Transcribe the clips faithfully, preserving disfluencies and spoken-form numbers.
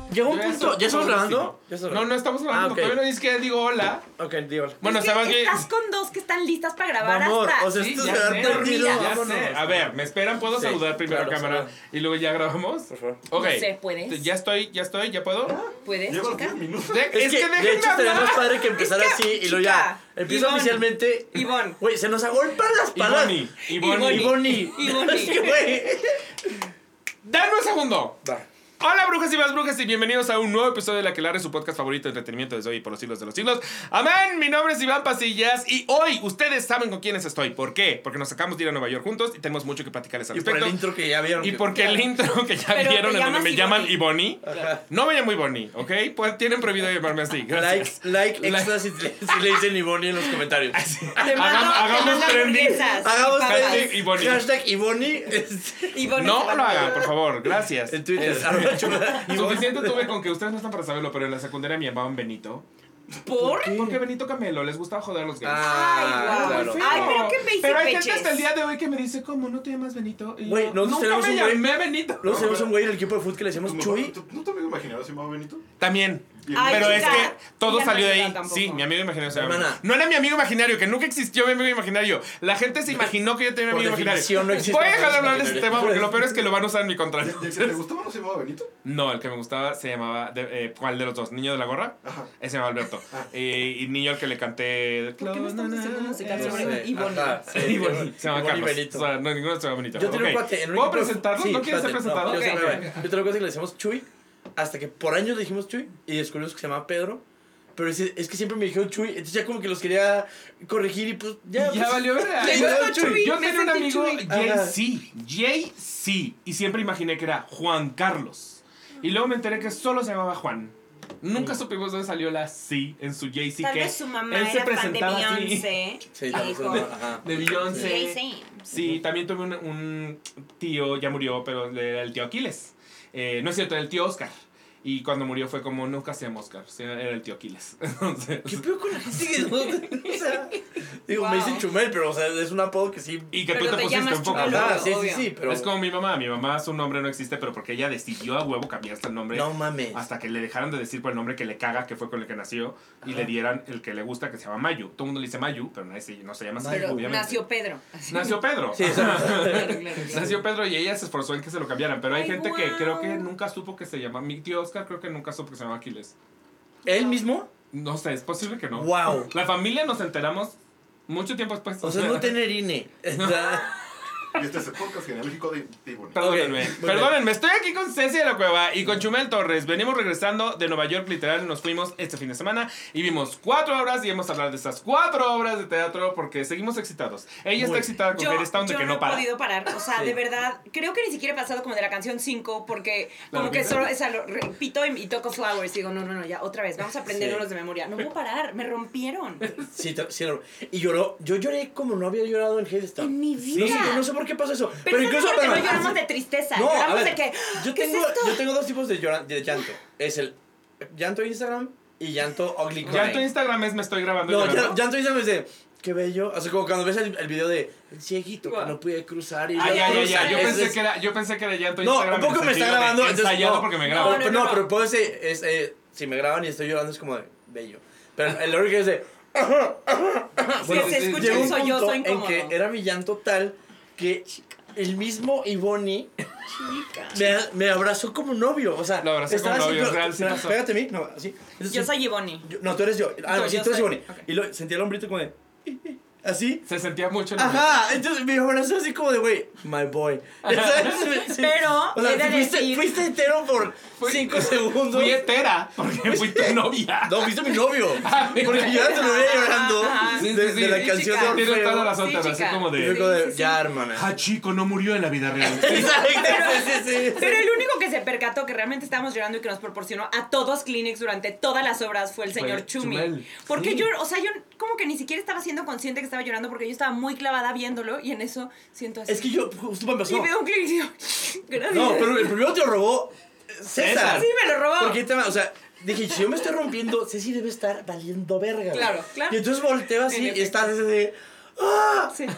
Llegó un punto. ¿Ya estamos grabando? No, no estamos grabando. Ah, okay. Todavía no dices que digo hola. Ok, digo hola. Bueno, es que que... estás con dos que están listas para grabar Amor, hasta... o sea, Sí, esto ya se va sé, perdido. ya Vámonos. sé. A ver, ¿me esperan? ¿Puedo Sí, saludar primero claro, a cámara? saluda. Y luego ya grabamos. Por favor. Ok. No sé, ¿puedes? Ya estoy, ya estoy, ¿ya puedo? ¿Puedes, Llevo chica? diez minutos. De- Es, es, que, que de déjenme hecho, estaría hablar. más padre que empezara Es que, así y luego chica, ya. Empieza Ivonne. oficialmente. Ivonne. Güey, se nos agolpan las palabras. Ivoni, Ivoni. Ivoni. Ivoni. Es que, güey. Dame un segundo. Va. Hola brujas y más brujas y bienvenidos a un nuevo episodio de La Aquelarre, su podcast favorito de entretenimiento desde hoy y por los siglos de los siglos. Amén, mi nombre es Iván Pasillas y hoy ustedes saben con quiénes estoy. ¿Por qué? Porque nos acabamos de ir a Nueva York juntos y tenemos mucho que platicarles al Y por respecto. el intro que ya vieron. Y que- porque el intro que ya Pero vieron te en donde llamas me Ivoni. llaman Ivoni, Ajá. no me llamo Ivoni, ¿ok? Pues tienen prohibido llamarme así. Like, Gracias. like Like. extra si, si le dicen Ivoni en los comentarios. Te mando, Hagamos, te hagamos mando trending. hamburguesas. Hagamos Papas. Hashtag Ivoni. Hashtag Ivoni. este, Ivoni No se va lo a- hagan, por favor. Gracias. En Twitter. Es- arroba chula- Suficiente tuve con que ustedes no están para saberlo, pero en la secundaria me llamaban Benito. ¿Por? Porque Benito Camelo les gustaba joder a los gays. Ay, guau. claro. Feo. Ay, pero qué basic Pero hay gente bitches. hasta el día de hoy que me dice, ¿cómo no te llamas Benito? Y yo, Güey, nosotros nunca tenemos me un güey- llamé Benito. Luego tenemos un güey en el equipo de fútbol que le decíamos ¿Tu Chuy. mejor- ¿Tu- ¿No te amigo imaginario se llamaba Benito? También. Ay, pero es chica, que todo ya salió no de ayuda ahí. tampoco. Sí, mi amigo imaginario se llama. Hermana. No era mi amigo imaginario, que nunca existió mi amigo imaginario. La gente se imaginó que yo tenía mi Por amigo definición, no imaginario. existe Voy a un dejar de hablar de amigo ese tema porque lo peor es que lo van a usar en mi contra. ¿Y el que te gustaba no se llamaba Benito? No, el que me gustaba se llamaba. de- eh, ¿Cuál de los dos? ¿Niño de la gorra? Ajá. Ese se llama Alberto. Eh, y niño al que le canté. ¿Por qué no estamos haciendo musical Eh, sobre Sí, Ivoni? ajá, sí, Ivoni. Se llama Ivoni Carlos. Benito. O sea, no, ninguno se llama Benito. Yo tenía un Ok. cuate en un ¿Puedo equipo de- presentarlo? Sí, ¿No quieres ser espérate, presentado? no, yo, Ok. sé, yo tenía un cuate que le decíamos Chuy, hasta que por años le dijimos Chuy y descubrimos que se llamaba Pedro. Pero es, es que siempre me dijeron Chuy, entonces ya como que los quería corregir y pues ya. Ya pues, valió verga. Le Yo- gustó Chuy, Yo me tenía un sentí amigo, Chuy. Jay-Z. Jay-Z. Y siempre imaginé que era Juan Carlos. Y luego me enteré que solo se llamaba Juan. Nunca supimos dónde salió la C en su Jay-Z. Tal que vez su mamá él se era fan de presentaba así. Beyoncé. Sí, y tal vez, dijo, ajá. De Beyoncé. Jay-Z. Sí, también tuve un, un tío, ya murió, pero era el tío Aquiles. Eh, no es cierto, era el tío Oscar. Y cuando murió fue como, nunca se llama Oscar, sí, era el tío Aquiles. Entonces, ¿Qué peor con la gente que no? O sea, digo, Wow. me dicen Chumel, pero o sea, es un apodo que sí. y que Pero tú te te pusiste llamas un poco. Chumel. Ajá, sí, sí, obvio. sí, pero. Es como mi mamá, mi mamá su nombre no existe, pero porque ella decidió a huevo cambiarse el nombre. No mames. Hasta que le dejaron de decir por el nombre que le caga, que fue con el que nació, y Ajá. le dieran el que le gusta, que se llama Mayu. Todo el mundo le dice Mayu, pero nadie se, no se llama así, Pero obviamente. nació Pedro. Así. Nació Pedro. Sí, exacto. Claro, claro, claro. Nació Pedro y ella se esforzó en que se lo cambiaran. Pero hay Ay, gente que guau. creo que nunca supo que se llama. Mi tío Oscar creo que nunca supo que se llama Aquiles. ¿Él mismo? No sé, es posible que no. Wow. La familia nos enteramos mucho tiempo después. O sea, no tener I N E. O sea, Y este es el podcast genealógico de Ivoni. Perdónenme, Ok, muy perdónenme, estoy aquí con Ceci de la Cueva y con Chumel Torres. Venimos regresando de Nueva York, literal, nos fuimos este fin de semana y vimos cuatro obras y hemos hablado de esas cuatro obras de teatro porque seguimos excitados. Ella Muy está excitada con Yo, Hadestown de yo que no no he para. podido parar, o sea, Sí. de verdad, creo que ni siquiera he pasado como de la canción cinco porque ¿La como que repite? solo, o sea, lo repito y, y toco Flowers y digo, no, no, no, ya, otra vez, vamos a aprendernos Sí. de memoria. No puedo parar, me rompieron. sí, te- sí, no. Y lloró. Yo lloré como no había llorado en Hadestown. En mi No vida. sé, no sé por qué pasó eso. Pero, Pero, incluso. porque no bueno, lloramos así- de tristeza, No, a lloramos ver, de que, yo ¿qué tengo, es esto? yo tengo dos tipos de, llora- de llanto. Es el llanto Instagram y llanto ugly cry. Ya en tu Instagram es me estoy grabando. No, llorando. ya- llanto Instagram es de qué bello. O sea, como cuando ves el, el video de el cieguito que Guau. no pude cruzar y Ah, yo ya, ya, crucé. ya. Yo Es- pensé es- que era, yo pensé que era ya en tu No, Instagram. un poco en me el está sentido de grabando. entonces, ensayado no, porque me No, grabo. No, no, pero, no, no. pero puedo decir, es, eh, si me graban y estoy llorando es como de bello. Pero el lógico es de. Bueno, se escucha llegó un un sollozo punto en incómodo. que era mi llanto tal que el mismo Ivoni Chica. me, me abrazó como novio. O sea, Lo abrazó estaba como así, novio, pero- real, sí mira, pasó. pégate a mí, no, así. Entonces, Yo sí, soy Ivoni. yo- no, tú eres yo. Ah, Yo- no, sí, yo tú eres soy- Ivoni. ok. Y lo, sentía el hombrito como de. Así. Se sentía mucho en Ajá, entonces me abrazó así como de, güey, my boy. ¿Sabes? Sí. Pero, o sea, he de fuiste, decir- fuiste hetero por Fui- cinco segundos. Fui hetera porque fui tu novia. No, fuiste mi novio. Ah, Porque yo te lo veía llorando Ajá, sí, de, sí, sí. de la Sí, canción chica. de Tienes Orfeo. toda la razón, Sí, así chica. como Y de. luego de, Sí, sí, ya, sí. hermana. Ah, chico, no murió en la vida real. Exacto, sí, sí, sí. Pero el único que se percató que realmente estábamos llorando y que nos proporcionó a todos Kleenex durante todas las obras fue el Fue señor Chumi. Chumel. Porque Sí. yo, o sea, yo como que ni siquiera estaba siendo consciente que estaba llorando porque yo estaba muy clavada viéndolo y en eso siento así. Es que yo, justo me Y pasó. veo un Kleenex y yo, gracias. No, pero el primero te lo robó César. Sí, me lo robó. Porque, te- o sea, dije, si yo me estoy rompiendo, Ceci debe estar valiendo verga. güey. Claro, claro. Y entonces volteo En así y efecto. estás ese de. ¡Ah! Sí.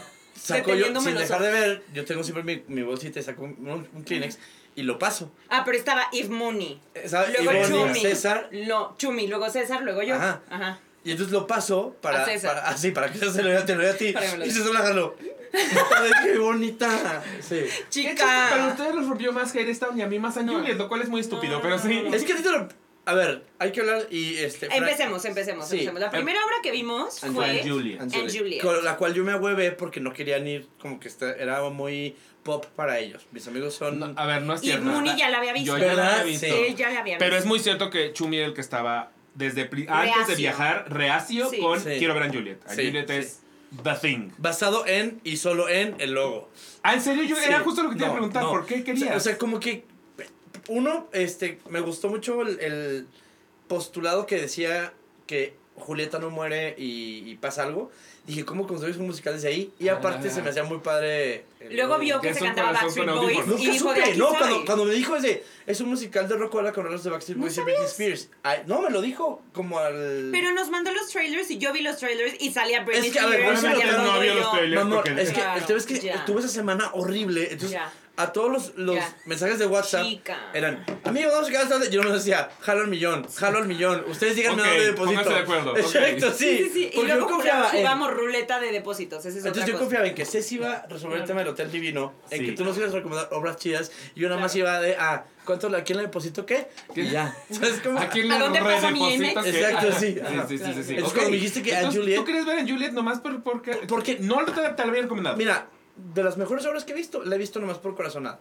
saco yo, deteniéndome sin los dejar de ojos. ver, yo tengo siempre mi, mi bolsita y saco un, un Kleenex y lo paso. Ah, pero estaba Eve Mooney. ¿Sabes? Luego Ivonne, Chumi. César. No, Chumi, luego César, luego yo. Ajá. Ajá. Y entonces lo paso para. A César. para así, para que César se lo dé, te lo dé a ti. Para que me lo Y dé. César la jaló. Ay, qué bonita. Sí. Qué chiste, Chica. Pero a ustedes los rompió más Hairstone y a mí más a No. Juliet, lo cual es muy estúpido, No, pero no, sí. no, no. Es que a ti te lo. A ver, hay que hablar y este. Fra- Empecemos, empecemos, Sí. empecemos. La primera obra que vimos And fue And Juliet. And And Juliet. Con la cual yo me ahuevé porque no querían ir, como que esta- era muy pop para ellos. Mis amigos son. No, a ver, no es Y cierto. Mooney ya la había visto. Yo ya la ¿Verdad? había visto. Sí. Él ya la había visto. Pero es muy cierto que Chumi era el que estaba desde pri- antes de Reacio. viajar reacio Sí. con Sí. Quiero ver a Juliet. A Sí, Juliet sí. es the thing. Basado en y solo en el logo. Ah, en serio, yo Sí. era justo lo que te iba a No, preguntar. no. ¿Por qué O sea, querías? O sea, como que. Uno, este, me gustó mucho el, el postulado que decía que Julieta no muere y, y pasa algo. Dije, ¿cómo construyes un musical desde ahí? Y aparte Ah. se me hacía muy padre. el- Luego vio Que que es se un cantaba corazón Backstreet con Boys audífonos. y Nunca dijo, de supe, aquí no, soy. cuando, cuando me dijo ese, es un musical de rock con los de Backstreet ¿No Boys y Britney sabías? Spears. Ay, no, me lo dijo como al... Pero nos mandó los trailers y yo vi los trailers y salía Britney Es que, a ver, Spears, por eso salía lo- todo no había y los yo, trailers. Mamá, porque- es que Claro, el tema es que ya. tuve esa semana horrible. Entonces, Ya. a todos los, los Ya. mensajes de WhatsApp Chica. eran, amigos, vamos a quedar hasta... Yo no me decía, jalo al millón, jalo al millón. Ustedes díganme Ok, dónde deposito. pónganse de acuerdo, ok. Exacto, sí. Sí, sí, sí. Y Porque luego yo confiaba en... jugamos ruleta de depósitos. Esa es Entonces otra yo cosa. confiaba en que Ceci iba a resolver el tema del Hotel Divino, en Sí. que tú nos ibas a recomendar obras chidas, y yo nada más Claro. iba de, ah, ¿cuánto, ¿a quién le deposito qué? Y ya. ¿Sabes cómo? ¿A quién ¿A le dónde pasó mi redeposito N? qué? Exacto, Ajá. sí. Sí, Ajá. sí, sí, sí, sí. Entonces, Ok. cuando me dijiste que a Entonces, Juliet- ¿tú querías ver a Juliet nomás por, porque... Porque- no te, te lo había recomendado. Mira, de las mejores obras que he visto, la he visto nomás por corazonada.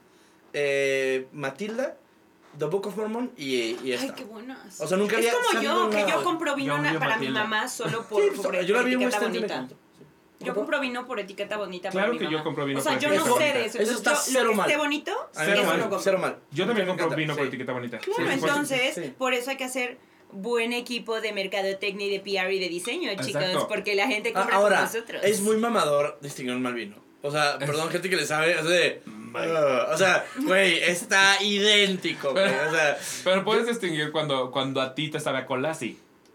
Eh, Matilda, The Book of Mormon y, y esta. Ay, qué buenas. O sea, nunca es había como sabido yo, que nada. yo compro vino Yo na- odio para mi Matilda. mamá solo por, Sí, por, pues, yo la vi en etiqueta West End y me bonita. encantó. Sí. Yo compro vino por etiqueta bonita Claro para mi que yo mamá. compro vino O sea, por yo etiqueta no sé bonita. de eso. Eso Entonces, está yo, cero lo que mal. esté bonito, A mí Cero eso mal. lo compro. Cero mal. Yo también Me compro encanta, vino por sí. etiqueta bonita. Claro, Sí, por- entonces, Sí. por eso hay que hacer buen equipo de mercadotecnia y de P R y de diseño, chicos, Exacto. porque la gente Ah, compra ahora, con nosotros. es muy mamador distinguir un mal vino. O sea, perdón, gente que le sabe, es de... "Ugh", o sea, güey, está idéntico, güey. O sea, Pero puedes distinguir cuando, cuando a ti te sabe a cola, sí.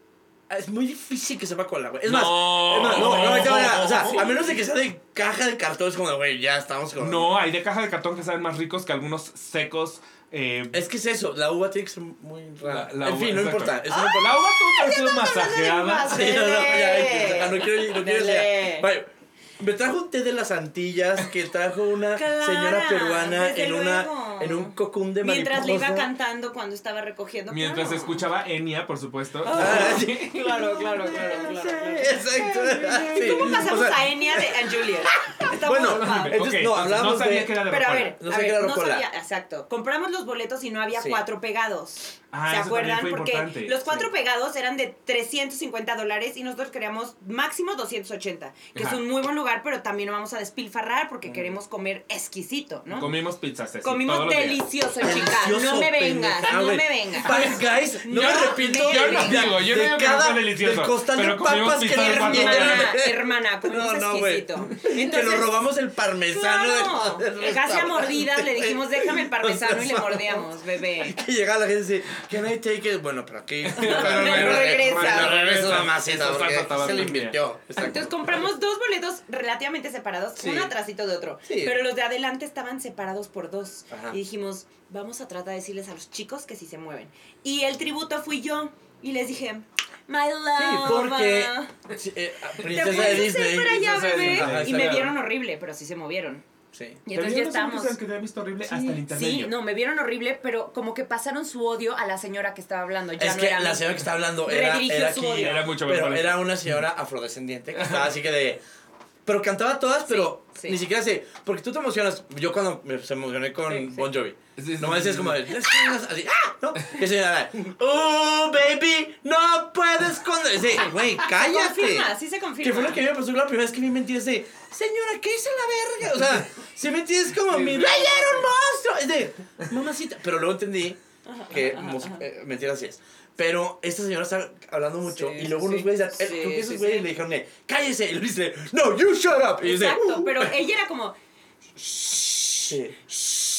es muy difícil que sepa cola, güey. Es No. más, es más, no, no, no, no, o sea, a menos de que sea de caja de cartón, es como de, güey, ya estamos con... No, hay de caja de cartón que saben más ricos que algunos secos. Eh, Es que es eso, la uva tiene que ser muy rara. La- la en uva, fin, no exacto. importa. Eso no importa. la uva tuvo que haber sido masajeada. Sí, no, no, ya, ya, ya, no quiero, no quiero Dale. decir. Vaya, me trajo un té de las Antillas que trajo una Clara, señora peruana desde en una luego. en un cocún de mariposa. Mientras le iba cantando cuando estaba recogiendo. Mientras claro. escuchaba Enya, por supuesto. Ah, sí. Claro, claro, claro, claro, Sí, claro. exacto. Sí. ¿Cómo pasamos O sea, a Enya de and Juliet? Está Bueno, muy padre. entonces, Ok, no, entonces, hablamos no sabía de- que era de Pero a Rocola. ver, No a sé qué ver, era no Rocola. sabía, exacto. Compramos los boletos y no había Sí. cuatro pegados. Ah, ¿Se eso también acuerdan? fue Porque importante. los cuatro Sí. pegados eran de trescientos cincuenta dólares y nosotros queríamos máximo doscientos ochenta, que Ajá. es un muy buen lugar, pero también no vamos a despilfarrar porque queremos comer exquisito, ¿no? Comimos pizzas, Ceci, Comimos todos los días. delicioso, chica. Delicioso, No me vengas, pendeja, no güey. me vengas. Five Guys, no Yo me no arrepiento. me Yo no vengas. digo, yo no de digo que no cada- sea delicioso. del costal de pero comimos papas que pizza de le cuatro hermana, dólares. Hermana, hermana, comimos No, no, güey. exquisito. Que Entonces, nos robamos el parmesano claro, del- del casi a restaurante, mordidas le dijimos, güey. déjame el parmesano y le No, mordíamos, bebé. Que llega la gente y dice, can I take it? Bueno, pero aquí... Pero regresa. Lo regreso mamacita, Eso porque salsa se lo tabasco. inventó. Entonces compramos dos boletos relativamente separados, Sí. uno atrásito de otro. Sí. Pero los de adelante estaban separados por dos. Ajá. Y dijimos, vamos a tratar de decirles a los chicos que sí se mueven. Y el tributo fui yo. Y les dije, my Sí, love. porque... sí, eh, Te princesa de puedes Disney. hacer para allá, princesa de bebé. Disney. Ajá, Y está me bien. vieron horrible, pero sí se movieron. Sí. Y entonces ya estamos. Que te había visto horrible hasta el Sí, intermedio. no, me vieron horrible, pero como que pasaron su odio a la señora que estaba hablando. Ya Es no que era la mi- señora que está hablando era, Redirigió era su aquí, odio. Era mucho pero mejor era eso. una señora afrodescendiente que estaba así que de... Pero cantaba todas, pero sí. ni siquiera sé. Porque tú te emocionas. Yo cuando me se emocioné con Sí, sí. Bon Jovi. Sí, sí, Nomás sí, es sí. como de... Así, ¡ah! ¿No? Que señora... ¡Oh, baby! ¡No puedes esconder! Sí, güey, cállate. Se confirma, sí se confirma. Que fue lo que a mí me pasó la primera vez que vi mentiras de... Señora, ¿qué hice la verga? O sea, si me entiendes como... Sí, ¡Mi sí. rey era un monstruo! Es de... Mamacita. Pero luego entendí que mus- eh, mentiras sí es. Pero esta señora está hablando mucho Sí, y luego sí, unos güeyes, sí, eh, creo que esos sí, güeyes sí. le dijeron, eh, cállese, y le dice, no, you shut up. Y dice, Exacto, pero ella era como, sí.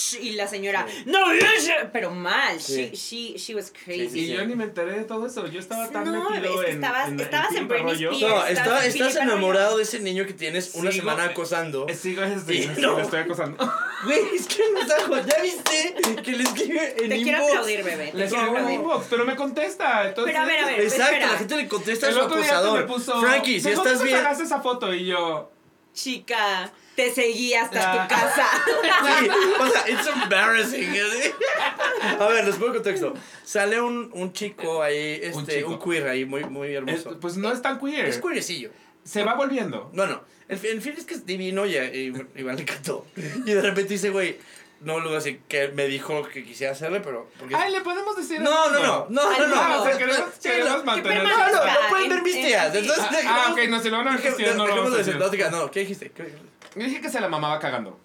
shh, y la señora, Sí. no, pero mal. Sí. She, she, she was crazy. Sí, sí, Y yo ni me enteré de todo eso. Yo estaba tan No, metido es que en, estabas- en, estabas en Philip Britney Arroyo. Spears. No, Estás está- en estás Philip enamorado Arroyo. de ese niño que tienes una Sigo- semana acosando. Eh, Sigo ese, Sí, sí, no. lo estoy acosando. Güey, es que me está ¿ya viste? Que le escribe en Te inbox. quiero aplaudir, bebé. Te Le quiero escribo en aplaudir. inbox, pero me contesta. Entonces, Pero a ver, a ver. Exacto, espera. la gente le contesta a el su otro día hasta acosador. me puso. Frankie, si ¿de dónde estás te bien. sacaste esa foto? Y yo. Chica, te seguí hasta Ah. tu casa. Sí, o sea, it's embarrassing. A ver, les pongo contexto. Sale un, un chico ahí, este, Un un, chico. queer ahí, muy, muy Es- hermoso. pues no es tan queer. Es queerecillo. Se va volviendo. Bueno, el, el fin es que es divino y, y Iván le encantó. Y de repente dice, güey, no lo voy a decir que me dijo que quisiera hacerle, pero... Porque... Ay, le podemos decir. No, no, no, no, Ay, no, no. Ah, o sea, no, queremos, sí, queremos no, mantener. no, no, no pueden ver En- mis en- tías. Entonces, Ah, dejemos- ah, ok, no, si lo van a ver mis dejemos- tías, no lo dejemos vamos a de decir. decir. No, diga, no, ¿qué dijiste? ¿Qué- Yo dije que se la mamaba cagando.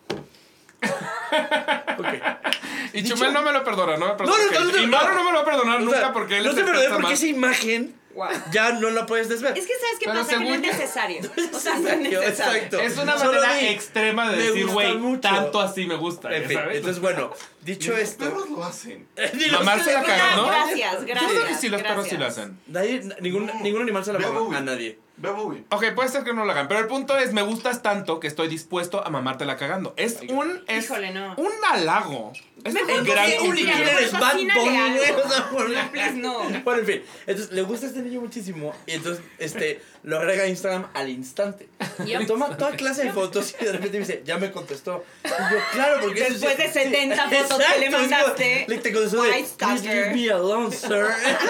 Ok. Y Dicho- Chumel no me lo perdona, no me perdona. No, no, que- no, no, y no. Mauro no me lo va a perdonar O sea, nunca porque él no es sé, el pero que es está porque más. esa imagen Wow. ya no la puedes desver. Es que sabes qué Pero pasa, que no es según- necesario. O sea, no es Exacto, necesario. exacto. Es una Solo manera di, extrema de me decir, gusta güey, mucho. tanto así me gusta. En ya fin, sabes. entonces bueno, dicho Los esto... perros lo hacen. Dilos Mamarse que- la cagan, ¿no? Gracias, Yo creo que gracias, sí, los perros sí lo gracias. hacen. Nadie, ningún, No. ningún animal se la Ve a mama Bowie. a nadie. Ve a Bowie. Ok, puede ser que no lo hagan, pero el punto es, me gustas tanto que estoy dispuesto a mamártela cagando. Es Ay, un, es Híjole, no. un halago. Es Mejor un que gran sí, Un mira, cumplido. niño eres Bad fascínale Bunny, algo. güey, o sea, por- No, please, no. Bueno, en fin, entonces le gusta a este niño muchísimo y entonces este, lo agrega a Instagram al instante. Yep. Y toma toda clase de fotos y de repente me dice, ya me contestó. Y yo, claro, porque... eso Después sí- de setenta sí, fotos que le exacto, es como- mandaste, Le te contestó de, white please leave stalker. me alone, sir.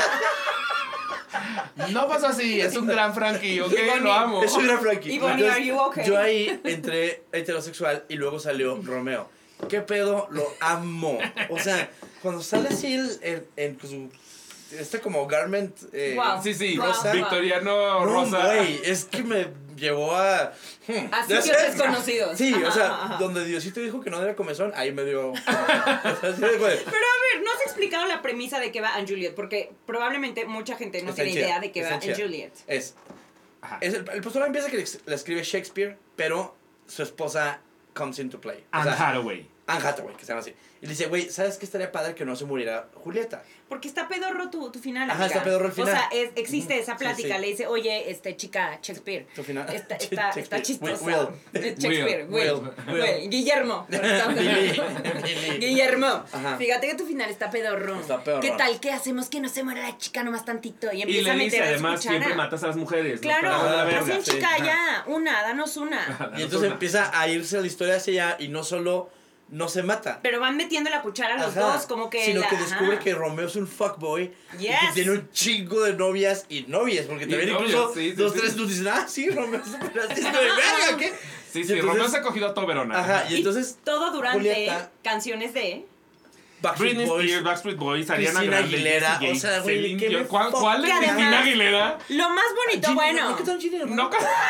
No pasó así, es un gran Frankie, ok, Bonnie. lo amo. Es un gran Frankie. Y Bonnie, Entonces, are you okay? Yo ahí entré heterosexual y luego salió Romeo. ¿Qué pedo? Lo amo. O sea, cuando sale así el, el- en su... Este como garment... Eh, Wow. Sí, sí, Rosa. Victoriano No, Rosa. güey, es que me llevó a... hmm, A ya sitios sabes. desconocidos. Sí, o sea, Ajá, ajá. donde Diosito dijo que no era comezón, ahí me dio... o sea, así de, güey. Pero a ver, no has explicado la premisa de que va en Juliet, porque probablemente mucha gente no Está tiene chida, idea de que está va chida. en Juliet. Es, Ajá. es el, el postulado empieza que le, le escribe Shakespeare, pero su esposa comes into play. O Anne sea, Hathaway. Anne Hathaway, que se llama así. Y le dice, güey, ¿sabes qué estaría padre que no se muriera Julieta? Porque está pedorro tu, tu final. Ajá, amiga. está pedorro el final. O sea, es- existe Ujú, esa sí, plática. sí. Le dice, oye, este chica, Shakespeare. Tu final. Está, está, está Shakespeare. chistosa. Will. Eh, Shakespeare, Will. Will. Will. Will. Guillermo. Billy. Billy. Guillermo. Ajá. Fíjate que tu final está pedorro. Está pedorrón. ¿Qué tal que hacemos que no se muera la chica nomás tantito? Y Y empieza le a dice, meter a su además, cuchara. siempre matas a las mujeres. Claro, Nos pegamos a la verga. hacen sí. chica Ajá. ya. Una, danos una. Y entonces empieza a irse la historia hacia allá y no solo no se mata. Pero van metiendo la cuchara los Ajá, dos, como que. sino la- que descubre ajá. que Romeo es un fuckboy y Yes. que tiene un chingo de novias y novias, porque Y también novios, incluso sí, sí, dos, sí. tres tú dices, ah, sí, Romeo es súper artista de verga, ¿qué? Sí, Y sí, entonces- Romeo se ha cogido a todo Verona. Ajá, y Y entonces todo durante Julieta- canciones de. Backstreet Britney Boys, Spears, Backstreet Boys, Ariana Cristina Grande, Aguilera, Jessie J, o sea, güey, Celine ¿qué me Dion. ¿Cuál, cuál de Que Cristina además- Aguilera? Lo más bonito, Gin- bueno. ¿no? ¿Qué tal Gin- No,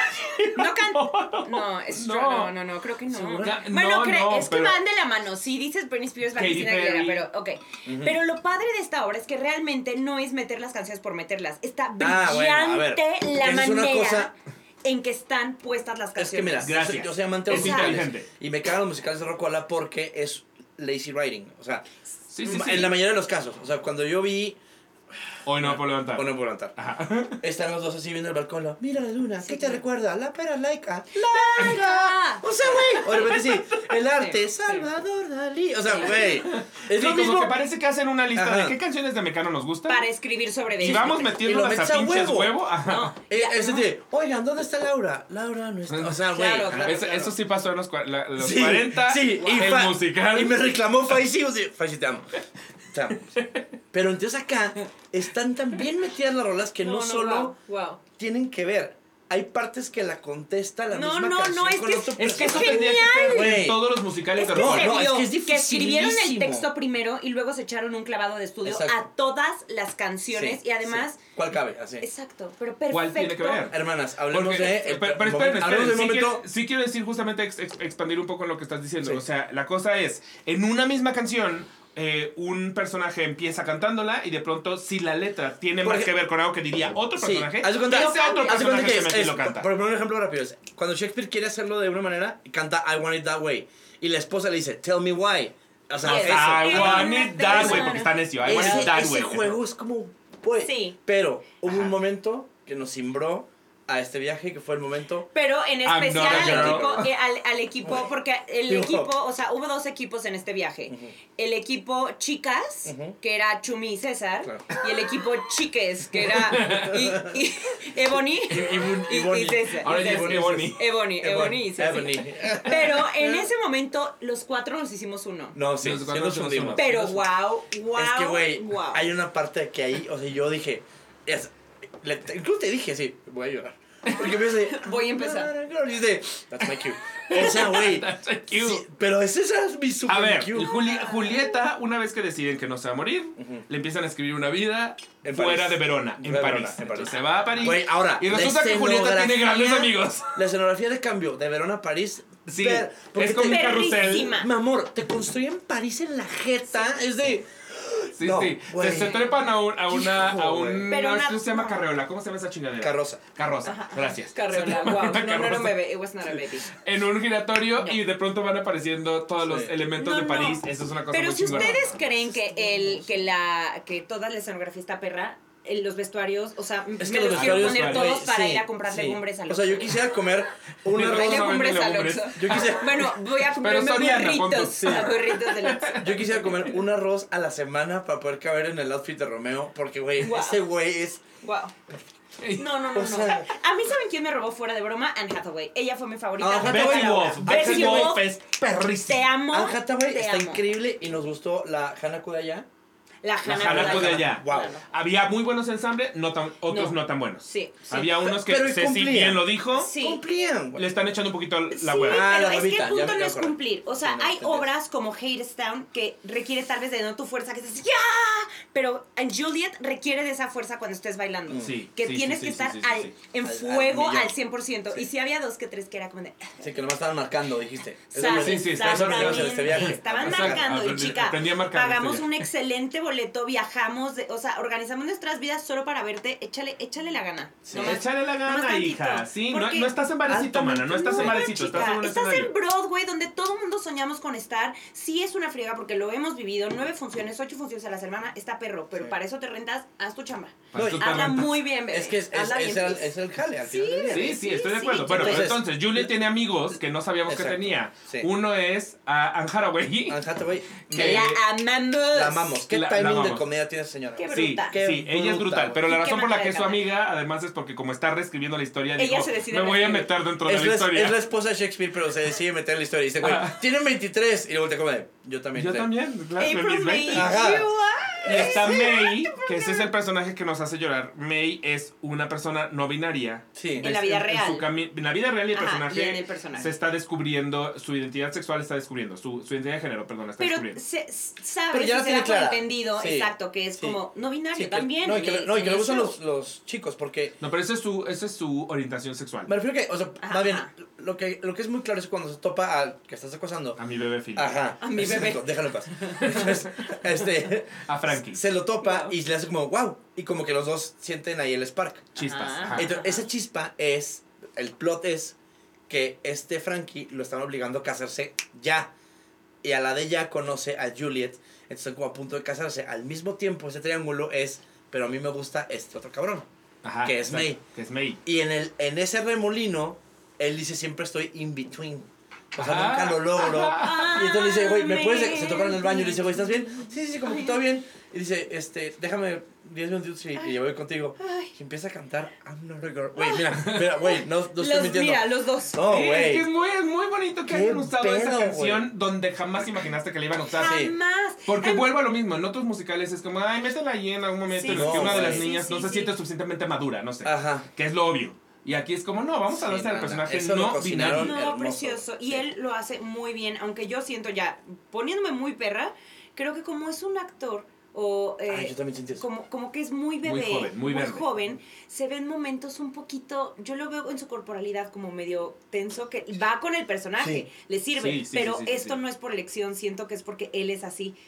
No can... No, es No. no, no, no, creo que no. ¿Segura? Bueno, No, cre- no, es que pero- van de la mano. Sí, dices Britney Spears, va Katy Cristina Aguilera, Perry. pero ok. Pero lo padre de esta obra es que realmente no es meter las canciones por meterlas. Está Ah, brillante bueno, a ver, la esa es una manera cosa- en que están puestas las Es que canciones. mira, Gracias. yo soy, yo soy amante de Es los musicales inteligente. y me cagan los musicales de Rocola porque es lazy writing, o sea, Sí, sí, sí. en la mayoría de los casos, o sea, cuando yo vi Hoy no me puedo levantar. o no puedo levantar. Ajá. Están los dos así viendo el balcón. lo, Mira la luna, Sí, ¿qué te claro. recuerda? La pera laica. ¡Laica! O sea, güey. O de repente sí, el arte, Sí, sí. Salvador Dalí. O sea, güey. Es Sí, lo como mismo. que parece que hacen una lista Ajá. de qué canciones de Mecano nos gustan. Para escribir sobre Y ellos. vamos Y metiendo lo las metes a a pinches huevo. huevo. Ajá. No, Eh, ya, ese no. de, oigan, ¿dónde está Laura? Laura no está. O sea, güey. Claro, ajá. claro. Eso, eso sí pasó en los, cua- la- los Sí, cuarenta. sí, y el fa- musical. Y me reclamó Faisy. Y yo, Faisy, te amo. Te amo. Pero entonces acá están tan bien metidas las rolas que no, solo wow, wow. tienen que ver. Hay partes que la contesta la No, misma no, canción no, es con que otro Es que eso personaje. tendría que ser Güey. en todos los musicales Es de que No, rock. se no, es vio que es que escribieron el dificilísimo. texto primero y luego se echaron un clavado de estudio Exacto. a todas las canciones Sí, y además... sí. ¿Cuál cabe? Así. Exacto, pero perfecto. ¿Cuál tiene que ver? Hermanas, hablemos Porque- de. pero, pero momen- esperen, hablemos esperen, del sí, momento. quiero, sí quiero decir justamente ex- ex- expandir un poco en lo que estás diciendo. Sí. O sea, la cosa es, en una misma canción, eh, un personaje empieza cantándola y de pronto, si la letra tiene más Porque- que ver con algo que diría otro Sí, personaje, haz de cuenta, ese haz de otro cuenta personaje que se es, mete y es- lo canta. por poner un ejemplo rápido, es cuando Shakespeare quiere hacerlo de una manera, canta I Want It That Way. Y la esposa le dice, Tell me why. O sea, Yes. eso. I want it that way, Eso. porque está necio. I want Ese, it that ese way. juego es como, pues, Sí. pero hubo Ajá. un momento que nos cimbró a este viaje, que fue el momento. Pero en I'm especial not a al girl. equipo, eh, al, al equipo, porque el Digo- equipo, o sea, hubo dos equipos en este viaje. Ujú. El equipo chicas, Ujú. que era Chumi y César, Claro. y el equipo chiques, que era y, y, Ebony Y- y Bun- y y, Bonnie. y César. Ahora y ya es César. Ebony. Ebony, Ebony y César. Ebony. Pero en ese momento los cuatro nos hicimos uno. No, sí, Los sí cuatro nos somos hundimos. uno. Pero Sí, wow, wow. Es que, güey, wow. hay una parte que ahí, o sea, yo dije, es, le, te- incluso te dije, sí, voy a llorar. Porque me dice, Voy a empezar. Y dice, that's my cue. O sea, güey. That's so cute. sí, pero esa es mi super A ver, cue. Juli- Julieta, una vez que deciden que no se va a morir, Ujú. le empiezan a escribir una vida En fuera París. de Verona, en Fuera de París. Verona, en París. Entonces se va a París. Güey, ahora, y la resulta que Julieta tiene escenografía- grandes amigos. La escenografía de cambio de Verona a París. Sí, ver, porque es como te- un carrusel. Perrísima. Mi amor, te construyen París en la jeta. Es de. Sí, No, sí. güey. Se, se trepan a, un, a una. Hijo, A güey. un Pero no, una- esto se llama no. carreola. ¿Cómo se llama esa chingadera? Carroza. Carroza. Gracias. Carreola, Se trepan wow. a una No, no era un carroza bebé, it was not a baby. En un giratorio No. y de pronto van apareciendo todos los Sí. elementos No, de París. no. Eso es una cosa Pero muy si chingona. ustedes creen que el que la que toda la escenografía está perra, en los vestuarios, o sea, Es me que los los quiero vestuarios, poner güey, todos para sí, ir a comprar sí. legumbres al O sea, yo Oxxo. quisiera comer una Pero Hay no rosa. legumbres al legumbres. Oxxo. Yo quisiera- Bueno, voy a comprarme Soriana, pon tú. burritos. A burritos del Oxxo. Yo quisiera comer un arroz a la semana para poder caber en el outfit de Romeo. Porque, güey, Wow. ese güey es. Wow. No, no, no, O no. sea- A mí, ¿saben quién me robó fuera de broma? Anne Hathaway. Ella fue mi favorita. Ah, de Hathaway. toda Betty la Wolf. obra. Betty Betty Wolf Wolf. es perrísima. Te amo. Anne Hathaway te está amo. increíble y nos gustó la Hanako de allá. La La Hannah Hanako de Kodaly. allá. Wow. Claro. Había muy buenos ensambles, no tan, otros no. No. tan buenos. Sí, sí. Había unos que Pero Ceci cumplían. bien lo dijo. Sí. Cumplían, güey. Le están echando un poquito la Sí, hueva. Ah, pero la es que huevita, el punto ya me no es acordé. cumplir. O sea, Sí, no, hay entendí. obras como Hadestown que requiere tal vez de no tu fuerza, que dices ¡ya! Pero en Juliet requiere de esa fuerza cuando estés bailando. Sí, Que sí, tienes sí, que sí, estar sí, sí, al, sí. en Al- al fuego millón. al cien por ciento. Y si había dos que tres que era como de... Sí, que nomás estaban marcando, dijiste. Eso ¿sabes? es lo- sí, sí, eso es lo que hacemos en este viaje. Estaban Exacto. marcando y Aprendí- chica, aprendí a marcar en pagamos este un viaje. excelente boleto, viajamos, de- o sea, organizamos nuestras vidas solo para verte, échale, échale la gana. Sí. Nomás- Échale la nomás gana, tantito. hija. Sí, no, Porque- no estás en barecito, Altamente mana. No estás en No, barecito. Estás chica, en un estás escenario. en Broadway, donde todo el mundo soñamos con estar. Sí es una friega porque lo hemos vivido. Nueve funciones, ocho funciones a la semana, está perro. Pero Sí. para eso te rentas, haz tu chamba. Para No, tú te Hazla rentas. muy bien, bebé. Es que es, es, Hazla es bien, el, please. es el jale al Sí, final del día. Sí, sí, estoy de Sí, acuerdo. sí. Bueno, pero Entonces- entonces, Julie tiene amigos que no sabíamos que Exacto. tenía. Sí. Uno es a Anne Hathaway. Anne Hathaway, Que- que La amamos. la amamos. ¿Qué La- la timing de amamos. comedia tiene esa señora? Qué Sí, bruta. Qué sí, ella es bruta, brutal. güey. Pero la Y qué razón por la manera que de es su cantar. amiga, además, es porque como está reescribiendo la historia, Ella dijo, se decide me voy a reescribir. meter dentro de Es la la, historia. es la esposa de Shakespeare, pero se decide meter en la historia. Y dice, güey, Ajá. tienen veintitrés. Y le voltea como de, yo también. Yo sé. también, claro, en April mis May, veinte. Ajá. you are. Y está May, que ese es el personaje que nos hace llorar. May es una persona no binaria. Sí. En la vida En- en real. su cami- en la vida real y el Ajá, personaje, y en el personaje. se está descubriendo, su identidad sexual está descubriendo, su, su identidad de género, perdón, la está Pero descubriendo. se, sabes, Pero ya la se tiene da por clara. entendido, Sí. exacto, que es Sí. como no binario Sí, que- también. No, y que, y- no, y que le y gustan eso. los, los chicos, porque No, pero esa es su, esa es su orientación sexual. me refiero que, o sea, Ajá. más bien, lo que, lo que es muy claro es cuando se topa al que estás acosando. A mi bebé Phil. Ajá. A mi exacto, bebé. Déjalo en paz. Entonces, este, A Frankie. se lo topa Wow. y le hace como, wow. Y como que los dos sienten ahí el spark. Chispas. Ajá. Ajá. Entonces, esa chispa es, el plot es que este Frankie lo están obligando a casarse ya. Y a la de ella conoce a Juliet. Entonces están como a punto de casarse. Al mismo tiempo, ese triángulo es, pero a mí me gusta este otro cabrón. Ajá, que es exacto, May. Que es May. Y en, el, en ese remolino, él dice siempre estoy in between. O sea, Ajá. nunca lo logro. Y entonces le dice, güey, ¿me puedes...? Amén. Se tocaron en el baño y le dice, güey, ¿estás bien? Sí, sí, sí, como que todo bien. Y dice, este, déjame diez minutos y, y yo voy contigo. Ay. Y empieza a cantar I'm not a girl. Güey, mira, mira, güey, no, no estoy Los, mintiendo. mira, los dos. No, Sí, es güey. que es muy, es muy bonito que Qué hayan usado esa pedo, canción güey. donde jamás imaginaste que la iban a usar. Sí. Jamás. Porque Ay, vuelvo a lo mismo, en otros musicales es como, ay, métela ahí en algún momento Sí, en el que sí, una de sí, las sí, niñas sí, no se sí. siente suficientemente madura, no sé. Ajá. Que es lo obvio. Y aquí es como, no, vamos a Sí, darse al no, no, personaje eso lo no cocinaron. binario. No, hermoso. precioso. Y Sí. él lo hace muy bien, aunque yo siento ya, poniéndome muy perra, creo que como es un actor o eh, Ay, yo también sentí eso. como, como que es muy bebé, Muy joven, muy verde. joven, se ven momentos un poquito, yo lo veo en su corporalidad como medio tenso, que va con el personaje, Sí. le sirve, Sí, sí, pero sí, sí, esto sí. no es por elección, siento que es porque él es así.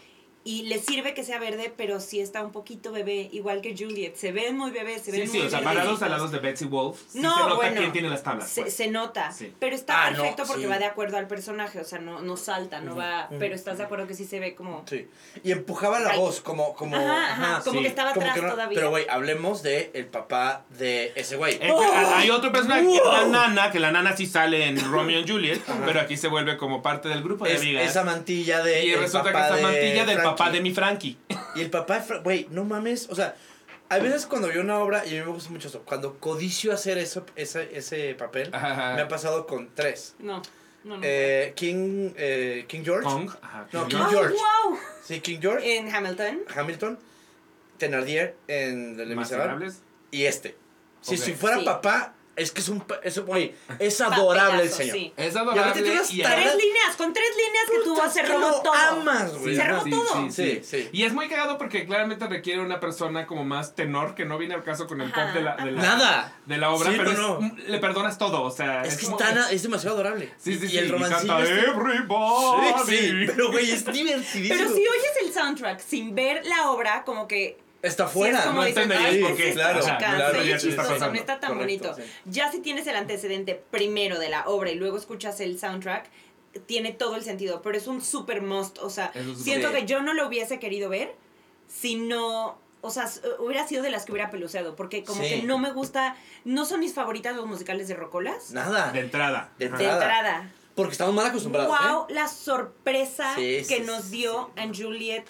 y le sirve que sea verde, pero sí está un poquito bebé, igual que Juliet. Se ven muy bebés, se ven Sí, muy sí, o sea, parados al lado de Betsy Wolf, sí no, se nota bueno, quién tiene las tablas. Se, Pues. se nota, Sí. pero está Ah, no, perfecto porque sí. va de acuerdo al personaje, o sea, no, no salta, no Ujú, va, ujú, pero estás de ujú. acuerdo que sí se ve como... Sí. Y empujaba la Right. voz como, como, Ajá, ajá, como sí. que estaba como atrás que no- todavía. Pero güey, hablemos de el papá de ese güey. Eh, hay otro personaje que es la nana, que la nana sí sale en Romeo and Juliet, pero aquí se vuelve como parte del grupo de Es, amigas. esa mantilla de y el resulta que papá esa de mantilla del Frankie. papá de mi Frankie. Y el papá de Fra- güey, no mames, o sea, a veces cuando veo una obra, y a mí me gusta mucho eso, cuando codicio hacer eso, ese, ese papel, Ajá. me ha pasado con tres. No, no, no. Eh, King, eh, King George. Kong. Ajá. No, King King ¡Ay, George. wow! Sí, King George, En Hamilton. Hamilton, Thenardier en Les Más Miserables y este. Si, Ok. si fuera Sí. papá, es que es un, pa- es, güey, es adorable el Papelazo, señor. sí. Es Y adorable. ahorita tiene unas y tareas- Tres líneas, con tres líneas que tuvo, Puta, se es que robó lo todo. amas, güey. Se Ajá. robó todo. Sí, sí. Y es muy cagado porque claramente requiere una persona como más tenor que no viene al caso con el Ajá, pop de la, de la, Nada. de la obra, Sí, pero no, es- no. le perdonas todo, o sea, Es que como- está na- es demasiado adorable. Sí, sí, y sí, el romancillo canta este- Everybody. Sí, sí, pero güey, es divertidísimo. Pero si oyes el soundtrack sin ver la obra, como que Está sí fuera. es como no dices, entenderías "Ay, por ¿qué qué". es Claro, esta Ajá, chica? claro, Se oye ya sí está chistoso, pasando. no está tan Correcto, bonito. sí. Ya si tienes el antecedente primero de la obra y luego escuchas el soundtrack, tiene todo el sentido, pero es un super must, o sea, Es un super- siento Sí. que yo no lo hubiese querido ver si no... O sea, s- hubiera sido de las que hubiera peluceado, porque como Sí. que no me gusta, no son mis favoritas los musicales de Rocolas. Nada. De entrada. De Ajá. De Nada. entrada. Porque estamos mal acostumbrados. Wow, ¿eh? la sorpresa Sí, que sí, nos sí, dio sí. en Juliet,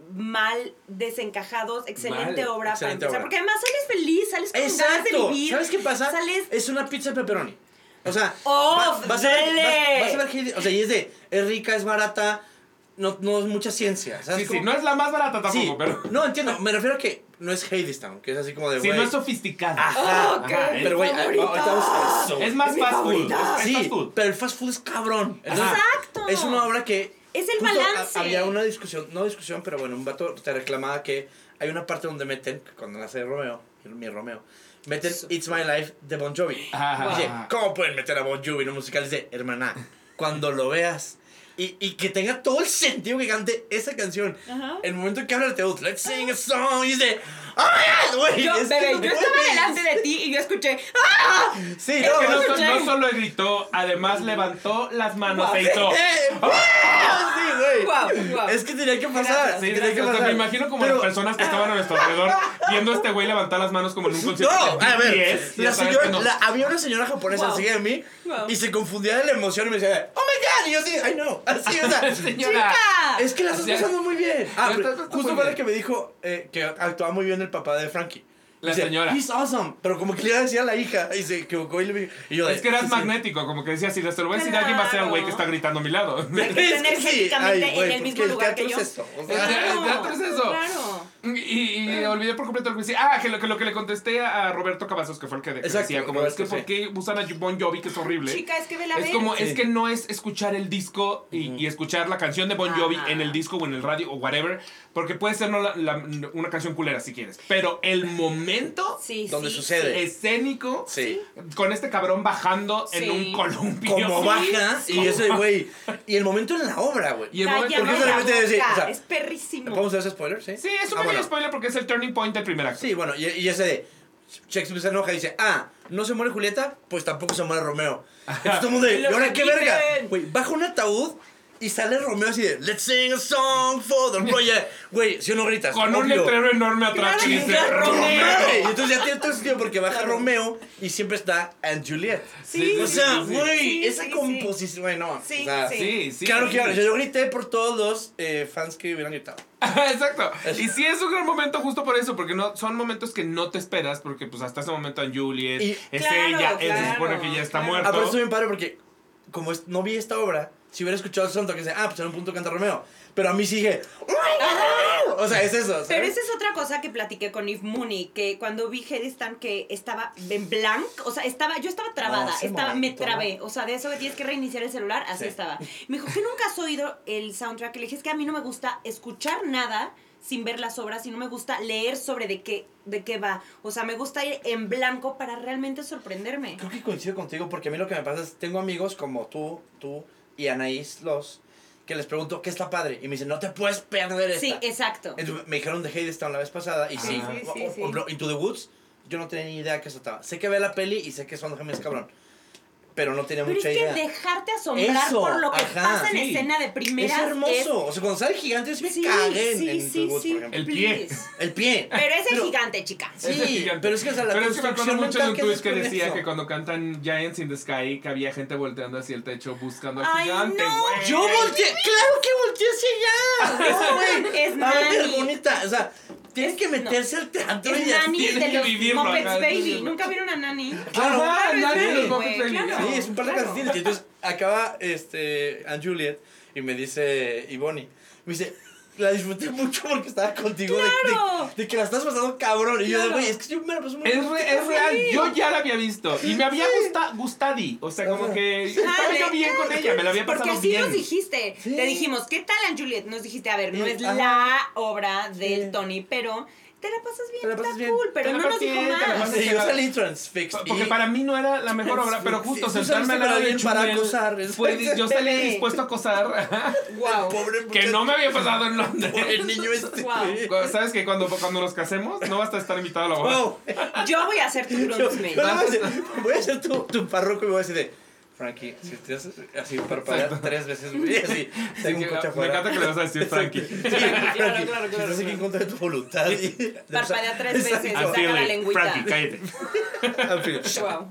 mal desencajados, excelente Mal, obra excelente para empezar, obra. porque además sales feliz, sales con ganas de Exacto. vivir. ¿Sabes qué pasa? Sales Es una pizza de pepperoni. O sea, ¡Oh, va- vas, a ver, dele! vas, vas a ver que, o sea, y es de, es rica, es barata, no, no es mucha ciencia. ¿Sabes Sí, sí, cómo? no es la más barata tampoco, Sí, pero... no entiendo, me refiero a que no es Hadestown, que es así como de, Sí, güey. no es sofisticada. Ajá, Oh, ok. Ajá, pero güey, favorita. ahorita vamos a eso. Es más Es mi fast food. favorita. Es, es Sí, fast food. pero el fast food es cabrón. Entonces, Exacto. es una obra que Es el justo balance. ha- había una discusión, no discusión, pero bueno, un vato te reclamaba que hay una parte donde meten, cuando nace Romeo, mi Romeo, meten It's My Life de Bon Jovi. Ajá, Dice, ajá. ¿cómo pueden meter a Bon Jovi en un musical? Dice, hermana, cuando lo veas y, y que tenga todo el sentido que cante esa canción, Ajá. el momento en que habla el teatro, let's sing a song, y dice, ¡oh my God, güey! Yo, es que bebé, no yo estaba puedes. delante de ti y yo escuché ¡ah! Sí, Es no, que no, es- so- no solo gritó, además levantó las manos Guau. e hizo... ¡Eh! Sí, güey. Guau, guau. Es que tenía que pasar. Sí, tenía que o sea, pasar. me imagino como Pero- las personas que estaban a nuestro alrededor viendo a este güey levantar las manos como en un concierto No, de a ver, B T S, la ya sabes señora, que no- la- había una señora japonesa Wow. enseguida de mí Wow. y se confundía de la emoción y me decía, oh my God, y yo así, ay no, así, o sea, Señora. ¡Chica! es que la estás O sea, pasando muy bien. Ah, la pero estás pasando justo muy fue la bien. que me dijo eh, que actuaba muy bien el papá de Frankie. La Dice, señora. He's awesome, pero como que le iba a decir a la hija y se equivocó y le dijo, y yo, Es que eras sí, sí. magnético, como que decía, si se lo voy a decir a alguien va a ser al güey que está gritando a mi lado. Hay que estar Es que sí, energéticamente ay, güey, en el mismo porque lugar el que teatro yo. es eso, o sea, Claro. El teatro es eso. Claro. Y, y olvidé por completo lo que decía. Ah, que lo que, lo que le contesté a Roberto Cavazos, que fue el que, que Exacto, decía, como Roberto, es que sí. ¿por qué usan a Bon Jovi, que es horrible? Chica, es que ve la Es como, es Sí. que no es escuchar el disco y, y escuchar la canción de Bon Jovi Ajá. en el disco o en el radio o whatever, porque puede ser no la- la- una canción culera si quieres, pero el momento Sí, Donde sí, sucede. sí. escénico, Sí. con este cabrón bajando en Sí. un columpio. Como Sí, baja sí. y ese güey. Y el momento en la obra, güey. Y el momento- Cállame porque eso la le mete a decir, boca, o sea, es perrísimo. ¿Podemos hacer ese spoiler? Sí. Sí, es un Ah, pequeño bueno. spoiler porque es el turning point del primer acto. Sí, bueno, y, y ese de Shakespeare se enoja y dice, ah, ¿no se muere Julieta? Pues tampoco se muere Romeo. Entonces todo el mundo de, ¿y Lo ahora que qué verga? dicen. Güey, baja un ataúd y sale Romeo así de, let's sing a song for the Royal. Güey, si o no gritas. Con un obvio. letrero enorme atrás Claro, que dice dice Romeo. Güey, y entonces ya tiene todo sentido porque baja Romeo y siempre está and Juliet. Sí, O sí, sea, sí, sí. güey, Sí, esa sí, composición, güey, no. Sí, o sea, sí. Sí, sí. Claro, claro. Yo, yo grité por todos los eh, fans que hubieran gritado. Exacto. Y sí es un gran momento justo por eso, porque no son momentos que no te esperas, porque pues hasta ese momento en Juliet Y- es Claro, ella, él se claro, supone que ya está claro. muerto. Ah, pero esto es bien padre porque como es- no vi esta obra, si hubiera escuchado el soundtrack que dice, ah, pues en un punto canta Romeo. Pero a mí sí dije, o sea, es eso, ¿sabes? Pero esa es otra cosa que platiqué con Eve Mooney, que cuando vi Hadestown que estaba en blanco, o sea, estaba, yo estaba trabada, No, ese estaba, me momento, trabé, o sea, de eso que tienes que reiniciar el celular, así Sí. estaba. Me dijo, ¿que nunca has oído el soundtrack? Le dije, es que a mí no me gusta escuchar nada sin ver las obras y no me gusta leer sobre de qué, de qué va. O sea, me gusta ir en blanco para realmente sorprenderme. Creo que coincido contigo porque a mí lo que me pasa es, tengo amigos como tú, tú y Anaís Los, que les pregunto qué está padre. Y me dicen, no te puedes perder esta. Sí, exacto. Entonces, me dijeron de Hadestown la vez pasada. Y Ah. sí, Sí, sí, o- sí, o- sí. por ejemplo, Into the Woods, yo no tenía ni idea que eso estaba. Sé que ve la peli y sé que son gemelos cabrón. Pero no tenía Pero es mucha que idea. dejarte asombrar Eso, por lo que ajá, pasa en sí. escena de primeras. Es hermoso. O sea, cuando sale el gigante, yo sí me Sí, cagué en- sí, en Into sí, the Woods, sí. por ejemplo. El pie. Please. El pie. Pero es el Pero- gigante, chica. Sí, Es el gigante. pero es que o sea, la Pero es que me acuerdo construcción mucho de un mental tweet haces que con decía eso. que cuando cantan Giants in the Sky, que había gente volteando hacia el techo buscando al Ay, gigante, no. güey. Yo volteé, claro que volteé hacia allá. No, güey. Es A ver, Nani. bonita. O sea, tienes Es- que meterse al teatro y Es Nani tienes de que los vivirlo, Muppets ajá, Baby. vivirlo. ¿Nunca vieron a Nani? Claro. Ajá, Claro, Nani es de los Nani, Muppets güey, Baby. claro. Sí, es un par de Claro. calcetines. Y entonces acaba este, Anne Juliet y me dice Ivoni. Me dice, la disfruté mucho porque estaba contigo. de- ¡Claro! De, de que la estás pasando cabrón. Y yo, de, Claro. güey, es que yo me la paso muy Es, bien. re- es real, yo ya la había visto y me había gusta, gustadi, o sea, como Ajá. que estaba Ah, yo de- bien con ella, me la había Porque pasado así bien. nos dijiste. Sí. Te dijimos, ¿qué tal, Anne Juliet? Nos dijiste, a ver, no Sí, es ajá. la obra del Sí. Tony, pero te la pasas bien, Te la está pasas bien. cool. Pero Te la no nos pasas dijo bien, te la más. pasas Sí, bien. yo salí transfixed. Porque y- para mí no era la mejor obra, pero justo Sí, tú sentarme al saliste lado con de alguien para Chumel acosar, fue- yo salí Bebé. dispuesto a acosar, Wow. Pobre que muchacho. no me había pasado en Londres. El niño este. Wow. ¿Sabes que cuando, cuando nos casemos no vas a estar invitado a la boda? Wow. Yo voy a ser tu Yo, yo groomsmaid. le voy a decir, voy a ser tu, tu párroco y me voy a decir de Frankie, si te haces así parpadea tres veces, güey, así, tengo un que- coche me afuera. encanta que le vas a decir Frankie. Sí, claro, Frankie, claro, si claro, estás aquí en contra de tu voluntad. Y, Parpadea tres veces y Exacto. saca la Así, lengüita. Frankie, cállate. En fin. Wow.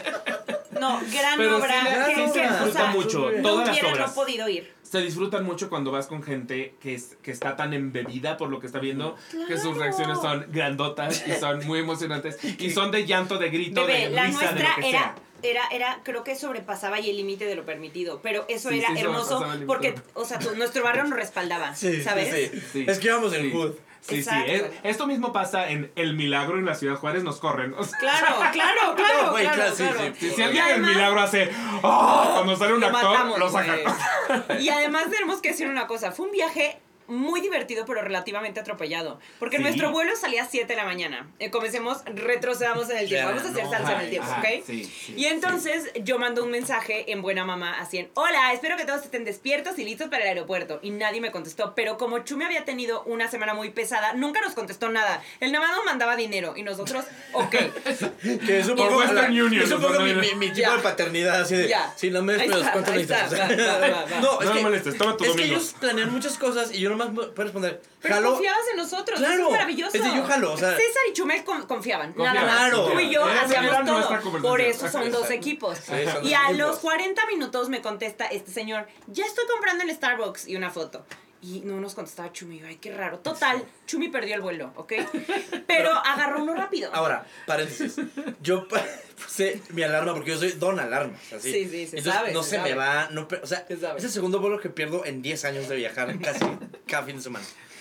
No, gran Pero sí, obra. la- que- sí se que, o disfruta sea, mucho, no todas las hubiera obras. no podido ir. Se disfrutan mucho cuando vas con gente que, es, que está tan embebida por lo que está viendo que sus Claro. reacciones son grandotas y son muy emocionantes y son de llanto, de grito, Bebé, de la risa, de nuestra lo que era, sea. era, era, creo que sobrepasaba y el límite de lo permitido, pero eso Sí, era sí, hermoso sobrepasaba el límite porque, de lo- o sea, tu- nuestro barrio nos respaldaba, Sí, ¿sabes? sí, sí, Sí. Es que íbamos en Sí. Hood. Sí, Exacto. sí. es- esto mismo pasa en El Milagro en la Ciudad Juárez, nos corren. O sea, Claro, claro, claro, No, güey, claro, claro, sí, claro. sí. si, si Y alguien en El además- Milagro hace ¡oh! Cuando sale un Lo actor, matamos, lo sacan. güey. Y además tenemos que decir una cosa, fue un viaje muy divertido pero relativamente atropellado, porque Sí. nuestro vuelo salía a siete de la mañana. Eh, comencemos, retrocedamos en el tiempo, Ya, vamos a hacer no, salsa en el ay, tiempo, Ajá, ¿ok? sí, sí, Y entonces yo mando un mensaje en buena mamá así en, hola, espero que todos estén despiertos y listos para el aeropuerto. Y nadie me contestó, pero como Chumi había tenido una semana muy pesada, nunca nos contestó nada. El nada más nos mandaba dinero y nosotros, ok. Que es un Por poco, Western la- Union, es un nos poco mi, mandan- mi, mi tipo Ya. de paternidad, así de, Ya. si no me Ahí despedas, está, ¿cuánto ahí necesitas? está, va, va, va, va. No, No es me que, molestes, toma tu es que domingo. ellos planean muchas cosas y yo nomás puedo responder, Pero jalo. confiabas en nosotros, Claro. eso es maravilloso. Es de yo jalo, o sea- César y Chumel con- confiaban, nada Confiaban, más. Claro. Tú y yo Esa hacíamos era nuestra todo. conversación. Por eso son dos Exacto. equipos. Sí, son Y dos a equipos. los cuarenta minutos me contesta este señor, ya estoy comprando en Starbucks y una foto. Y no nos contestaba Chumi, ay, qué raro. Total, Chumi perdió el vuelo, ¿ok? Pero agarró uno rápido. Ahora, paréntesis. Yo pa- puse mi alarma porque yo soy don alarma. Así. Sí, sí, se Entonces, sabe, no se se, sabe. me va. No, pe- o sea, Se sabe. es el segundo vuelo que pierdo en diez años de viajar casi cada fin de semana.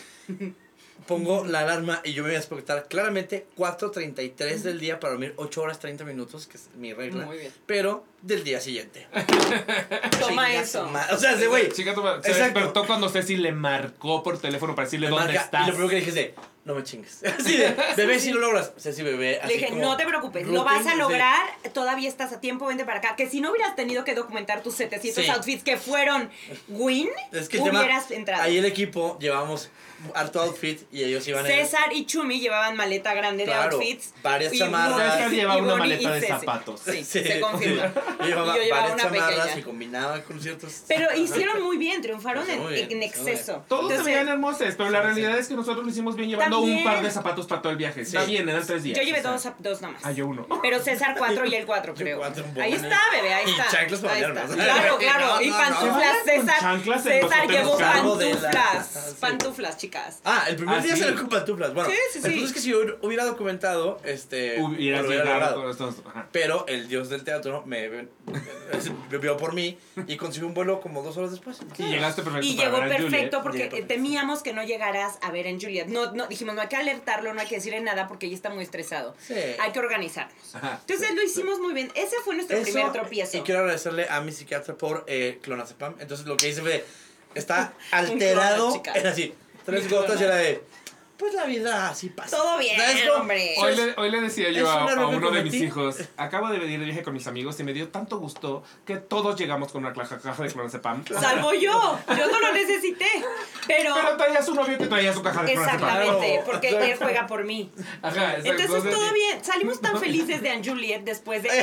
Pongo la alarma y yo me voy a despertar claramente cuatro treinta y tres del día para dormir ocho horas treinta minutos, que es mi regla. Muy bien. Pero del día siguiente. Toma Chinga eso. su ma- O sea, ese güey. Chica, tu ma- se Exacto. despertó cuando Ceci le marcó por teléfono para decirle me dónde marca, estás. Y lo primero que dije es de, no me chingues. Así de, bebé, si lo logras. O sea, sí, bebé. Así Le dije, como no te preocupes, routine, lo vas a sí. lograr, todavía estás a tiempo, vente para acá. Que si no hubieras tenido que documentar tus setecientos Sí. outfits que fueron win, Es que el tema, hubieras entrado. ahí el equipo llevábamos harto outfit y ellos iban en... César y Chumi llevaban maleta grande Claro, de outfits. varias y chamarras. Bonnie- César lleva y una Bonnie maleta y de Ceci. zapatos. Sí, Sí. se confirma. Yo llevaba Y yo llevaba varias una chamarras pequeña. y combinaba con ciertos... Pero hicieron muy bien, triunfaron en, Muy bien, en muy exceso. Todos se Entonces, veían hermosos, pero la Sí, realidad sí. es que nosotros lo hicimos bien llevando También. un par de zapatos para todo el viaje. Está Sí. bien, eran tres días. Yo llevé o sea. dos, dos nomás. Ah, yo uno. Pero César cuatro y él cuatro, Yo creo. cuatro, Ahí Bonnie. está, bebé, ahí Y está. chanclas para Ahí bañarnos. está. Claro, claro. No, y no, pantuflas, no. Con César. chanclas en los César hoteles llevó cargo de la- pantuflas. Sí. Pantuflas, chicas. Ah, el primer Ah, día sí. se le con pantuflas. Bueno, Sí, sí, el sí. punto es que si yo hubiera documentado, este... Hubieras lo hubiera llegado logrado. con estos. Ajá. Pero el dios del teatro me, me, me vio por mí y consiguió un vuelo como dos horas después. Y llegaste perfecto Y para llegó ver a Juliet. perfecto porque Llegó eh, perfecto. temíamos que no llegaras a ver en Juliet. No, no, dijimos, no hay que alertarlo, no hay que decirle nada porque ella está muy estresado. Sí. Hay que organizarnos. Ajá. Entonces lo hicimos muy bien. Ese fue nuestro Eso, primer tropiezo. Y quiero agradecerle a mi psiquiatra por eh, clonazepam. Entonces lo que hice fue, está alterado, clona, chica. era así, tres Un gotas clona. y era de, pues la vida así pasa. Todo bien, ¿Sabes cómo? hombre. Hoy le, hoy le decía yo Es a, un error a que uno de mis cometí. hijos, acabo de venir de viaje con mis amigos y me dio tanto gusto que todos llegamos con una caja, caja de clonazepam. Salvo yo. Yo no lo necesité. Pero. Pero traía su novio que traía su caja de clonazepam. Exactamente, Claro. porque él juega por mí. Ajá, exacto. Entonces todo bien. Salimos tan felices de Anne Juliet después de.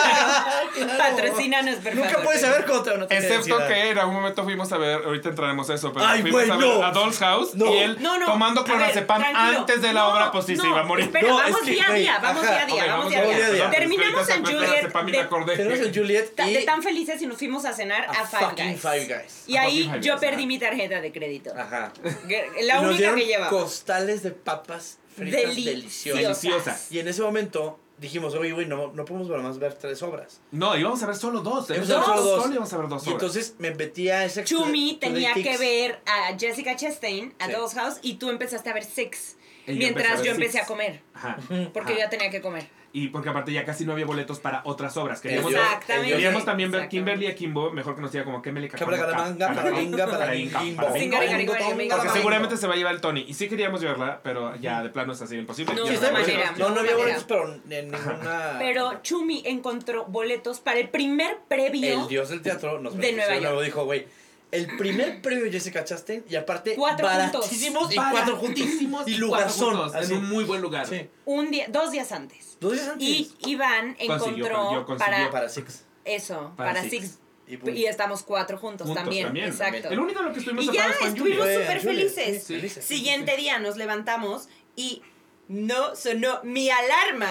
Patrocínanos, por Nunca favor. puedes saber cómo te van a tener Excepto ansiedad. que en algún momento fuimos a ver, ahorita entraremos a eso, pero Ay, fuimos güey, a ver no. a Doll's House No. y él No, no, tomando a ver, clonazepam tranquilo. antes de la No, obra, pues sí se no, iba a morir. Espera, No, vamos es que, día a güey, día, vamos ajá. día a día, Ok, vamos vamos día a día a día. día. Terminamos en Juliet Clonazepam y me de, acordé. Tenemos en Juliet ta- y de tan felices y nos fuimos a cenar a, a Five fucking Guys. Five Guys. Y A ahí fucking Five yo Guys, perdí ajá. mi tarjeta de crédito. Ajá. Que- Y La nos única dieron que lleva. costales de papas fritas Deliciosas. deliciosas. Deliciosas. Y en ese momento dijimos, oye, güey, no, no podemos nada más ver tres obras. No, íbamos a ver solo dos. Íbamos Dos. a ver solo dos. Solo íbamos a ver dos Y obras. entonces me metí a ese... Chumi tenía Today que Tix. ver a Jessica Chastain, a Sí. Doll's House, y tú empezaste a ver Six. Y yo empecé a Mientras ver yo empecé Six. a comer. Ajá. Porque Ajá. yo ya tenía que comer. Y porque aparte ya casi no había boletos para otras obras. Queríamos, Dios- Exactamente. el queríamos también ver Exactamente. Kimberly Akimbo, mejor conocida como Kimberly Cabra, Caramanga, Paralinga, Paralinga, Singarigarigo, Porque Bingo. seguramente se va a llevar el Tony. Y sí queríamos verla, pero ya de plano es así imposible. No, Ya Sí, está de bien, manera. No, no había No, boletos, pero en ninguna... Pero Chumi encontró boletos para el primer previo. El dios del teatro nos de benefició Nueva y luego York. dijo, güey, el primer premio de Jessica Chastain y aparte Cuatro baratísimos y cuatro juntísimos y lugarzón. juntos, Así. en un muy buen lugar. Sí. Un día, dos días antes. Dos días antes. Y Iván Consiguió, encontró yo consiguió para, para Six. eso, para para, Six. Six. Y, Y, pues, estamos cuatro juntos, Juntos también. también. Exacto. El único en lo que estuvimos Y ya separados fue en estuvimos Juliet. súper Juliet, felices. sí, felices. Siguiente día nos levantamos y no sonó mi alarma.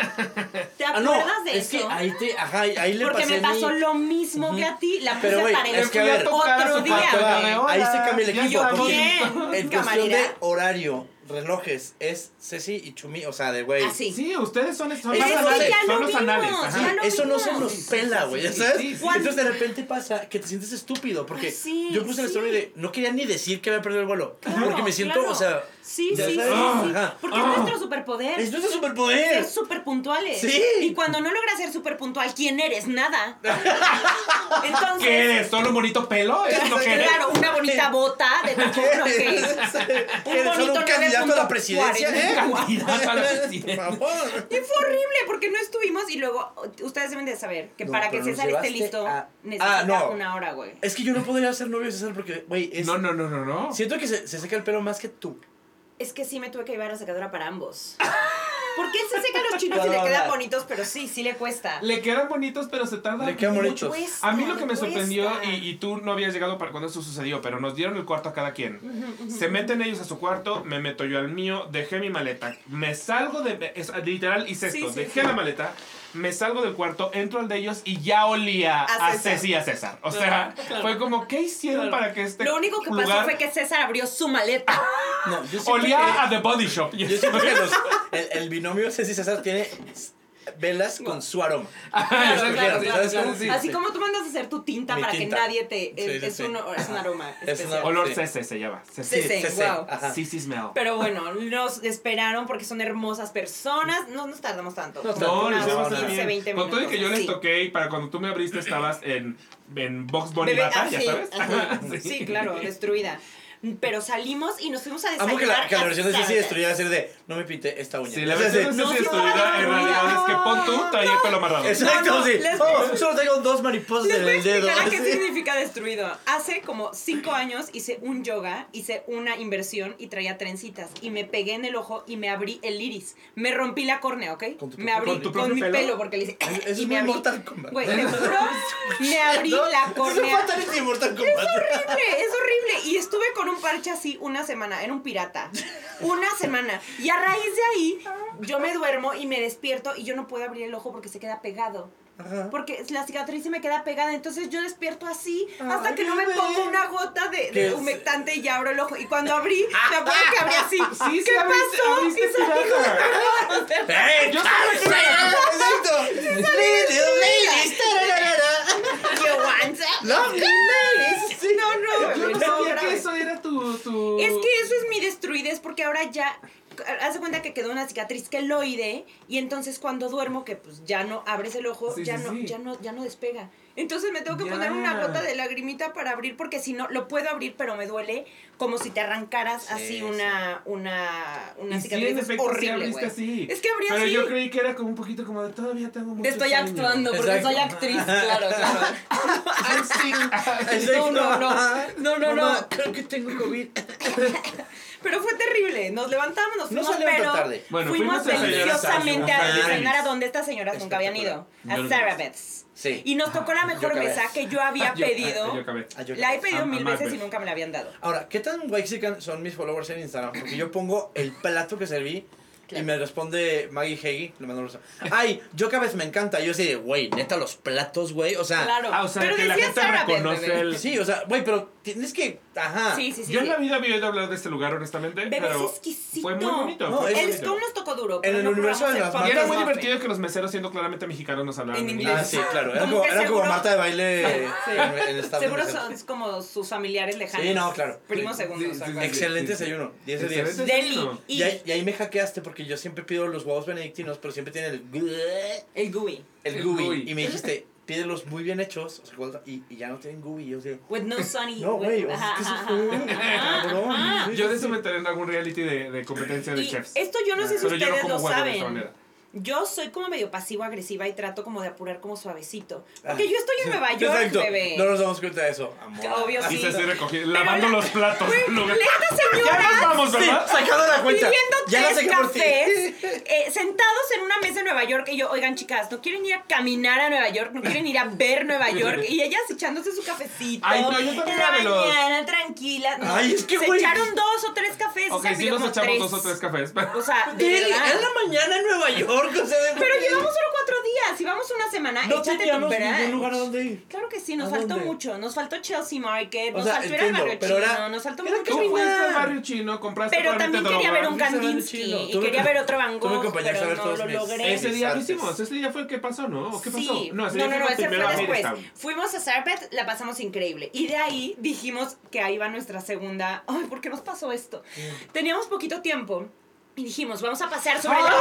¿Te Ah, no, acuerdas de es eso? que ahí te, ajá, ahí le Porque pasé me pasó mi... lo mismo que a ti. La puse Pero, güey, para el es que, a ver, otro su día. cuarto, güey. güey. Ahí se cambia el Ya equipo. estamos. Porque Bien, en cuestión de camarera. horario, relojes, es Ceci y Chumi, o sea, de güey. Así. Sí, ustedes son, son Es los que anales. ya Son lo los vimos, anales. ya Ajá. lo Eso no se vimos. nos Sí, sí, pela, sí, güey, sí, ¿ya sabes? sí, sí. Entonces de repente pasa que te sientes estúpido porque Ay, sí, yo puse en la sí. story de no quería ni decir que había perdido el vuelo Claro, porque me siento, claro. o sea, Sí, ya sí, sí, sabes, sí. ajá. Porque es nuestro superpoder. es nuestro superpoder. Ser súper puntuales. Sí. Y cuando no logras ser súper puntual, ¿quién eres? Nada. Entonces. ¿Qué eres? ¿Solo un bonito pelo? ¿Eso es lo que eres? Claro, una bonita bota de teléfono que ¿Eres un solo bonito un candidato a la nueve presidencia? punto ¿Eh? Candidato a la Por presidencia. favor. Y fue horrible porque no estuvimos y luego ustedes deben de saber que No, para que pero nos César esté llevaste listo a- necesita Ah, no. una hora, güey. Es que yo no podría ser novio de César porque, güey, es... No, no, no, no, no. Siento que se, se seca el pelo más que tú. Es que sí me tuve que llevar a la secadora para ambos. Porque él se seca los chinos y Puedo le quedan hablar. bonitos, pero sí, sí le cuesta. Le quedan bonitos, pero se tarda Le quedan mucho. bonitos. Cuesta, A mí lo que me cuesta. sorprendió, y, y tú no habías llegado para cuando eso sucedió, pero nos dieron el cuarto a cada quien. Se meten ellos a su cuarto, me meto yo al mío, dejé mi maleta, me salgo de... Es, literal hice esto, Sí, sí, dejé sí. la maleta, me salgo del cuarto, entro al de ellos y ya olía A a, César. Ceci y a César. O sea, fue como, ¿qué hicieron Claro. para que este Lo único que pasó lugar fue que César abrió su maleta. No, yo siento olía que, a The Body Shop? yo siento que los, el, el binomio Ceci César tiene velas con su aroma. Claro, claro, claro, claro, claro, sí. Así como tú mandas a hacer tu tinta Mi para tinta. que nadie te... Sí, es, sí, es sí. Un, es un aroma Es especial. una- Olor Sí. Cece se llama. Sí, Cece. sí, Ceci, wow. ajá. Ceci smell. Pero bueno, nos esperaron porque son hermosas personas. No nos tardamos tanto. No, como No, lo unas hicimos no, muy quince, bien. veinte Con todo y que yo les sí. toqué y para cuando tú me abriste estabas en, en Box Bunny Bebé, Bata, ah, ya sí, sabes. ajá. Sí. Sí, claro, destruida. Pero salimos y nos fuimos a desayunar. Amo que la, que la a versión de Ceci Starbucks. destruida va a ser de no me pinté esta uña. Sí, la O sea, versión de No, Ceci sí, destruida no, en no, realidad no, es que pon tú traía el pelo amarrado. Exacto, No, no, sí. les- Oh, solo tengo dos mariposas Les en voy a el dedo. explicar qué así. significa destruido. Hace como cinco años hice un yoga, hice una inversión y traía trencitas. Y me pegué en el ojo y me abrí el iris. Me rompí la córnea, ¿ok? ¿Con tu Me propio- abrí con tu con, propio mi pelo? pelo? porque le hice. Eso es y muy me abrí. Mortal Kombat. Güey, te juro, me abrí ¿No? la Eso es córnea. Fatality de Mortal Kombat. Horrible, es horrible. Y estuve con un parche así una semana. Era un pirata. Una semana. Y a raíz de ahí, yo me duermo y me despierto y yo no puedo abrir el ojo porque se queda pegado. Ajá. Porque la cicatriz se me queda pegada, entonces yo despierto así hasta Ay, que no me bebé. pongo una gota de, ¿Qué de es? humectante y ya abro el ojo. Y cuando abrí, me acuerdo que abrí así. Sí, sí, ¿Qué abriste- pasó? abriste Y salí pirata. ¡Eh! Yo ¡Exacto! Little ladies. You want some? Lovely ladies. Sí. No, no, Yo no no, sabía grave. que eso era tu... tu... Es que eso es mi destruidez porque ahora ya haz de cuenta que quedó una cicatriz queloide y entonces cuando duermo que pues ya no abres el ojo, Sí, ya sí, no sí. ya no ya no despega. Entonces me tengo que Ya. poner una gota de lagrimita para abrir, porque si no, lo puedo abrir, pero me duele como si te arrancaras Sí, así sí. una, una, una Y sí, cicatriz. en Es efecto, sí horrible, abriste güey. así. Es que abrí Pero así. yo creí que era como un poquito como de todavía tengo mucho Estoy sueño. actuando, porque Exacto. soy actriz, claro, claro. I'm sick. No, no, no. No, no, Mamá, no. creo que tengo COVID. Pero fue terrible. Nos levantamos, nos No fuimos, salieron tan pero tarde. Bueno, fuimos, fuimos a deliciosamente a desayunar. desayunar a donde estas señoras nunca habían ido. A Yo no. Sarah Beth's. Sí. Y nos tocó la mejor Yo acabé. mesa que yo había Yo- pedido. ah, yo acabé. Ah, yo- La he pedido A- mil a veces y Macbeth. nunca me la habían dado. Ahora, ¿qué tan waxican son mis followers en Instagram? Porque yo pongo el plato que serví Claro. y me responde Maggie Heggie, le mando un beso. Ay, yo cada vez me encanta. Yo así de, güey, neta, los platos, güey. O sea, Claro. Ah, o sea, pero que la decía gente Sarah Beth, reconoce bebé. el... sí, o sea, güey, pero tienes que. Ajá. Sí, sí, sí. Yo en la vida había oído hablar de este lugar, honestamente, Bebé, pero es exquisito. fue muy bonito. No, fue es- muy El bonito. scone nos tocó duro. En pero el no universo probamos de el las pan Y era marcas muy muffin. divertido que los meseros, siendo claramente mexicanos, nos hablaran En en inglés. Ah, sí, claro. Era Como como, que era como seguro- Marta de baile Sí. en, en Estados Seguro Unidos. son como sus familiares lejanos. Sí, no, claro. Primos Sí, segundos. sí, sí, algo sí. así. Excelente Sí, sí. desayuno. diez de diez. Excelente. Deli. desayuno. Y Y ahí, y ahí me hackeaste porque yo siempre pido los huevos benedictinos, pero siempre tienen el el gooey. el El gooey. gooey. Y me dijiste, pídelos muy bien hechos, o sea, ¿cuál- y, y ya no tienen gooey. Y yo sé, With no sunny. no, güey, o with- sea, es que eso ajá, fue ajá, ajá. cabrón. Sí, Yo de sí, eso sí. me enteré en algún reality de, de competencia de Y chefs. esto yo no sé si Pero yo no ustedes como lo huevo de esa saben. manera. Yo soy como medio pasivo-agresiva y trato como de apurar como suavecito. Ah. Porque yo estoy en Nueva York, Exacto. bebé. No nos damos cuenta de eso, amor. Obvio, Y sí. se así recogiendo, lavando los platos. Lugar- Neta, Ya señora. nos vamos, Sí, ¿verdad? sacando la cuenta. Pidiendo Ya la tres saqué por ti. cafés, eh, sentados en una mesa en Nueva York. Y yo, oigan, chicas, ¿no quieren ir a caminar a Nueva York? ¿No quieren ir a ver Nueva York? Y ellas echándose su cafecito. Ay, no, yo también en la era de los- mañana, tranquila. No, Ay, es que, se güey. echaron dos o tres cafés. o Ok, sea, sí pidió nos como echamos tres. dos o tres cafés. pero- O sea, de Deli, verdad. es la mañana en Nueva York, o sea, de Pero llevamos solo cuatro días. Si vamos una semana, no échate tu teníamos brunch. ningún lugar a donde ir. Claro que sí, nos ¿A faltó dónde? mucho. Nos faltó Chelsea Market, O nos sea, faltó ir al entiendo, barrio pero chino, era- nos faltó era mucho. Tú caminar. fuiste al barrio chino, compraste Pero también probablemente quería ver un droga. Fuiste al barrio Kandinsky chino. y Tuve quería que- ver otro Van tuve que Gogh, acompañarte a pero ver no todos lo mis- logré. Ese día lo artes. hicimos. Ese día fue el que pasó, ¿no? ¿O qué pasó? Sí. No, ese no, día no, no, fue ese primero fue a después. Hadestown. Fuimos a Sarpet, la pasamos increíble. Y de ahí dijimos que ahí va nuestra segunda. Ay, ¿por qué nos pasó esto? Teníamos poquito tiempo. Y dijimos, vamos a pasear sobre la...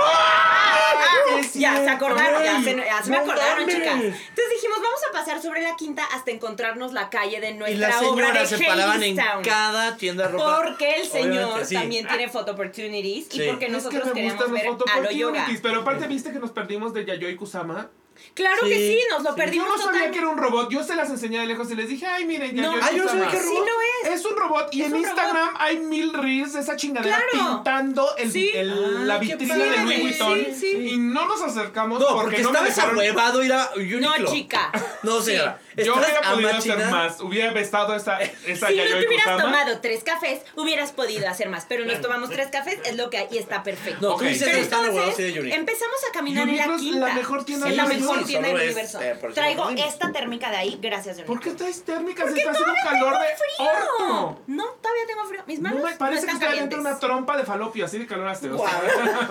¡Ah! Es Ya, se cierto, acordaron, ya güey. se, ya se me No acordaron, mames. chicas. Entonces dijimos, vamos a pasear sobre la quinta hasta encontrarnos la calle de Y nuestra las obra de señoras se paraban en Hadestown. cada tienda de ropa. Porque el señor Obviamente, sí. también tiene photo opportunities Sí. y porque Es nosotros que me queríamos gustan los ver a lo yoga. opportunities, pero aparte viste que nos perdimos de Yayoi Kusama. Claro Sí. que sí, nos lo Sí. perdimos Yo no sabía total. que era un robot. Yo se las enseñé de lejos y les dije, ay, miren, No. Yayoi Ah, yo no sabía Kusama. que era Sí robot. lo es. Es un robot y Es en un Instagram hay mil reels de esa chingadera Claro. pintando el, Sí. el- Ah, la qué vitrina padre. de Louis Vuitton Sí, sí. y no nos acercamos No, porque, porque no me estabas dejaron. ahuevado ir a Uniqlo. No, chica. No, señora. Yo Estás hubiera podido amachinada. hacer más, hubiera bestado esa, esa Si no Yayoi te hubieras Kusama. tomado tres cafés, hubieras podido hacer más. Pero nos tomamos tres cafés, es lo que hay y está perfecto. No, Ok. tú dices Pero que están ahuevados entonces, de Uniqlo. empezamos a caminar en la Uniqlo es quinta. la mejor tienda Es del la universo. mejor tienda del Solo es, universo. eh, por eso Traigo lo mismo. esta térmica de ahí, gracias, Uniqlo. ¿Por qué traes térmicas? Porque Está haciendo todavía calor tengo de frío. horno. No, todavía tengo frío. Mis manos No me parece no que están estoy dentro de una calientes. trompa de falopio, así de calor hace. o sea,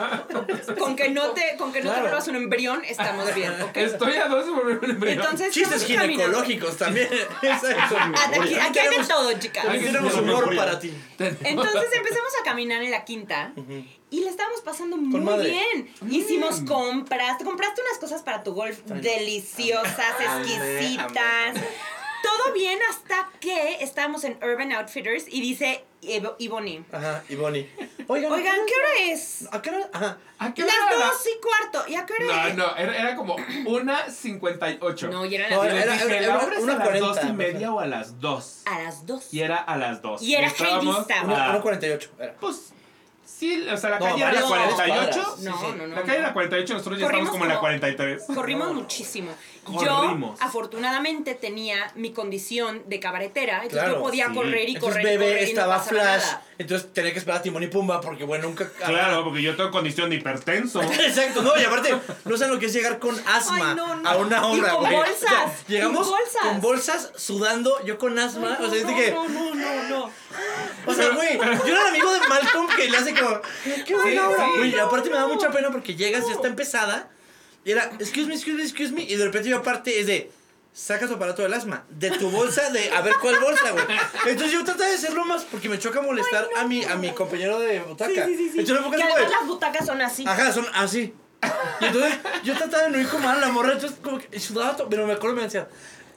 Con que no te, con que no Claro. te vuelvas un embrión, estamos bien, ¿ok? Estoy a dos de volverme un embrión. Entonces, Chistes estamos caminando. ginecológicos también. Exacto. Ah, Aquí, aquí hay de todo, chicas. Aquí tenemos humor para ti. Entonces empezamos a caminar en la quinta y le estábamos pasando muy madre. bien. Hicimos compras. Te compraste unas cosas para tu golf deliciosas, Amé, exquisitas. amé. Todo bien hasta que estábamos en Urban Outfitters y dice Evo- Ivoni. Ajá, y Bonnie. Oigan, Oigan, ¿qué hora es? ¿A qué hora? Ajá. ¿A qué hora Las era la- dos y cuarto. ¿Y a qué hora es? No, no, era, era como una cincuenta y ocho. No, y eran No, Y las les era- dije, era- ¿la era obra es una a las cuarenta, dos y no sé. media o a las dos? a las dos. Y era a las dos. Y era estábamos Hadestown. a- uno cuarenta y ocho era. Pues, sí, o sea, la No, calle era la varias cuarenta y ocho. cuadras. No, Sí, sí. no, no. La calle era la cuarenta y ocho, nosotros ya Corrimos estamos como en la como- cuarenta y tres. Corrimos muchísimo. Corrimos. Yo, afortunadamente, tenía mi condición de cabaretera, entonces Claro, yo podía sí. correr y Entonces correr y bebé correr y no estaba pasaba flash. nada. Entonces tenía que esperar a Timón y Pumba porque bueno, nunca. Claro, porque yo tengo condición de hipertenso. Exacto, no, y aparte, no saben lo que es llegar con asma Ay, no, no. a una Y obra, con güey. bolsas, O sea, llegamos y bolsas. con bolsas sudando, yo con asma. No, o sea, es de no, que. no, no, no, no. O sea, güey, yo era el amigo de Malcolm que le hace como. Qué buena Sí, obra, sí. güey. Y No, aparte me da no. mucha pena porque llegas, ya está empezada. Y era, excuse me, excuse me, excuse me. Y de repente yo aparte es de. Saca tu aparato del asma, de tu bolsa, de a ver cuál bolsa, güey. Entonces yo trataba de hacerlo más porque me choca molestar Ay, no. a mi a mi compañero de butaca. Sí, sí, sí, sí. Entonces me pongo Que así, además güey. las butacas son así. Ajá, son así. Y entonces yo trataba de no ir como a la morra, entonces como que sudaba todo, pero me acuerdo me decía,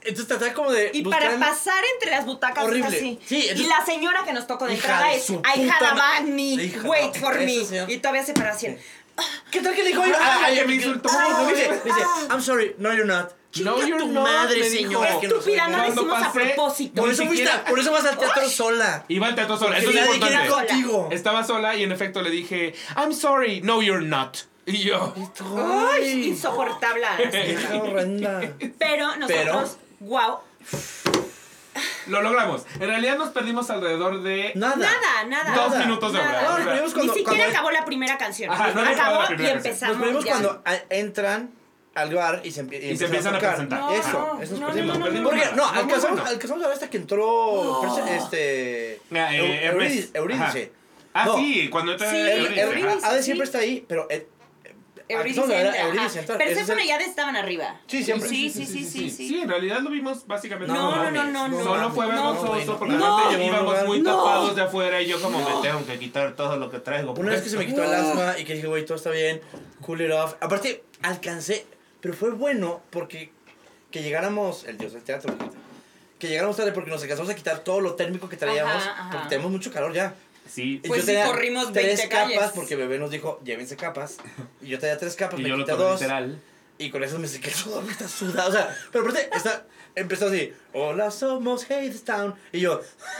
entonces tratar como de Y buscar para el- pasar entre las butacas Horrible. es así. Sí, entonces- y la señora que nos tocó de Hija entrada de es su I puta had a ma- bad knee, Hija, wait no, for esa me. señora. Y todavía se para así. ¿Qué tal que le dijo? Ah, Ay, que ay, me ay, insultó. ay, No, dice, ah. dice, I'm sorry, no you're not. No, Chinga you're tu not, madre, me dijo. señora. que no Estúpida, soy- no lo Cuando hicimos a pasé- propósito. Por Ni eso, fuiste, siquiera- por eso vas al teatro sola. Iba al teatro sola. Eso es Porque nadie quiere ir importante. contigo. Estaba sola y en efecto le dije, I'm sorry, no you're not. Y yo, Ay, Ay, insoportable. hija horrenda. Pero nosotros, wow. lo logramos. En realidad nos perdimos alrededor de Nada. Nada, nada. dos Nada. minutos de Nada. obra. No, O nos sea, perdimos cuando, Ni siquiera cuando- acabó la primera canción. Ajá, no había acabado acabó la y primera canción. empezamos. Nos perdimos ya. cuando a- entran al bar y se, empie- Y se empiezan a tocar. presentar. No, Eso, no, eso nos no, perdimos. no, no, no, Porque, no, no, no, alcanzamos, bueno. alcanzamos a ver hasta que entró perse- este Ah, eh, Eu- Hermes. Eurídice. Eurídice. Ah, No. sí, cuando entra Sí, Eurídice, El- Eurídice. el- Ade sí. siempre está ahí, pero eh, Eurídice alcanzamos a ver a entra, Eurídice ajá. entrar. Ese es Perséfone el- y Hades estaban arriba. Sí, siempre. Sí, sí, sí, sí, sí. Sí, en realidad lo vimos básicamente. No, como no, no, mames. no, no. Solo fue No, vergonzoso bueno, porque no. aparte Llegó un íbamos lugar- muy No. tapados de afuera y yo como me tengo que quitar todo lo que traigo. Una vez que se me quitó el asma y que dije, güey, todo está bien, cool it off. Aparte, alcancé, pero fue bueno porque que llegáramos, el dios del teatro, que llegáramos tarde porque nos alcanzamos a quitar todo lo térmico que traíamos, Ajá, ajá. porque tenemos mucho calor ya. Sí. Pues Yo sí, tenía corrimos tres veinte capas calles. porque bebé nos dijo, llévense capas. Y yo traía tres capas, Y me yo lo quité tomé dos. literal. Y con eso me sequé el sudor, me está sudado. O sea, pero aparte, está, empezó así, hola, somos Hadestown. Y yo,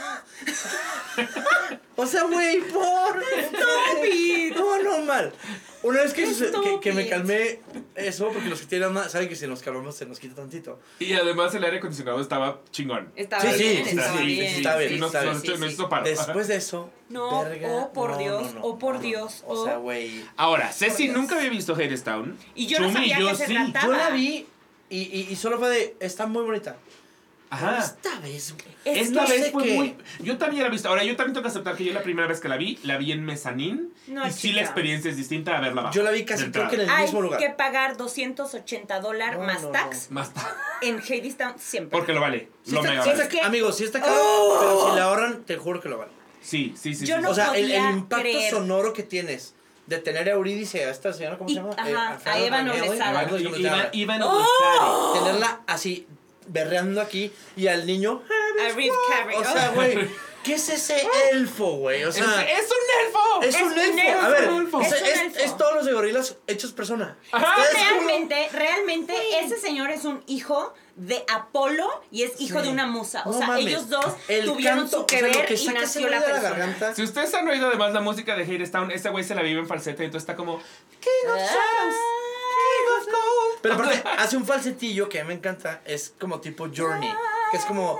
o sea, güey, por. Estúpido. No, no, mal. Una vez que, se- que, que me Estúpido. calmé eso, porque los que tienen más, saben que si nos calmamos se nos quita tantito. Y además el aire acondicionado estaba chingón. Estaba Sí, sí, bien, sí, estaba sí, bien. sí, está bien, sí, está sí, bien. sí, Nos- sí. nos hizo paro. Después de eso, No, verga, oh, por no, Dios, no, no, oh, por no, no. Dios, O oh. sea, güey. Ahora, Ceci Dios. nunca había visto Hadestown. Y yo no Chumi, sabía yo que se sí. trataba. Yo la vi y, y, y solo fue de, está muy bonita. Ajá. Esta vez, güey. Es Esta no vez sé fue qué. muy. Yo también la he visto. Ahora, yo también tengo que aceptar que yo la primera vez que la vi, la vi en mezanín. No, y sí, chica. la experiencia es distinta a verla abajo. Yo la vi casi, de creo que en el entrada. Hay mismo lugar. que pagar doscientos ochenta dólares No, más no, tax Más en Hadestown siempre. Porque lo vale. Sí Lo está- mega sí vale. está- ¿Qué? Amigos, sí está caro, ¡Oh! pero si la ahorran, te juro que lo vale. Sí, sí, sí. Yo sí, no O sea, el, el podía impacto creer. sonoro que tienes de tener a Eurídice, a esta señora, ¿cómo Y- se llama? ajá, Fernanda a Eva Daniel, Noblezada. Eva Iban, Noblezada. iban, iban ¡Oh! Tenerla así, berreando aquí, y al niño... A Reed Carey. O sea, güey, ¿qué es ese elfo, güey? O Es, sea, es un elfo. es, es un un elfo. elfo, A ver, es un elfo. o sea, Es un es, elfo. es todos los de gorilas hechos persona. Ajá. Es como- Realmente, realmente, ese señor es un hijo de Apolo y es hijo Sí. de una musa. O No sea, mames. ellos dos El tuvieron canto, su que o sea, lo ver que y saca ese nació güey la de la persona. garganta. Si ustedes han oído además la música de Hadestown, ese güey se la vive en falsete, entonces está como King of Ah. Shadows, King of Gold. Pero aparte, hace un falsetillo que a mí me encanta, es como tipo Journey, que es como...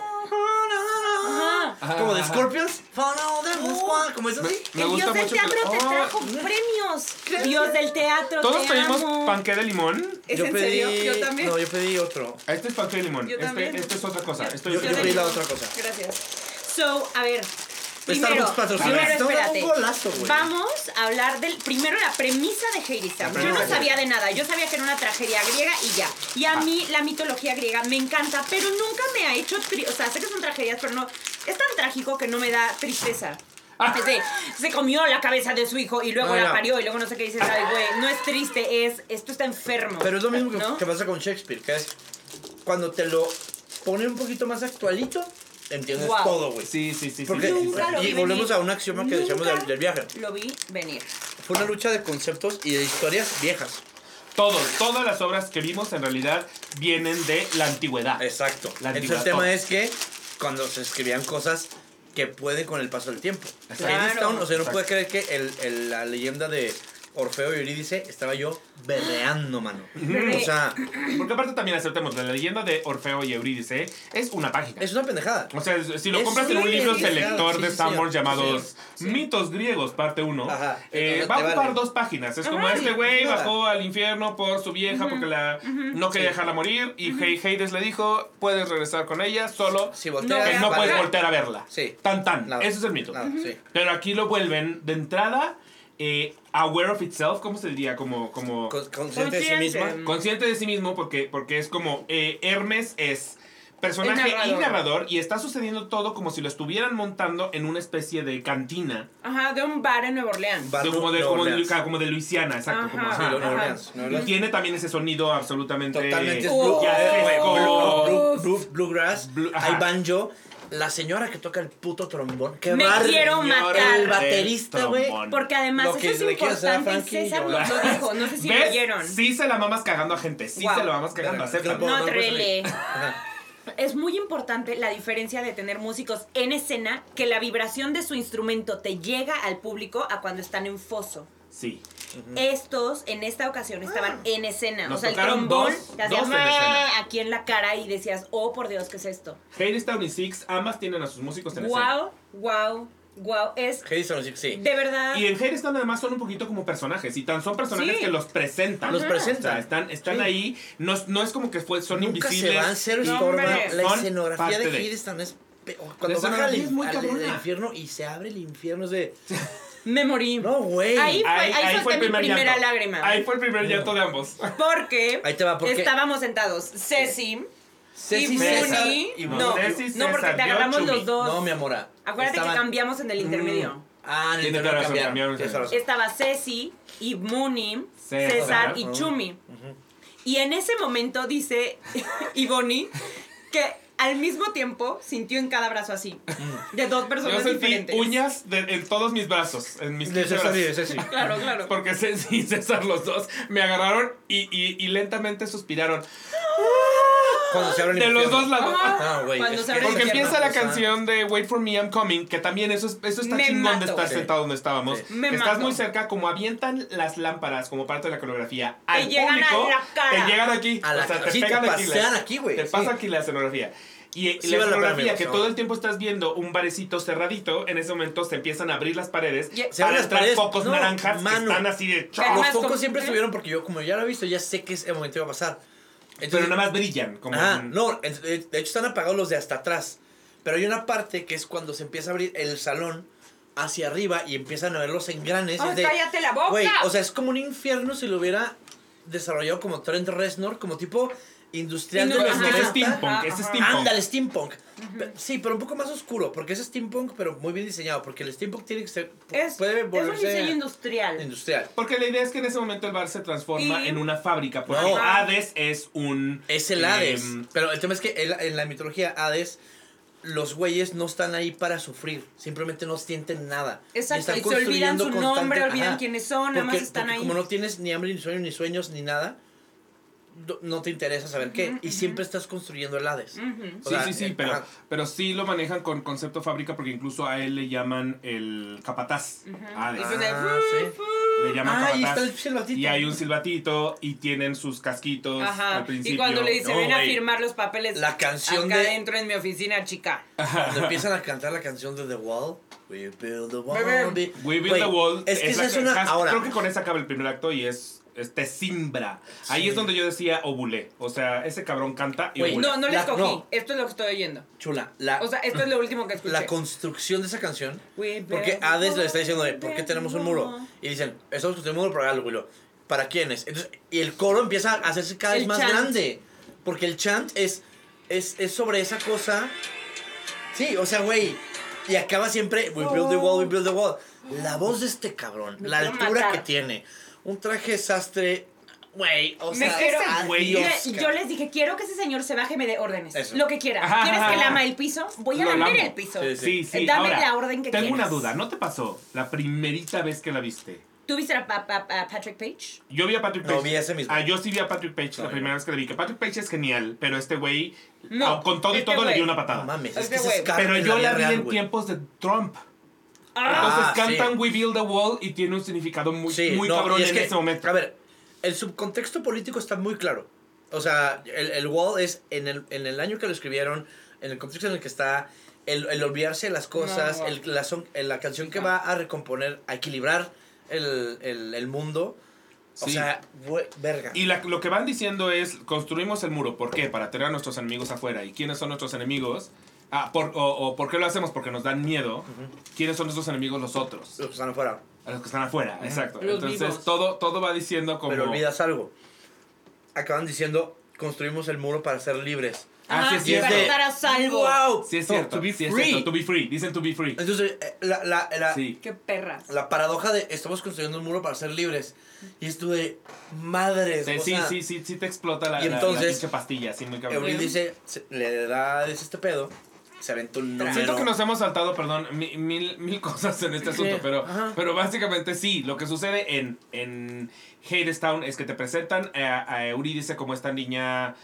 Ajá. Ajá, Como de ajá. Scorpions, follow them, squad, como eso así. Me El gusta dios del mucho que teatro la- te Oh, trajo premios. Dios del teatro, Todos te pedimos amo. panqué de limón. ¿Es Yo en pedí... serio? Yo también. No, yo pedí otro. Este es panqué de limón. Yo Este, también. este es otra cosa. Esto Yo, es- yo de pedí la limón. otra cosa. Gracias. So, a ver. Primero, Starbucks patrocina. primero Estamos dando espérate. un golazo, güey. Vamos a hablar del primero la premisa de Hadestown. La Yo no premisa. sabía de nada. Yo sabía que era una tragedia griega y ya. Y a mí la mitología griega me encanta, pero nunca me ha hecho tri- o sea, sé que son tragedias, pero no es tan trágico que no me da tristeza. Es de, se comió la cabeza de su hijo y luego No, la no. parió y luego no sé qué dices, ay, güey, no es triste, es esto está enfermo. Pero es lo mismo que, ¿no? que pasa con Shakespeare, que es cuando te lo pone un poquito más actualito, entiendes Wow. todo, güey. Sí, sí, sí. Porque, sí, sí, sí. Nunca lo y vi volvemos venir. a un axioma que decíamos Nunca del, del viaje. Lo vi venir. Fue una lucha de conceptos y de historias viejas. Todo, todas las obras que vimos en realidad vienen de la antigüedad. Exacto. La Entonces antigüedad, el tema todo. es que cuando se escribían cosas que pueden con el paso del tiempo. Claro. Hadestown, o sea, no Exacto. puede creer que el, el- la leyenda de Orfeo y Eurídice estaba yo berreando, mano. O sea, Porque aparte también aceptemos, la leyenda de Orfeo y Eurídice es una página. es una pendejada. O sea, si lo Es- compras en un sí, libro sí, selector sí, de sí, Sanborn sí, llamados sí. Mitos griegos, parte uno, Ajá. eh, No te va a ocupar vale. dos páginas. Es como Ajá. este güey Nada. bajó al infierno por su vieja porque la no quería Sí. dejarla morir y Hey Hades le dijo, puedes regresar con ella, solo Si No, volteas, que no vale. puedes voltear a verla. Sí. Tan tan. Nada. Ese es el mito. Nada, sí. Pero aquí lo vuelven de entrada eh, aware of itself, ¿cómo se diría? Como, como Con- consciente de sí Consciente. misma. consciente de sí mismo porque, porque es como eh, Hermes es personaje El y narrador. narrador, y está sucediendo todo como si lo estuvieran montando en una especie de cantina. Ajá, de un bar en Nueva Orleans. Bar de- como, de, Nueva como, de, Orleans. como de Luisiana, exacto. Ajá, como, Sí, ajá. Nueva ajá. Orleans, Nueva Y Orleans. tiene también ese sonido absolutamente... Totalmente es Oh. blue, ya eh, fresco. blue- blue- blue- bluegrass, Blue- ajá. hay banjo, la señora que toca el puto trombón, qué Me bar- quiero Señora matar. el baterista, güey, trombón. Porque además Lo eso que es le quiero hacer a importante. Frankie, César yo- nos lo dijo, no sé si lo ¿Ves? oyeron. Sí se la mamas cagando a gente, sí Wow. se la mamas cagando, Verga, acéptalo. no, No, no, no, trele. Ajá. Es muy importante la diferencia de tener músicos en escena, que la vibración de su instrumento te llega al público a cuando están en foso. Sí. Estos, en esta ocasión, estaban en escena. Nos o sea, el tocaron trombón, dos- te hacías dos en escena. aquí en la cara y decías, oh, por Dios, ¿qué es esto? Hadestown y Six, ambas tienen a sus músicos en escena. Wow, wow, wow. Es Edison, sí. de verdad. Y en Hadestown además son un poquito como personajes, y tan son personajes Sí. que los presentan. Los O presentan. sea, están, están Sí. ahí, no, no es como que fue, son Nunca invisibles. se van, cero y estorba. hombre, La son escenografía de parte de- Hiddleston es peor. Cuando La baja al, escenografía es muy al- cabrona. al infierno y se abre el infierno es de... Me morí. No, güey. Ahí fue, ahí, ahí fue el solté mi primer primera llanto. lágrima. Ahí fue el primer llanto de ambos. Porque Ahí te va, porque... estábamos sentados. Ceci Ceci, y César Muni. y No, Muni. Ceci, no, porque César, te yo, agarramos Chumi. los dos. No, mi amor. Acuérdate estaban- que cambiamos en el intermedio. Ah, en el Tiene intermedio razón, cambiaron. cambiaron. Tienes razón. Estaba Ceci y Muni, César. César y Ujú. Chumi. Y en ese momento dice Ivoni que al mismo tiempo sintió en cada brazo así, de dos Yo personas sentí diferentes. uñas de- en todos mis brazos, en mis De quince César y de brazos. Ceci. Claro, claro. Porque Ceci y César los dos me agarraron y, y, y lentamente suspiraron. Cuando se abre el De los infierno. dos lados. Ah, Ah, güey. cuando es se que abre el Porque esa es empieza una la cosa- canción de Wait for me, I'm coming, que también eso, es- eso está Me chingón de mato. estar Sí. sentado donde estábamos. Sí. Me Que estás mato. muy cerca, como avientan las lámparas como parte de la coreografía al llegan a público, la cara. te llegan aquí. A la o sea, cara. te Sí, te pegan aquí. pasean la- aquí, güey, Te sí. pasa aquí la escenografía. Y, y Sí la vale la pena, escenografía, amigo, que sí, todo vale. el tiempo estás viendo un barecito cerradito, en ese momento se empiezan a abrir las paredes Y- Se abren para las entrar paredes. focos No, naranjas mano. que están así de... Pero Los además, focos como- siempre ¿eh? estuvieron porque yo, como ya lo he visto, ya sé que ese momento iba a pasar. Pero Entonces, nada más brillan. Como Ah, en- no, en- de de hecho están apagados los de hasta atrás. Pero hay una parte que es cuando se empieza a abrir el salón hacia arriba y empiezan a ver los engranes. ¡Ay, es de, cállate la boca! güey, o sea, es como un infierno si lo hubiera desarrollado como Trent Reznor, como tipo industrial de Indu- los Es que es Ajá, steampunk, ajá, es ajá. steampunk. Ándale, steampunk. Pe- Sí, pero un poco más oscuro, porque es steampunk, pero muy bien diseñado, porque el steampunk tiene que ser, Es, puede es un volverse diseño industrial. industrial. Porque la idea es que en ese momento el bar se transforma Y- en una fábrica. Porque No. Hades es un... Es el em, Hades. Pero el tema es que en, en la mitología Hades, los güeyes no están ahí para sufrir. Simplemente no sienten nada. Exacto, están y se olvidan construyendo su constante- nombre, olvidan ajá. quiénes son, nada Porque- más están porque ahí. Como no tienes ni hambre, ni sueño, ni sueños, ni nada, do- no te interesa saber qué. Y siempre estás construyendo el Hades. Ujú. O Sí, sea, sí, sí, eh, pero, ajá. pero sí lo manejan con concepto fábrica porque incluso a él le llaman el capataz. Hades. Eso de- Ah, sí. Le llaman Ah, ahí capataz. está el silbatito. Y hay un silbatito y tienen sus casquitos Ajá. al principio. Y cuando le dice, No, ven a güey. firmar los papeles La canción acá de- adentro en mi oficina, chica. Cuando empiezan a cantar la canción de The Wall. We build the wall. Bebé. be- We Build Güey, the Wall. Es que esa la es una. casi- Ahora. Creo que con esa acaba el primer acto y es. es te simbra. Ahí Sí. es donde yo decía ovulé. O sea, ese cabrón canta y Güey, ovula. No, no le La- escogí. no. Esto es lo que estoy oyendo. Chula. La, O sea, esto es lo último que escuché. la construcción de esa canción. We Porque build Hades the le está diciendo de wall, ¿por qué build tenemos the un muro? wall. Y dicen, estamos construyendo un muro para algo, y lo, ¿para quiénes? Entonces, y el coro empieza a hacerse cada vez El más chant. grande. Porque el chant es, es, es sobre esa cosa. Sí, o sea, güey. Y acaba siempre, we build the wall, we build the wall. La voz de este cabrón, Me la quiero altura matar. que tiene, un traje sastre, güey, o Me sea, quiero- güey, adiós, Yo, yo cabrón. les dije, quiero que ese señor se baje y me dé órdenes. Eso. Lo que quiera. Ajá, ¿Quieres ajá, que ajá. lame el piso? Voy a Lo lamer lamo. el piso. Sí, Sí, sí. Eh, dame Ahora, la orden que tengo quieras. una duda. ¿No te pasó la primerita vez que la viste? ¿Tú viste a, a- a- a Patrick Page? Yo vi a Patrick No, Page. vi ese mismo. Ah, yo sí vi a Patrick Page No, la yo primera no. vez que le vi. Que Patrick Page es genial, pero este güey, No, ah, con todo y este todo, le güey. dio una No patada. mames, es Este que ese güey. es Carmen Pero en yo la vida vi real, en güey. tiempos de Trump. Ah, Entonces sí. cantan We Build the Wall y tiene un significado muy, Sí, muy no, cabrón y es en que, ese momento. A ver, el subcontexto político está muy claro. O sea, el, el wall es en el, en el año que lo escribieron, en el contexto en el que está, el, el olvidarse de las cosas, No. el, la, son- el- la canción que va a recomponer, a equilibrar el, el, el mundo. O Sí. sea, güey, verga. Y la- lo que van diciendo es, construimos el muro. ¿Por qué? Para tener a nuestros enemigos afuera. ¿Y quiénes son nuestros enemigos? Ah, por, o, o ¿por qué lo hacemos? Porque nos dan miedo. ¿Quiénes son nuestros enemigos? Los otros. Los que están afuera. A los que están afuera, exacto. Los Entonces vivos. todo, todo va diciendo como... Pero olvidas algo. Acaban diciendo, construimos el muro para ser libres. Ah, sí es Ajá, cierto. para estar a salvo. ¡Wow! Sí es No, cierto, to be sí es free. cierto, to be free, dicen to be free. Entonces, eh, la, la, la, Sí. Qué perras. la paradoja de estamos construyendo un muro para ser libres. Y esto de madres. Sí, o sí, sea, sí, sí, sí te explota la, y la- entonces, la pinche pastilla, así muy cabrón. Eury dice, se- le da dice este pedo, se aventó un número. Siento que nos hemos saltado, perdón, mi- mil, mil cosas en este asunto, Sí, pero, ajá. pero básicamente sí, lo que sucede en, en Hadestown es que te presentan a, a Eurídice como esta niña...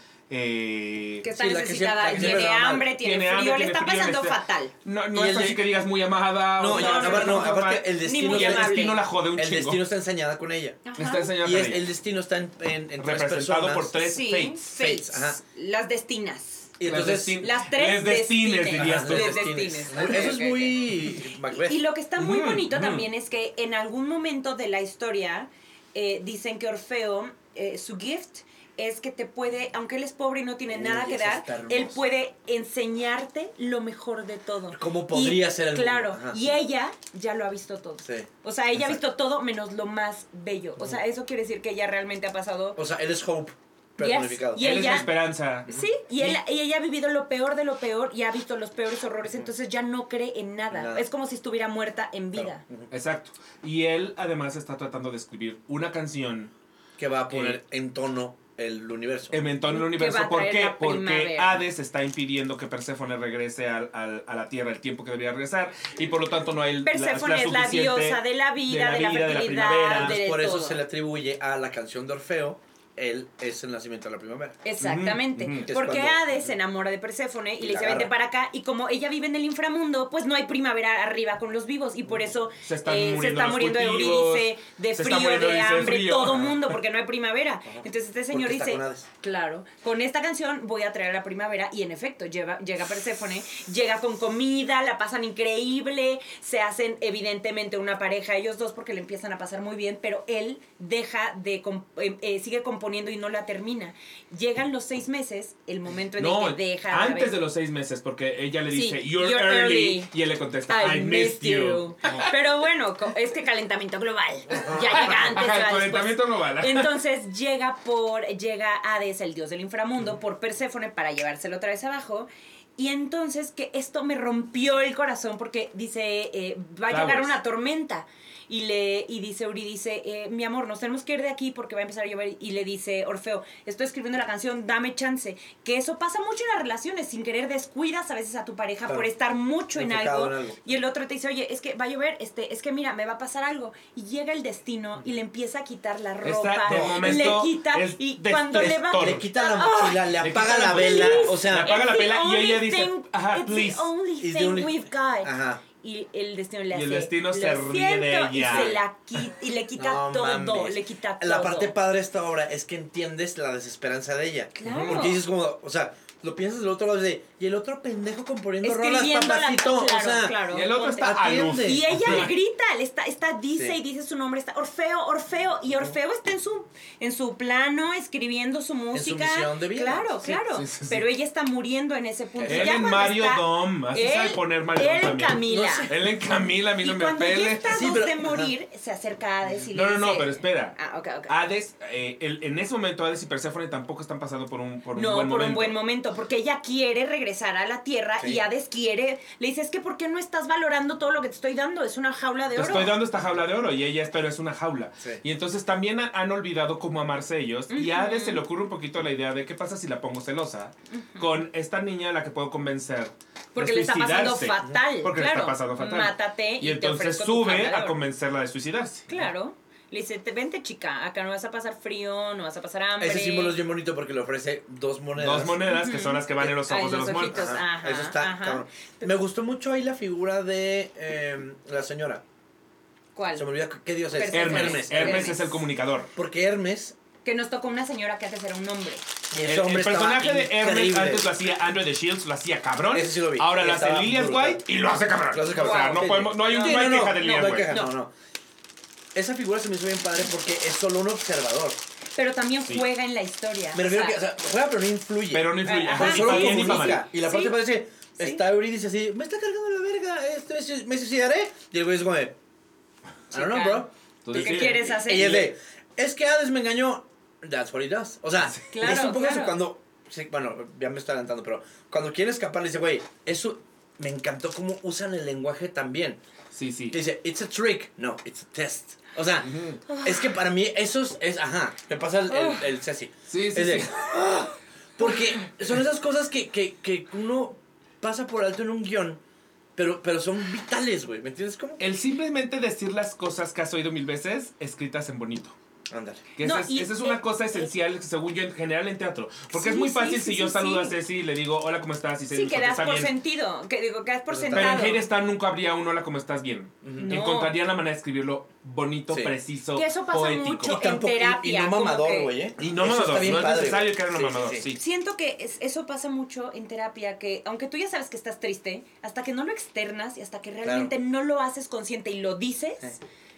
Eh, Que está Sí, la que necesitada, siempre- la que tiene siempre va mal. hambre, tiene, Tiene frío, hambre, le tiene está frío, pasando le está- fatal. no no Y es el así de- que digas muy amada. No, o y sea, no, aparte, no, aparte el Ni destino, muy y el el, amable. destino la jode un el chingo. destino está ensañada con ella. Ajá. Está enseñado Y con es- ella. el destino está en, en, en tres Representado personas. por tres Sí, fates. fates, Fates, ajá. las destinas. Y entonces, destin- Las tres Les destines, destines. dirías tú. Les Les destines. destines. Ok, Eso es ok, muy Macbeth. Y lo que está muy Ujú, bonito ujú. también es que en algún momento de la historia eh, dicen que Orfeo, eh, su gift es que te puede, aunque él es pobre y no tiene Uy, nada que eso dar, está hermoso. él puede enseñarte lo mejor de todo. ¿Cómo podría Y, ser el Claro, mundo? Ajá, y sí. ella ya lo ha visto todo. Sí. O sea, ella ha Exacto. visto todo menos lo más bello. O sea, eso quiere decir que ella realmente ha pasado... O sea, él es Hope personificado. Y Él es ella- la esperanza. Sí, y, él, y ella ha vivido lo peor de lo peor y ha visto los peores horrores, entonces ya no cree en nada. Nada. Es como si estuviera muerta en vida. Claro. Ujú. Exacto. Y él además está tratando de escribir una canción Que va a poner en tono el universo. en el Que universo. va a ¿Por traer qué? la Porque primavera. Hades está impidiendo que Perséfone regrese al, al- a la Tierra el tiempo que debería regresar y por lo tanto no hay la- Perséfone es la suficiente diosa de la vida, de la, vida, de la fertilidad, primavera. de Por eso todo. se le atribuye a la canción de Orfeo, él es el nacimiento de la primavera. Exactamente. Ujú, ujú. Que es Porque cuando- Hades se enamora de Perséfone y, Y le la dice, vente agarra. para acá. Y como ella vive en el inframundo, pues no hay primavera arriba con los vivos. Y por eso Se están eh, se muriendo está los muriendo de cultivos, Eurídice, de se está frío, muriendo de Eurídice de hambre, frío. todo Ajá. mundo, porque no hay primavera. Entonces este señor Porque está dice, con Hades. claro, con esta canción voy a traer la primavera. Y en efecto, lleva, llega Perséfone, llega con comida, la pasan increíble, se hacen evidentemente una pareja ellos dos porque le empiezan a pasar muy bien, pero él deja de, comp- eh, eh, sigue componiendo y no la termina. Llegan los seis meses, el momento en No, el que deja antes ver- de los seis meses, porque ella le Sí, dice, you're, you're early, early. y él le contesta, I, missed you. Pero bueno, co- es que calentamiento global. Ya llega antes. Ajá, el va después. calentamiento global. Entonces llega por llega Hades, el dios del inframundo, por Perséfone para llevárselo otra vez abajo. Y entonces que esto me rompió el corazón porque dice, eh, va a llegar Flowers. una tormenta. Y le y dice Eurídice, eh, mi amor, nos tenemos que ir de aquí porque va a empezar a llover. Y le dice Orfeo, estoy escribiendo la canción, dame chance. Que eso pasa mucho en las relaciones, sin querer descuidas a veces a tu pareja Claro. por estar mucho en Enfocado algo, en algo. Y el otro te dice, oye, es que va a llover, este, es que mira, me va a pasar algo. Y llega el destino y le empieza a quitar la ropa, de le momento quita, es y des- cuando le va... todo. Le quita la mochila, le Le apaga quita la la vela, mochila. o sea, Le apaga la It's the vela y only ella dice, thing- ajá, it's please. the only It's the thing only- we've got. Ajá. Y el destino le Y hace. el destino "Lo se ríe de siento", ella. Y, se la qui- y le quita No todo, mames. le quita todo. La parte padre de esta obra es que entiendes la desesperanza de ella. Claro. Porque dices como, o sea, lo piensas del otro lado de, y el otro pendejo componiendo rolas, Escribiendo la- papacito, claro, o sea, claro. Y el otro está a luz. atiende. Y ella Sí. le grita, le está, está dice Sí. y dice su nombre, está Orfeo, Orfeo, y Orfeo está en su, en su plano escribiendo su música. misión de vida. Claro, Sí, claro. sí, sí, sí. Pero ella está muriendo en ese punto. Él Ya en cuando Mario está- Dom, así él- sabe poner Mario Dom él también. Camila. No sé. Él en Camila, a mí no Y me cuando ya pele. está a Sí, dos pero- de morir, se acerca a Hades y le No, no, no, dice- pero espera. Ah, ok, ok. Hades, eh, el- en ese momento Hades y Perséfone tampoco están pasando por un, por un No, buen por momento. un buen momento, porque ella quiere regresar a la tierra Sí. y Hades quiere, le dice, es que ¿por qué no estás valorando todo lo que te estoy dando? Es una jaula de Te oro. estoy dando esta jaula de oro y ella, pero es una jaula. Sí. Y entonces también ha- han olvidado cómo amarse ellos. Y a Hades se le ocurre un poquito la idea de qué pasa si la pongo celosa con esta niña a la que puedo convencer. Porque de le está pasando suicidarse. fatal. Porque le claro. está pasando fatal. Mátate y, Y entonces te ofrezco tu sube jaula de a oro. convencerla de suicidarse. Claro. Le dice, "Te- vente chica, acá no vas a pasar frío, no vas a pasar hambre. Ese símbolo es bien bonito porque le ofrece dos monedas. Dos monedas que son las que van en los Ay, ojos de los los ojitos. muertos. Ajá, Eso está ajá. cabrón. Me gustó mucho ahí la figura de eh, la señora. ¿Cuál? Se me olvida qué dios es. Perséfone. Hermes. Hermes es el comunicador. Porque Hermes, Que nos tocó una señora que antes era un hombre. ese El, hombre el personaje estaba de Hermes increíble. antes lo hacía Andrew de Shields, lo hacía cabrón. Ese sí lo vi. Ahora lo hace Estaba Lillian brutal. White y lo hace cabrón. Lo hace cabrón. O sea, no, Sí. podemos, no hay, un, Sí, no hay no, queja no, de no, Lillian no hay White. queja, No. no, no. Esa figura se me hizo bien padre porque es solo un observador. Pero también Sí. juega en la historia. Me refiero o que, o sea, sea, juega pero no influye. Pero no influye. Ajá, Ajá, Pero ni solo para bien ni para comunica. mal. Y la parte Sí. parece, Sí. está Eurídice así, me está cargando la verga, este, me, me suicidaré. Y el güey es como de, I don't know, Chica. bro. ¿Tú Entonces, qué sí. quieres hacer? Y es de, es que Hades me engañó. That's what he does. O sea, Claro, es un poco claro. eso cuando sí, bueno, ya me estoy adelantando, pero cuando quieren escapar, le dice, güey, eso me encantó cómo usan el lenguaje tan bien. Sí, sí. Dice, it's a trick. No, it's a test. O sea, uh-huh. es que para mí eso es, es ajá, me pasa el, el, el Ceci. Sí, sí, es de, sí. ¡ah! Porque son esas cosas que, que, que uno pasa por alto en un guión, pero, pero son vitales, güey. ¿Me entiendes cómo? El simplemente decir las cosas que has oído mil veces escritas en bonito. Ándale. Que no, esa, es, y, esa es una eh, cosa eh, esencial, según yo, en general en teatro. Porque sí, es muy sí, fácil sí, si yo sí, saludo sí. a Ceci y le digo, hola, ¿cómo estás? Y se Sí, que das por bien. sentido, que digo, que das por Pero sentado. Pero en Here Está nunca habría un hola, ¿cómo estás? Bien. No. Encontraría la manera de escribirlo bonito, Sí. preciso, Que eso pasa poético. mucho. Y, tampoco, en terapia, y, y no como mamador, que- güey, ¿eh? Y no Eso mamador, está bien no es padre, necesario güey. que era un Sí, mamador, sí, sí. sí. Siento que es- eso pasa mucho en terapia, que aunque tú ya sabes que estás triste, hasta que no lo externas y hasta que realmente Claro. no lo haces consciente y lo dices, Eh.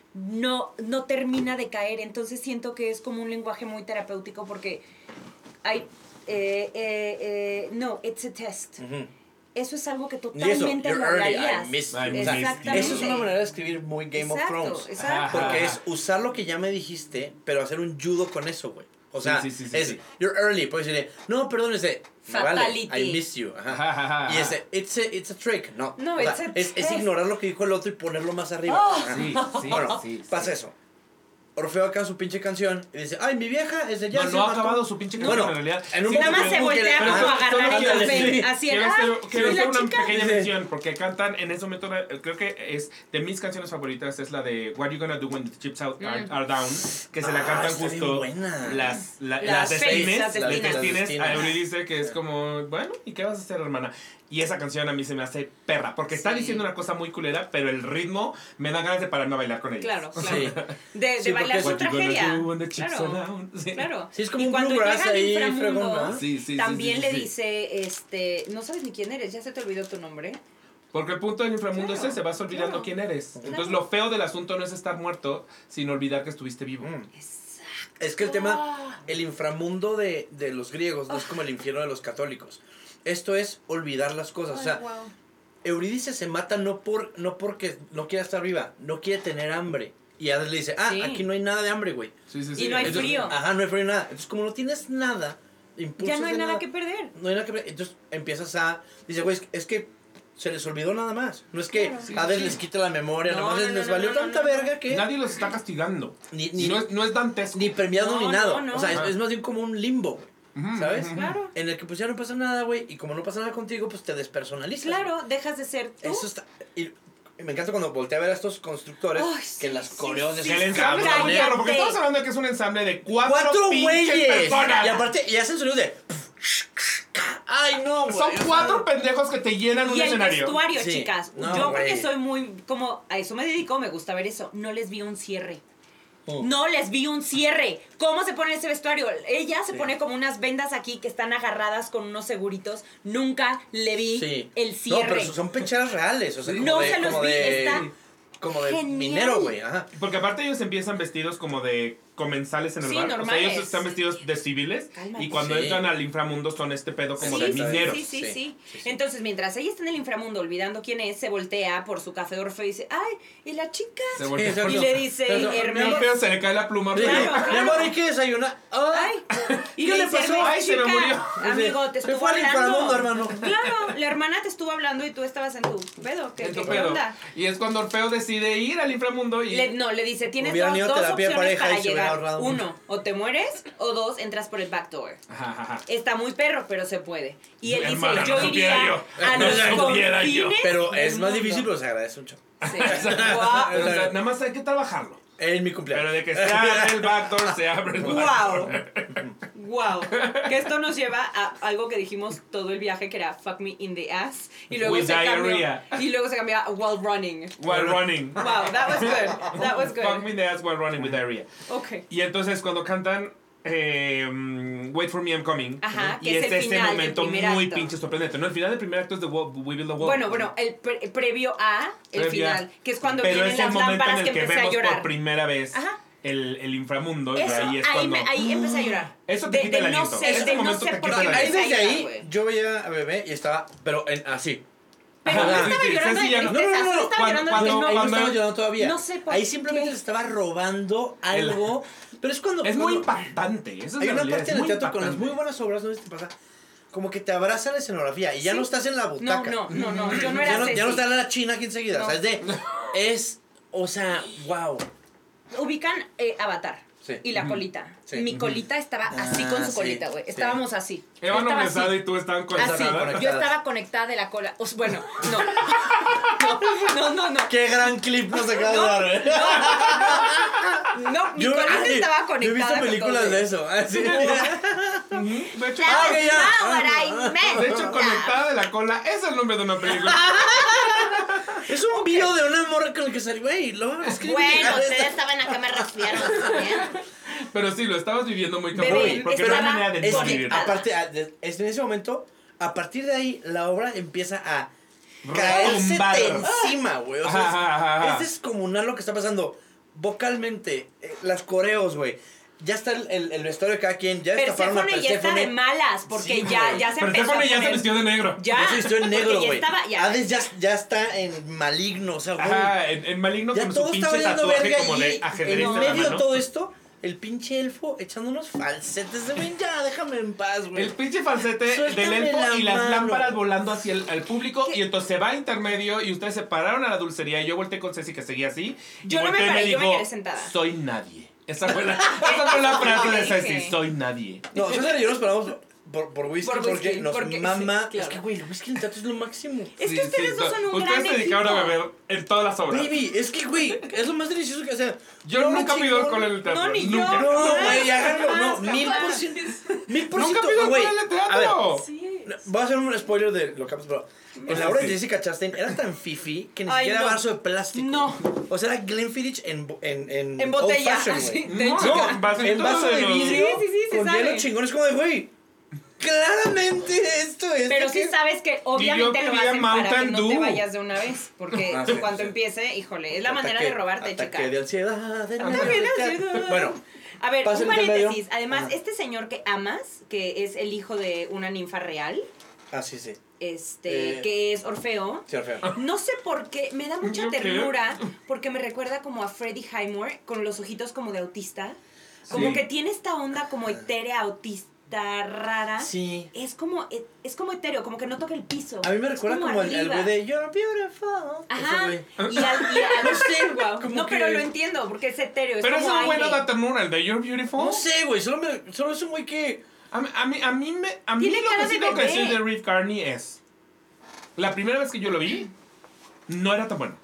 no, no termina de caer. Entonces siento que es como un lenguaje muy terapéutico porque hay... eh, eh, eh, no, it's a test. Ujú. Eso es algo que Y eso, totalmente you're lo early, hablarías. I missed you. I O missed sea, Exactamente. eso es una manera de escribir muy Game of Exacto, Thrones. exacto. Porque es usar lo que ya me dijiste, pero hacer un judo con eso, güey. O sea, Sí, sí, sí, sí, es, sí. you're early, puedes decirle, no, perdón, ese, me vale, Fatality. I miss you. Ajá. Ajá, ajá, ajá. Y ese, it's a, it's a trick, no. No, o sea, it's a es, es test. ignorar lo que dijo el otro y ponerlo más arriba. Oh. Ajá. Sí, sí, Bueno, sí, sí. pasa eso. Orfeo acaba su pinche canción y dice, ay, mi vieja es de No, ya no se ha mató". acabado su pinche canción Bueno, en realidad. en un Sí, Nada más porque- se voltea Pero como solo- a agarrar solo el quiero café. decir- Así, Quiero ay, hacer, quiero ¿y hacer la una chica? pequeña Sí. mención porque cantan en ese momento, una- creo que es de mis canciones favoritas, es la de What You Gonna Do When the Chips Out are, Mm. are Down, que se la Ah, cantan está bien justo buena. las, la- Las las Faith, destines, las las destinas. destines Las destinas. a Eurídice, que es como, bueno, ¿y qué vas a hacer, hermana? Y esa canción a mí se me hace perra, porque está Sí. diciendo una cosa muy culera, pero el ritmo me da ganas de pararme a bailar con ella. Claro, claro. Sí. De, de Sí, bailar porque- su What you gonna tragedia. do when the chips Claro. are down? Sí. Claro. Sí, es como y un cuando bluegrass llega al ahí, inframundo, fregón, ¿no? Sí, sí, sí, también sí, le sí. dice, este, no sabes ni quién eres, ya se te olvidó tu nombre. Porque el punto del inframundo Claro, es ese, vas olvidando claro. quién eres. Entonces Claro. lo feo del asunto no es estar muerto, sino olvidar que estuviste vivo. Mm. Exacto. Es que el tema, el inframundo de, de los griegos no es como el infierno de los católicos. Esto es olvidar las cosas. O sea, Ay, wow. Eurídice se mata no por no porque no quiere estar viva, no quiere tener hambre. Y Hades le dice, ah, Sí. aquí no hay nada de hambre, güey. Sí, sí, Y sí. no hay Entonces, frío. Ajá, no hay frío, nada. Entonces, como no tienes nada, impulsos Ya no hay de nada que perder. No hay nada que ver. Entonces, empiezas a... Dice, güey, es que- es que se les olvidó nada más. No es que Claro. Sí, Hades sí. les quita la memoria, No, nomás no, les, no, les no, valió no, no, tanta no. verga que... Nadie los está castigando. Ni, ni, no, es, no es dantesco. ni premiado No, ni no, nada. no. O sea, es, Ajá. es más bien como un limbo, güey. Ujú, ¿Sabes? ujú. Claro. En el que pues ya no pasa nada, güey. Y como no pasa nada contigo, pues te despersonalizas. Claro, dejas de ser tú. Eso está... Y y me encanta cuando volteé a ver a estos constructores Ay, que sí, las sí, coreos de sí, El esos ensamble cabrones. está muy Cállate. perro, porque estamos hablando de que es un ensamble de cuatro, ¡Cuatro pinches güeyes! personas. Y aparte, y hacen sonidos de... ¡Ay, no, güey! Son cuatro pendejos que te llenan un Y el escenario. vestuario, Sí. chicas. No, Yo porque güey. soy muy, como, a eso me dedico, me gusta ver eso. No les vi un cierre. Mm. No les vi un cierre. ¿Cómo se pone ese vestuario? Ella se Sí. pone como unas vendas aquí que están agarradas con unos seguritos. Nunca le vi Sí. el cierre. No, pero son pecheras reales. O sea, como No de, se los como vi, de, está como de genial. minero, güey. Ajá. Porque aparte ellos empiezan vestidos como de comensales en el Sí, bar. O sea, normales. ellos están vestidos de civiles. Cálmate. Y cuando Sí. entran al inframundo son este pedo como sí, de sí, mineros. Sí, sí, sí, Sí, sí. sí, sí. Entonces, mientras ella está en el inframundo olvidando quién es, se voltea por su café Orfeo y dice, ay, ¿y la chica? Se voltea Sí, por Y los- le dice, Eso, Y Hermes, Orfeo se le cae la pluma. Digo, Claro, mi claro. amor, hay que desayunar. ay. Y ¿Qué le le dice, pasó? Hermes, Ay, se me chica, murió. amigo, te Se estuvo fue al hablando. inframundo, hermano. Claro, la hermana te estuvo hablando y tú estabas en tu pedo. ¿Qué, En qué, tu qué pedo. onda? Y es cuando Orfeo decide ir al inframundo y... Le- no, le dice, tienes Hubieran dos, ido a dos terapia de opciones pareja para y se hubiera llegar. ahorrado Uno, mucho. o te mueres, o dos, entras por el backdoor. Ajá, ajá, ajá. Está muy perro, pero se puede. Y él Hermana, dice, yo no supiera iría yo. a No los supiera yo. confines Pero del es más mundo". difícil, pero se agradece mucho. Sí. O Guau. sea, nada más hay que trabajarlo. Es mi cumpleaños. Pero de que se abre el backdoor, se abre el backdoor. Wow. Wow. Que esto nos lleva a algo que dijimos todo el viaje, que era fuck me in the ass. Y luego With se diarrhea. cambió. Y luego se cambió a while running. While running. Wow, that was good. That was Fuck good. me in the ass while running with diarrhea. Okay. Y entonces cuando cantan eh, mm, Wait for me, I'm coming. Ajá, y que es es el ese final del momento primer muy acto. pinche sorprendente. No, el final del primer acto es de Wo- We Build the Wall. Bueno, bueno, el pre- previo a el Previa. final, que es cuando Pero vienen es el las momento lámparas en que el que empecé a vemos llorar. por primera vez Ajá. el, el inframundo. Eso, y ahí es ahí, cuando... me- ahí empecé a llorar. Eso te de, quita de el no aliento. sé, Ese de no momento sé te por quita qué el Ahí empecé a desde llorar, ahí, güey. yo veía a bebé y estaba, pero en, así. Pero Ajá. no Sí, estaba sí, llorando sí, de ya no. tristeza, No, no, no, solo estaba cuando- llorando cuando- de No, que ahí no cuando- estaba llorando todavía. No sé por Ahí simplemente qué. se estaba robando algo. Pero es cuando. Es muy cuando- impactante. Eso es Hay la una realidad, parte es en el muy teatro con las impactante. muy buenas obras, no sé si te pasa, como que te abraza la escenografía y ya Sí. no estás en la No, butaca. no, no, no, yo no era ya no, Ceci. ya no está la china aquí enseguida. No. O sea, es de. Es. O sea, wow. Ubican eh, Avatar. Sí. Y la colita. Sí. Mi colita estaba así Ah, con su sí, colita, güey. sí. Estábamos así. Eva Yo estaba Noblezada así. y tú estaban Así, conectadas. yo estaba conectada de la cola. O sea, bueno, no. No, no, no, no. Qué gran clip nos acaba de dar, güey. No, mi Yo- colita ay, estaba conectada. Yo he visto con películas todo. de eso. Así. De hecho, That Ah, was ya. not what I meant. de hecho, conectada de la cola es el nombre de una película. Es un video de una morra con el que salió, güey. Lo escribí. Bueno, ustedes saben a qué me refiero también. Pero sí, lo estabas viviendo muy Bebé, cabrón. Porque no hay estaba manera de no Es que, vivirlo. aparte, a- de- es en ese momento, a partir de ahí, la obra empieza a caerse Retumbar. encima, güey. O sea, Ajá, ajá, ajá. es, es descomunal lo que está pasando vocalmente. eh, las coreos, güey. Ya está el, el, el vestuario de cada quien. Ya destaparon a Perséfone ya está de Perséfone. malas porque Sí, ya, güey. ya se Pero empezó a Stephanie ya se poner- vistió de negro. Ya, Ya se vistió en porque negro, ya güey. estaba- ya. Hades ya, ya está en maligno, o sea, güey. Ajá, en, en Maligno Ya con todo su estaba pinche valiendo tatuaje verga como y de en ajedrez en la medio de mano. todo esto, el pinche elfo echando unos falsetes de güey, ya, déjame en paz, güey. El pinche falsete Suéltame del elfo la y las mano. lámparas volando hacia el al público. ¿Qué? Y entonces se va a intermedio y ustedes se pararon a la dulcería. Y yo volteé con Ceci que seguía así. y Yo no me volteé y paré, yo me dijo, quedé sentada. soy nadie. Esa fue la, esa fue la Eso fue frase lo de que Ceci, dije. soy nadie. No, César y yo nos paramos por, por whisky Por porque whisky, nos porque- mama. sí, claro. Es que, güey, el whisky en el teatro es lo máximo. Es Sí, que ustedes sí, dos son un Ustedes gran se dedicaron a equipo. beber en todas las obras. Baby, es que, güey, es lo más delicioso que hacer. Yo nunca pido alcohol en el teatro. No, ni yo. nunca. No, Jamás, güey, háganlo. No, jamás, mil por jamás. ciento. Mil por Nunca ciento. pido güey. alcohol en el A ver, teatro. Sí. voy a hacer un spoiler de lo que pasó, pero en la obra de Jessica Chastain era tan fifi que ni Ay, siquiera no. era vaso de plástico. No. O sea, era Glenfiddich en, bo- en, en, En old botella, fashion, así, güey. de No, chica. en vasito En vaso de los- vidrio Sí, sí, sí, se con sabe. hielo chingón. Es como de, güey, claramente esto es... Pero de sí que- sabes que obviamente lo quería hacen para que Mountain no te Dew. vayas de una vez. Porque Ah, sí, cuando sí. empiece, híjole, es la manera Ataque- de robarte, ataque chica. de ansiedad. de Ataque nervios, de de teatro. ansiedad. Bueno, A ver, Pasa un el intermedio. paréntesis. Además, Ajá. este señor que amas, que es el hijo de una ninfa real, ah, sí, sí. este, Eh. que es Orfeo. Sí, Orfeo. No sé por qué, me da mucha ¿Yo qué? ternura, porque me recuerda como a Freddie Highmore, con los ojitos como de autista. Como Sí. que tiene esta onda como etérea, autista, rara. Sí. Es como, e- es como etéreo, como que no toca el piso. A mí me Es recuerda como el, el arriba. güey de You're beautiful. Ese Ajá. güey. Y al, y al- No sé, Wow. como No, que- pero lo entiendo, porque es etéreo. Pero es es como un bueno aire. de ternura, el de You're Beautiful. No sé, güey, solo, me, solo es un güey que... A mí, a mí, a mí, me, a mí Tiene lo cara que sí de tengo que bebé. decir de Reed Carney es... La primera vez que yo lo vi, no era tan bueno.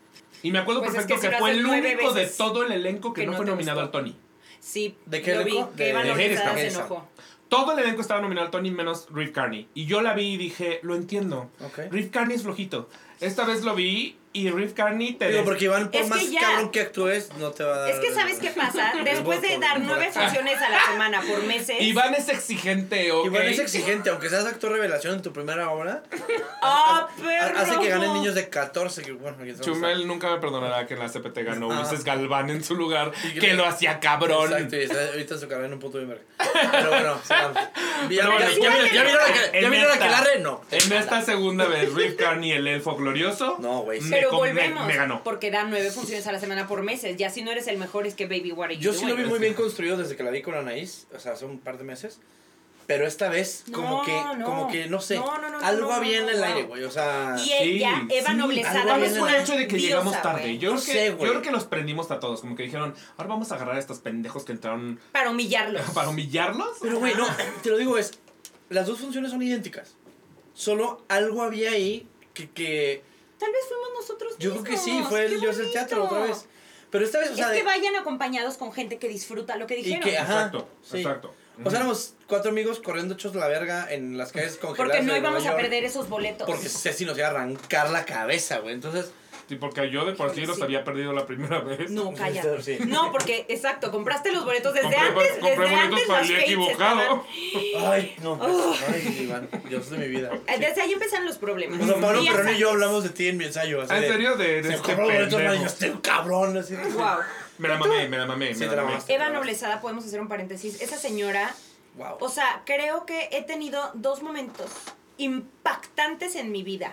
Y me acuerdo Pues es perfecto que que, si lo fue haces el nueve único de veces todo el elenco que, que no, no fue te nominado gustó. al Tony. Sí, ¿De qué lo vi, elenco? que De- Eva de Noblezada se Hadestown. enojó. Todo el elenco estaba nominado al Tony menos Reed Carney. Y yo la vi y dije, lo entiendo. Ok. Reed Carney es flojito. Esta vez lo vi y Reed Carney te... Digo, des- porque Iván, por Es que más ya- cabrón que actúes, no te va a dar... Es que ¿sabes qué pasa? Después de voto, dar el nueve voto. funciones a la semana por meses. Iván es exigente, ¿ok? Iván es exigente, aunque seas actor revelación en tu primera obra, ¡Ah, ha- perro! hace que ganen niños de catorce, que bueno, quién sabe. Chumel nunca me perdonará que en la C P T ganó Ah. Ulises Galván en su lugar, Y que- que lo hacía cabrón. Exacto, y está ahorita en su carrera en un punto de verga. Pero bueno, sigamos. ¿Ya, Pero ya, bueno, ya, sí, ya, vale, ya vieron la que, en ¿ya vieron la esta- que la re? No. En esta segunda vez, Reed Carney, el elfo glorioso, No, güey. sí. me, Pero com- me- volvemos, me ganó. porque dan nueve funciones a la semana por meses. Ya si no eres el mejor, es que baby, what are you Yo sí lo vi doing? muy bien construido desde que la vi con Anaís, o sea, hace un par de meses. Pero esta vez, como No, que, no. como que, no sé, No, no, no, no, algo no, había en no, el wow. aire, güey, o sea... Y ella, Sí, Eva sí, Noblezada, algo ¿Cuál bien es es el una hecho de que diosa, llegamos tarde? güey. Yo, No creo que, sé, yo güey. creo que los prendimos a todos. Como que dijeron, ahora vamos a agarrar a estos pendejos que entraron Para humillarlos. para humillarlos. Pero, güey, no, te lo digo, es... Las dos funciones son idénticas. Solo algo había ahí que... que Tal vez fuimos nosotros yo creo que sí, mismos. fue ¡Qué el Dios del bonito! teatro otra vez. Pero esta vez, o sea... Es de- que vayan acompañados con gente que disfruta lo que y dijeron. que, ajá, Exacto, sí. exacto. O sea, éramos cuatro amigos corriendo hechos de la verga en las calles congeladas Porque no de íbamos Nueva a York, perder esos boletos. Porque Ceci nos iba a arrancar la cabeza, güey. Entonces... Sí, porque yo de por sí Híjole, los sí. había perdido la primera vez. No, cállate. Sí. No, porque, exacto, compraste los boletos desde Compré, antes. compré desde boletos antes para las el día Fates equivocado. Ay, no. Ay, Iván, Dios de mi vida. güey. estaban- Desde ahí empezaron los problemas. O sea, Pablo Días Perrón y yo antes. hablamos de ti en mi ensayo. Así ¿En de, serio? De, de Se este compró los boletos, pendejo. man, yo estoy un cabrón. Así. Wow. Me la mamé, me la mamé, Sí, me te la la mamé. mamaste. Eva Noblezada, podemos hacer un paréntesis. Esa señora, Wow. o sea, creo que he tenido dos momentos impactantes en mi vida.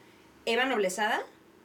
Eva Noblezada,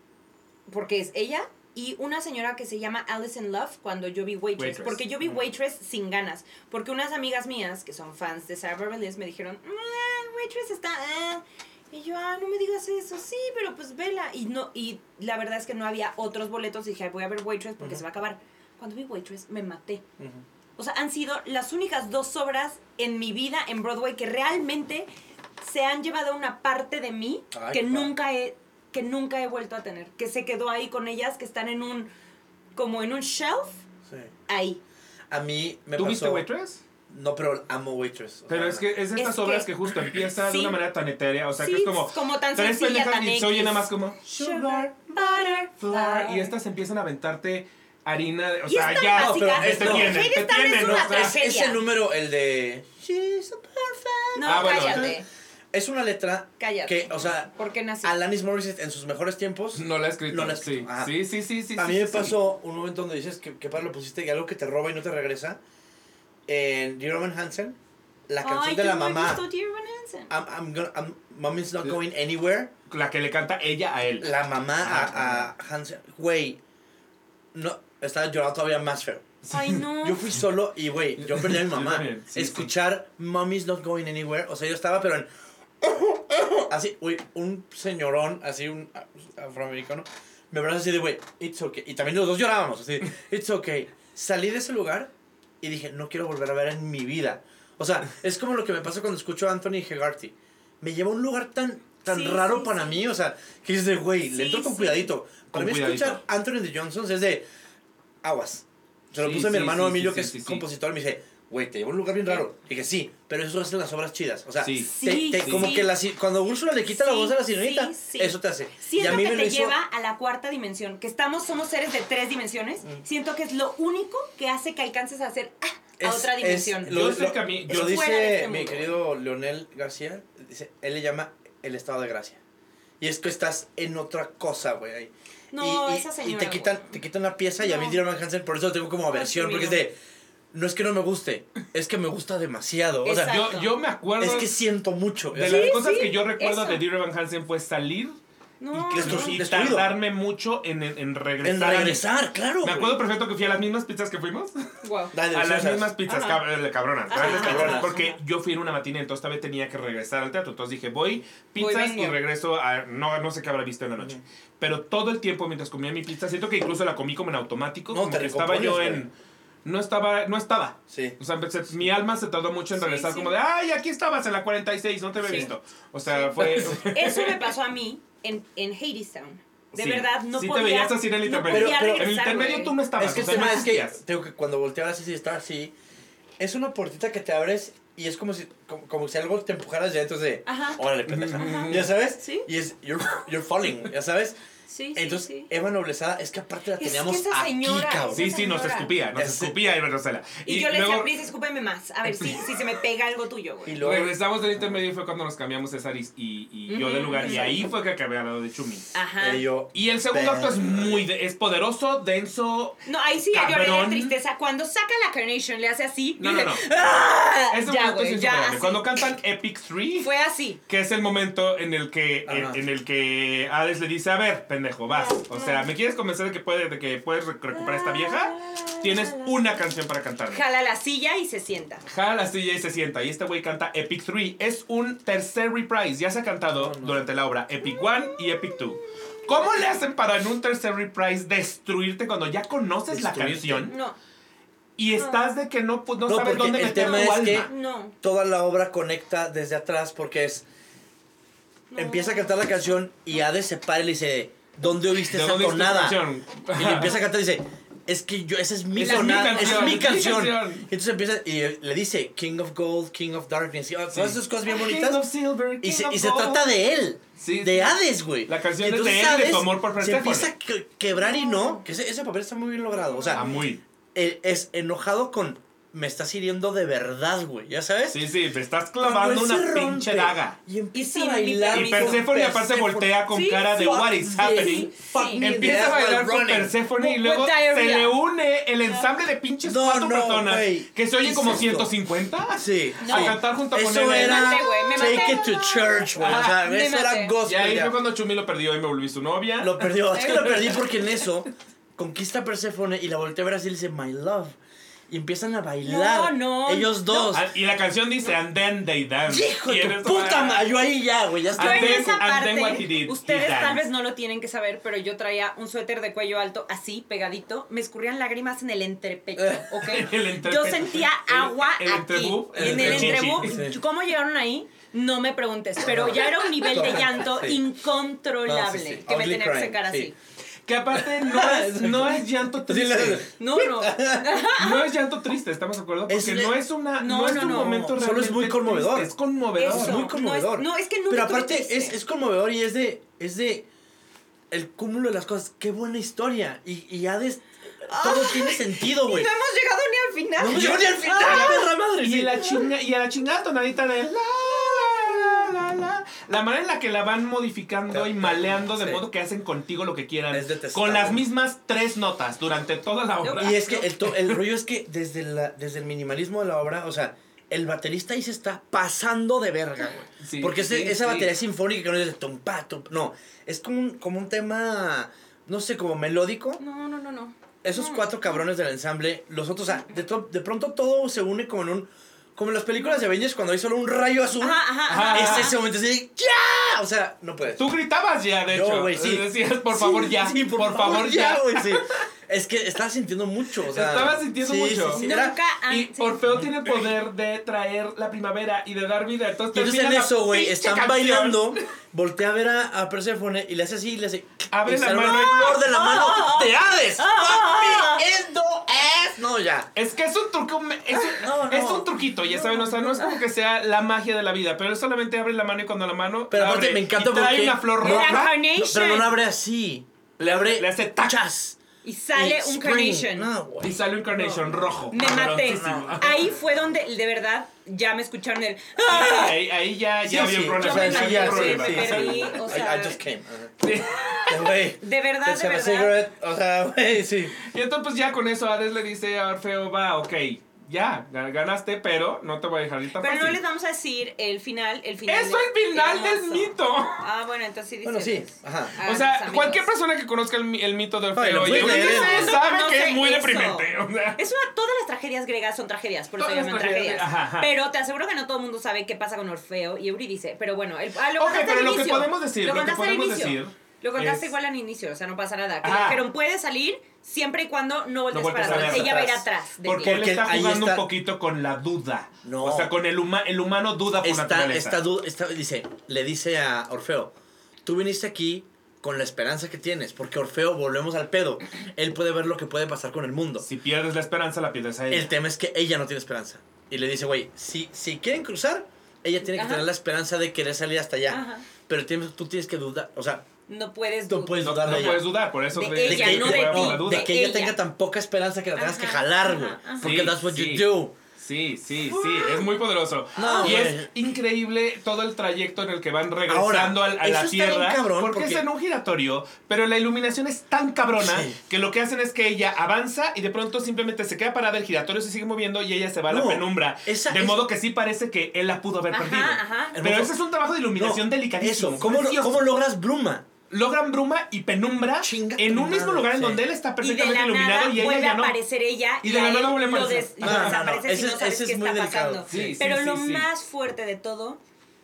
porque es ella, y una señora que se llama Alice in Love cuando yo vi Waitress. Waitress. Porque yo vi Waitress sin ganas. Porque unas amigas mías, que son fans de Sarah Bareilles, me dijeron, "Mm, Waitress está... ah". Y yo, ah, no me digas eso, sí, pero pues vela. Y no y la verdad es que no había otros boletos. Dije, voy a ver Waitress porque uh-huh. se va a acabar. Cuando vi Waitress, me maté. Uh-huh. O sea, han sido las únicas dos obras en mi vida en Broadway que realmente se han llevado una parte de mí Ay, que nunca he que nunca he vuelto a tener. Que se quedó ahí con ellas, que están en un... como en un shelf. Sí. Ahí. A mí me ¿Tú pasó... viste Waitress? No, pero amo Waitress. Pero sea, es que es estas es obras que, que justo empiezan sí, de una manera tan etérea, o sea, sí, que es como, como tan tres sencilla, pendejas tan y se oye X. nada más como Sugar, butter, flour, flour. y estas empiezan a aventarte harina, de, o Y sea, es ya, tan no, pero básica. te No, tienen, Hades te Town es tienen, una o sea, tragedia. ese número, el de She's so perfect. No, Ah, bueno, cállate. Es una letra Cállate. que, o sea, ¿Por qué nací? Alanis Morissette en sus mejores tiempos no la he escrito, no la he sí, escrito. Ajá. sí, sí, sí, sí. A sí, mí me sí, pasó un momento donde dices que, que para lo pusiste y algo que te roba y no te regresa. En Dear Evan Hansen, la canción Ay, de la no he mamá. visto Dear Evan Hansen. I'm, I'm gonna, I'm, Mommy's not going anywhere. La que le canta ella a él. La mamá Ah, a, a Hansen. Güey, no, estaba llorando todavía más feo. Ay, no. Yo fui solo y, güey, yo perdí a mi mamá. Yo también, sí, Escuchar Mommy's not going anywhere. O sea, yo estaba, pero en. Así, güey, un señorón, así, un afroamericano, me abraza así de, güey, it's okay. Y también los dos llorábamos, así, it's okay. Salí de ese lugar y dije, no quiero volver a ver en mi vida. O sea, es como lo que me pasa cuando escucho a Anthony Hegarty. Me lleva a un lugar tan, tan Sí, raro sí, para sí. mí, o sea, que es de, güey, le Sí, entro con sí. cuidadito. Para Con mí cuidadito. escuchar Anthony de Johnsons es de, aguas. Se lo Sí, puse a mi sí, hermano sí, Emilio, sí, que sí, es sí, sí. compositor, y me dice, güey, te llevo a un lugar bien raro. Y dije, sí, pero eso hace las obras chidas. O sea, Sí. te- Sí, te- sí. como que la, si- cuando Úrsula le quita la Sí, voz a la sirenita, sí, sí. eso te hace. Siento y a mí que me te lo hizo- lleva a la cuarta dimensión. Que estamos, somos seres de tres dimensiones. Siento que es lo único que hace que alcances a hacer ah, a es- otra es- dimensión. Yo lo, sé lo- que a mí- lo yo- Fuera de dice este mi mundo. querido Leonel García, dice, él le llama el estado de gracia. Y es que estás en otra cosa, güey. ahí. No, y, y- esa y señora, te quitan, güey. te quitan la pieza y a mí No. Dear Evan Hansen, por eso lo tengo como aversión, sí, porque es mira. de, no es que no me guste, es que me gusta demasiado. O sea, Exacto. Yo, yo me acuerdo es que siento mucho. de o sea, las cosas sí, que yo recuerdo eso. de Dear Evan Hansen fue salir No, y que esto- no. y destruido. tardarme mucho en, en, en regresar. en a mi- regresar, claro. Me güey. acuerdo perfecto que fui a las mismas pizzas que fuimos. Wow. Dale, A las deliciosas. mismas pizzas, Ajá. cab- eh, cabronas. Ajá. grandes cabronas. Cabronas. Porque yo fui en una matina, entonces esta vez tenía que regresar al teatro. Entonces dije, voy, pizzas vengo. y regreso a. No, no sé qué habrá visto en la noche. Pero todo el tiempo mientras comía mi pizza, siento que incluso la comí como en automático. No, como te que estaba yo recompones, en. No estaba, no estaba. Sí. O sea, empecé- mi alma se tardó mucho en Sí, regresar, sí. como de, ay, aquí estabas en la cuarenta y seis, no te había Sí. visto. O sea, fue. Eso me pasó a mí en, en Hadestown. De Sí. verdad, no Sí te podía. veías así en el no intermedio. podía Pero- pero- En el regresar, intermedio güey. tú no estabas. Es que o el sea, tema no es que, existías. tengo que cuando volteabas así, está así, es una puertita que te abres y es como si, como, como si algo te empujaras ya, entonces de, Ajá. órale, pendeja. Ajá. ¿Ya sabes? Sí. Y es, you're, you're falling, ¿ya sabes? Sí, sí, Entonces, sí. Eva Noblezada, es que aparte la Es que teníamos esa aquí, señora, cabrón. Sí, sí, nos señora. escupía, nos Ese- escupía y Rosela. Y, yo le decía, please, escúpeme más. A ver si, si se me pega algo tuyo, Y güey. luego, regresamos del intermedio y fue cuando nos cambiamos César y, y, y yo de Ujú, lugar. Y exacto. ahí fue que acabé al lado de Chumi. Ajá. eh, yo, Y el segundo acto es Verga. muy... de- es poderoso, denso... No, ahí sí ya lloré de Cabrón. tristeza. Cuando saca la Carnation, le hace así. No, y no, dice, no. ¡ah! Ese Ya, momento es güey, ya, insuperable. así. Cuando cantan Epic tres, Fue así. que es el momento en el que en, Ajá. en el que Hades le dice, a ver, pendejo, vas. O sea, ¿me quieres convencer de que, puede, de que puedes rec- recuperar a esta vieja? Tienes una canción para cantarme. Jala la silla y se sienta. Jala la silla y se sienta. Y este güey canta Epic tres. Es un tercer reprise. Ya se ha cantado No, no. durante la obra Epic uno y Epic dos. ¿Cómo le hacen para en un tercer reprise destruirte cuando ya conoces la Destruirte. canción No, y estás de que no, pu- no, No, sabes porque dónde el meter tema tu es alma? que- no. toda la obra conecta desde atrás porque es, no. empieza a cantar la canción y Hades se para y le dice, ¿dónde oíste ¿De esa dónde es tu tonada? canción? Y le empieza a cantar y dice, es que yo, esa es mi Esa es mi tonada, canción, esa es mi es mi canción. canción. Y entonces empieza y le dice, King of Gold, King of Darkness, y todas Sí. esas cosas bien King bonitas. of Silver, Y King se, of y se Gold. trata de él, Sí, de sí. Hades, güey. La canción Y es de entonces él, de Hades su amor por se Perséfone. empieza a que- quebrar y no, que ese, ese papel está muy bien logrado. O sea, Ah, muy. él es enojado con, me estás hiriendo de verdad, güey, ¿ya sabes? Sí, sí, te estás Cuando clavando él se una rompe pinche daga. Y empieza Y sin a bailar. mi Y con Perséfone aparte Perséfone. voltea con Sí, cara de Fuck what is this, happening. fuck Sí. me, Empieza a that's bailar why con running. Perséfone y With luego se diarrhea. le une el ensamble de pinches No, cuatro no, personas güey. que se oyen ¿Qué como es esto? ciento cincuenta Sí. No. a cantar junto con Eso él. era Me maté, güey, me Take maté. It to Church, güey. O sea, Me eso era maté. Y gospel. ahí ya. fue cuando Chumi lo perdió y me volví su novia. Lo perdió. Es que lo perdí porque en eso conquista a Perséfone y la voltea a ver así y le dice, my love. y empiezan a bailar. No, no, ellos dos. Ah, y la canción dice, and then they dance. ¡Hijo Y de eres- tu puta madre! Yo ahí ya, güey, ya Yo está. And en then- esa and then what he parte, did, he ustedes tal danced. vez no lo tienen que saber, pero yo traía un suéter de cuello alto, así, pegadito. Me escurrían lágrimas en el entrepecho, ¿ok? El entrepecho. Yo sentía El- agua el aquí. entrebú, el en el entrechichi. entrebú. Sí. ¿Cómo llegaron ahí? No me preguntes, pero ya era un nivel de llanto Sí. incontrolable No, sí, sí. que me Ugly tenía que crying, secar así. sí. Que aparte no es, no es llanto triste. No, no. No es llanto triste, ¿estamos de acuerdo? Porque Es- no es una No, no, es no, un no. momento Solo es realmente muy conmovedor. triste, es conmovedor. Eso. Es muy conmovedor. No es- no, es que nunca Pero tuve aparte triste. es, es conmovedor y es de, es de el cúmulo de las cosas. Qué buena historia. Y, y ya des, todo tiene sentido, güey. No hemos llegado ni al final. No hemos llegado ni al final, Ah. perra madre. Y sí. la chinga, y a la chingada tonadita de la, la, la, la. La manera en la que la van modificando y maleando de Sí. modo que hacen contigo lo que quieran. Es detestable. Con las mismas tres notas durante toda la obra. Y es que el, to- el rollo es que desde, la, desde el minimalismo de la obra, o sea, el baterista ahí se está pasando de verga, güey. Sí, Porque ese- sí, esa sí. batería sinfónica que no es de tum, pa, tum, no. Es como un, como un tema, no sé, como melódico. No, no, no, no. Esos No. cuatro cabrones del ensamble, los otros, o sea, de, to- de pronto todo se une como en un... Como en las películas de Avengers cuando hay solo un rayo azul. Ajá, ajá, Ajá. ajá. Es ese momento así, de, ¡ya! O sea, no puedes. Tú gritabas ya, de Yo, hecho. güey, sí. Decías, por Sí, favor, ya. sí, por, favor, ya. güey, sí. Es que estaba sintiendo mucho, o sea. Estaba sintiendo sí, mucho. Sí, sí, era- Nunca Y antes. Orfeo tiene el poder de traer la primavera y de dar vida. Entonces, Y entonces termina en la eso, güey, pinche están canción. bailando, voltea a ver a, a Perséfone y le hace así y le hace... Abre y la sale mano un y- flor de la mano de Hades. Ah. Papi, esto es... No, ya. Es que es un truco, es un, No, no. es un truquito, ya saben, o sea, no es como que sea la magia de la vida, pero él solamente abre la mano y cuando la mano Pero la aparte abre me encanta y trae porque... una flor no, Era roja. carnation. no, pero no la abre así. Le abre... Le hace tac. chas. Y sale Y un spring. carnation. No, güey. Y sale un carnation rojo. Me maté. cabroncísimo. Ahí fue donde, de verdad, ya me escucharon el... Ahí, ahí ya, ya Sí, había un sí, problema. o sea, Yo me sí, ya ya, había un maté, problema. me sí, perdí, sí. o I- sea- I just came. Sí. Güey. De verdad, Let's de have a verdad. cigarette. O sea, güey, sí. Y entonces pues ya con eso Hades le dice a Orfeo, va, ok, ya, ganaste, pero no te voy a dejar ir tan Pero no fácil. les vamos a decir el final, el final. ¡Eso es el final del hermoso. mito! Ah, bueno, entonces sí Bueno, sí. dices. Ajá. Ah, O sea, mis amigos. cualquier persona que conozca el, mi- el mito de Ay, Orfeo lo y puedes leer. Eurídice No sabe conoce que es muy eso. deprimente. O sea, Es una, todas las tragedias griegas son tragedias, por eso Todas llaman las tragedias, tragedias. ajá, ajá. Pero te aseguro que no todo el mundo sabe qué pasa con Orfeo y Eurídice. Pero bueno, el, ah, lo Ok, contaste pero al lo que inicio. podemos decir, lo que contaste al podemos inicio. decir Lo contaste es- igual al inicio, o sea, no pasa nada. Que le Ajá. dijeron, puede salir siempre y cuando no voltees voltees para a atrás. ver Ella va a ir atrás. atrás de porque ti. él Porque está ahí jugando está- un poquito con la duda. No. O sea, con el, huma- el humano duda por Está, naturaleza. está, du- está- dice, le dice a Orfeo, tú viniste aquí con la esperanza que tienes, porque Orfeo, volvemos al pedo, él puede ver lo que puede pasar con el mundo. Si pierdes la esperanza, la pierdes a ella. El tema es que ella no tiene esperanza. Y le dice, güey, si, si quieren cruzar, ella tiene que Ajá. tener la esperanza de querer salir hasta allá. Ajá. Pero tienes- tú tienes que dudar, o sea, No puedes tú dudar. puedes No, dudar no de ella. puedes dudar, por eso De te- ella, te no juega de con ti. la duda. de que ella, ella. tenga tan poca esperanza que la tengas que Ajá, jalar, güey. ajá, ajá. Porque Sí, that's what sí. you do. Sí, sí, sí, es muy poderoso. No, y güey. es increíble todo el trayecto en el que van regresando Ahora, al- a, la eso está bien Tierra. cabrón, porque, porque- es en un giratorio, pero la iluminación es tan cabrona Sí. que lo que hacen es que ella avanza y de pronto simplemente se queda parada, el giratorio se sigue moviendo y ella se va a la No, penumbra. esa de es- modo que sí parece que él la pudo haber Ajá, perdido. ajá. Pero Hermoso. ese es un trabajo de iluminación No, delicadísimo. Eso, ¿cómo, lo- precioso. ¿cómo logras bruma? Logran bruma y penumbra Chinga en tu un mismo madre, lugar en sí. donde él está Y de perfectamente la iluminado nada y ella vuelve ya a no. aparecer ella Y de la a nada él vuelve a lo aparecer. des- No, lo no, no, desapareces y ese- no sabes ese es qué muy está delicado. pasando. Sí, sí, Pero sí, lo sí. más fuerte de todo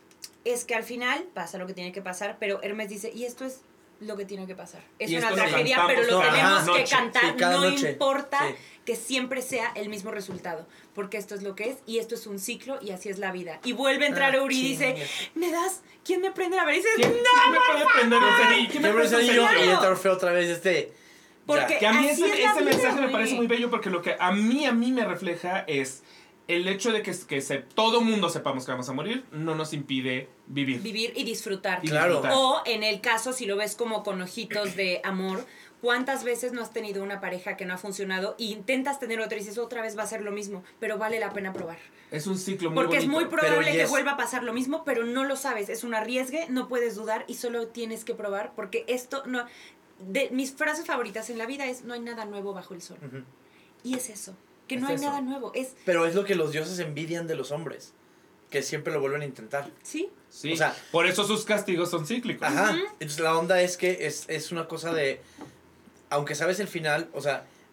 es que al final pasa lo que tiene que pasar, pero Hermes dice, y esto es lo que tiene que pasar. Es Y una esto lo tragedia, cantamos pero lo cada tenemos noche. que cantar. Sí, cada no noche. importa Sí. que siempre sea el mismo resultado, porque esto es lo que es y esto es un ciclo y así es la vida. Y vuelve a entrar Ah, Euri y dice, chinga. ¿me das? ¿Quién me prende la vela? Y dice, ¿Quién, no, quién me puede prender un cerillo? ¿Quién me Yo me prende un salí yo cerillo? y entra Orfeo otra vez, este... Porque- ya. Que a mí Así ese, es la ese vida, mensaje me güey. parece muy bello porque lo que a mí a mí me refleja es el hecho de que, que se, todo mundo sepamos que vamos a morir no nos impide vivir. vivir y disfrutar. Y Claro. disfrutar. O en el caso, si lo ves como con ojitos de amor, ¿cuántas veces no has tenido una pareja que no ha funcionado e intentas tener otra y dices otra vez va a ser lo mismo, pero vale la pena probar? Es un ciclo muy Porque es bonito. muy probable Pero que yes. vuelva a pasar lo mismo, pero no lo sabes. Es un arriesgue, no puedes dudar y solo tienes que probar porque esto no... De, mis frases favoritas en la vida es no hay nada nuevo bajo el sol. Ujú. Y es eso, que Es no hay eso. nada nuevo. Es, Pero es lo que los dioses envidian de los hombres, que siempre lo vuelven a intentar. ¿sí? Sí, o sea- por eso sus castigos son cíclicos. Ajá. Entonces la onda es que es, es una cosa de... Aunque sabes el final, o sea,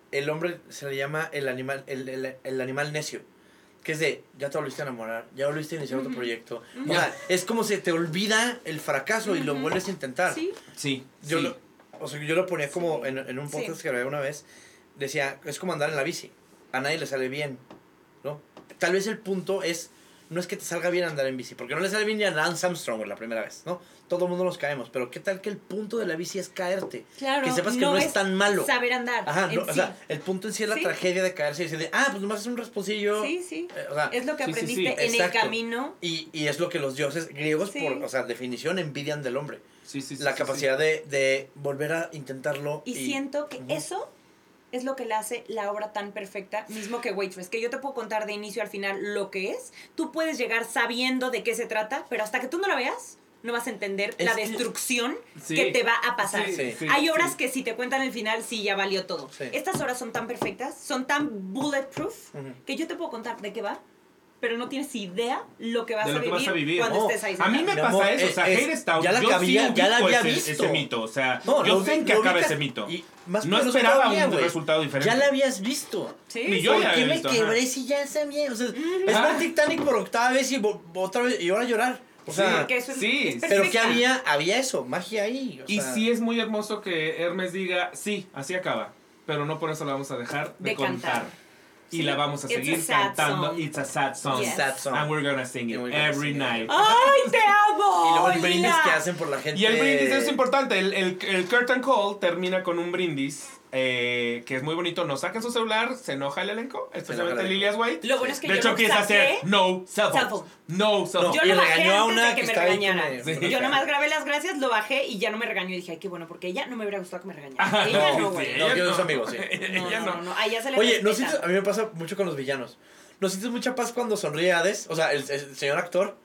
el hombre se le llama el animal, el, el, el animal necio. Que es de, ya te volviste a enamorar, ya volviste a iniciar Uh-huh. otro proyecto. Uh-huh. O sea, es como se te olvida el fracaso Uh-huh. y lo vuelves a intentar. Sí. Sí, Yo, sí. Lo, o sea, yo lo ponía como Sí. en, en un podcast Sí. que grabé una vez. Decía, es como andar en la bici. A nadie le sale bien, ¿no? Tal vez el punto es, no es que te salga bien andar en bici, porque no le sale bien ni a Lance Armstrong la primera vez, ¿no? Todo el mundo nos caemos, pero ¿qué tal que el punto de la bici es caerte? Claro. Que sepas que no, es tan malo. Saber andar. Ajá, en no, o sí. sea, el punto en sí es la Sí. tragedia de caerse y decir, de, ah, pues nomás es un rasponcillo. Sí, sí. Eh, o sea, Es lo que sí, sí, aprendiste sí. en Exacto. el camino. y, y es lo que los dioses griegos, Sí. por, o sea, definición, envidian del hombre. Sí, sí, sí, la sí, capacidad De, de volver a intentarlo. Y, siento que Ujú. eso es lo que le hace la obra tan perfecta, mismo que Waitress, que yo te puedo contar de inicio al final lo que es. Tú puedes llegar sabiendo de qué se trata, pero hasta que tú no la veas, no vas a entender Es la que- destrucción Sí. que te va a pasar. Sí, Sí. sí, Hay obras sí. que si te cuentan el final, sí, ya valió todo. Sí. Estas obras son tan perfectas, son tan bulletproof, Ujú. que yo te puedo contar de qué va, pero no tienes idea lo que vas, De lo a, que vivir vas a vivir. cuando No, estés ahí. A mí me Mi pasa amor, eso, o sea, es- Hate Town, ya la yo había- sí ya la ubico había ese, visto. ese mito, o sea, No, yo lo sé vi- en qué lo acaba ubicas- ese mito. y más No o menos esperaba todavía, un güey. resultado diferente. Ya la habías visto. Sí, Ni yo ¿Por ya qué había me visto, ajá. quebré si ya sabía? O sea, es Ajá. ver Titanic por octava vez y vo- otra vez y ahora llorar. O sea, Porque eso es, sí, es pero ¿qué perfecta. había? Había eso, magia ahí. O Y sea, sí es muy hermoso que Hermes diga, sí, así acaba, pero no por eso la vamos a dejar de, De contar. cantar. Y Sí. la vamos a It's seguir a sad cantando. song. It's a sad song. Yes. sad song. And we're gonna sing it And we're gonna every sing it. night. ¡Ay, te amo! Y luego el brindis Lila! que hacen por la gente. Y el brindis es importante. El, el, el curtain call termina con un brindis eh, que es muy bonito. No saquen su celular, se enoja el elenco, especialmente el Lilias White. Lo bueno es que de yo hecho, lo empieza a saqué. hacer no cell Cell phone. phone. No cell No, phone. Yo y lo bajé regañó a antes una de que, que me está ahí regañara. que me- Sí. Yo nomás grabé las gracias, lo bajé y ya no me regañó. Y dije, ay, qué bueno, porque ella no me hubiera gustado que me regañara. Ajá, Ella no, no, sí, güey. No, ella que no. sus amigos, sí. No, Ella no, no. no, a ella se le Oye, ¿no respeta. sientes? A mí me pasa mucho con los villanos. ¿No sientes mucha paz cuando sonríe Hades? O sea, el, el señor actor.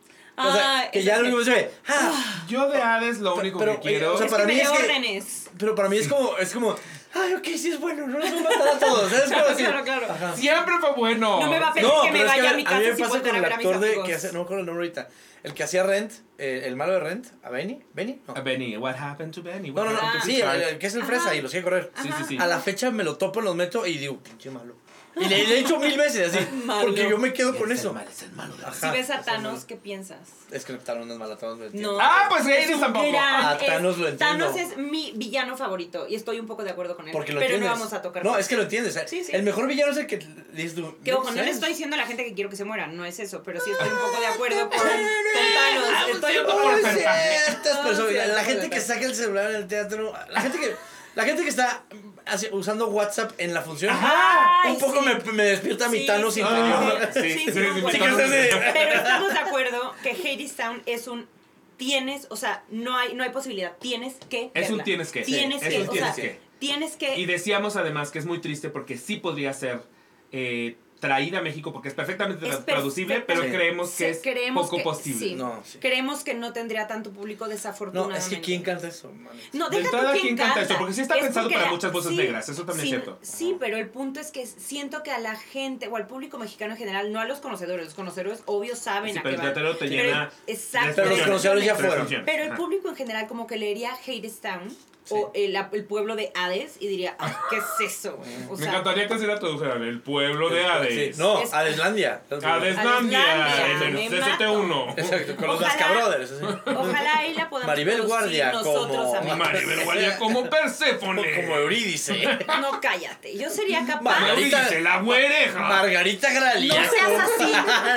O sea, Ah, que es ya lo que- único que se ve. ¡Ah! Yo de Hades lo único pero, que quiero. o sea, Es para que mí me es dio que- órdenes. Pero para mí es como, es como, ay, ok, sí es bueno, no les voy a matar a todos. ¿Sabes? Como Claro, así. claro, claro. Ajá. Siempre fue bueno. No me va a pedir No, que me pero es que vaya a, a mi a casa mí me sin pasa volver con a el ver a mis actor de, amigos. que hace, no me acuerdo el nombre ahorita, el que hacía Rent, eh, el malo de Rent, a Benny, ¿Benny? No, A Benny, what happened to Benny? no, What no, no, happened to sí, Pixar? el, el que es el fresa Ajá. y lo sigue correr. Sí, sí, sí. A la fecha me lo topo en los metros y digo, pinche malo. Y le, le he dicho mil veces así, Malo. porque yo me quedo Es con el eso. mal, es el malo de la- Ajá, Si ves a es el malo. Thanos, ¿qué piensas? Es que Thanos no es malo, Thanos lo entiende. No. Ah, pues Es Hades un tampoco. gran- A es- Thanos lo entiendo. Thanos es mi villano favorito y estoy un poco de acuerdo con él. Porque lo pero entiendes. no vamos a tocar. No, es que lo entiendes. ¿eh? Sí, sí. El mejor villano es el que dices tú. Que ojo, no le sé. estoy diciendo a la gente que quiero que se muera, no es eso, pero sí estoy un poco de acuerdo con, con Thanos. Estoy un poco No, de es acuerdo. ciertas No, personas. sí, La, la no, gente no, que no. saca el celular en el teatro. La gente que, la gente que está hace- usando WhatsApp en la función. Ay, un poco sí. me, me despierta mi Sí, Thanos sí, interior. sí, Sí, sí, sí, sí, sí, bueno. Sí, que es así. Pero estamos de acuerdo que Hadestown es un tienes, o sea, no hay no hay posibilidad, tienes que Es un verla. tienes que. Tienes Sí, que, es un o tienes sea, que. tienes que Y decíamos además que es muy triste porque sí podría ser eh, traída a México porque es perfectamente Es tra- traducible, pero Sí. creemos Sí, que es creemos poco que- posible. sí. No, sí. creemos que no tendría tanto público No, desafortunadamente. es que ¿quién canta eso, man? No, De deja tú entrada, quién ¿quién canta canta. esto? Porque sí está Es pensado porque para la- muchas voces sí, negras, eso también sí, es cierto. Sí, pero el punto es que siento que a la gente o al público mexicano en general, no a los conocedores, los conocedores obvio saben Sí, a pero qué el va. teatro te Pero- llena exacto. Pero los de conocedores ya funciones. fueron. funciones. Pero el Ajá. público en general como que leería Hadestown Sí. o el, el pueblo de Hades y diría, ay, ¿qué es eso? güey? O Me sea, encantaría que se la tradujeran el pueblo de Hades. Sí. No, Es- Adeslandia. Adeslandia, en el me C C T uno. Exacto, con los Ojalá- Nazca Brothers. así. ojalá ahí la podamos Maribel traducir Guardia nosotros como- a México. Maribel Guardia como Perséfone. Como Eurídice. No, cállate. Yo sería capaz. Margarita- Dice la güereja. Margarita Gralia. No seas así.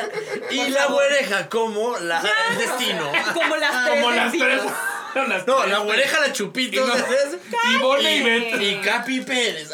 Y Por la favor. güereja como la, el destino. Como las tres. Como las tres. vecinos. las No, tres. la güereja, la chupito. Y no- ¿sabes? Ivonne y y, Ivette. y Capi Pérez.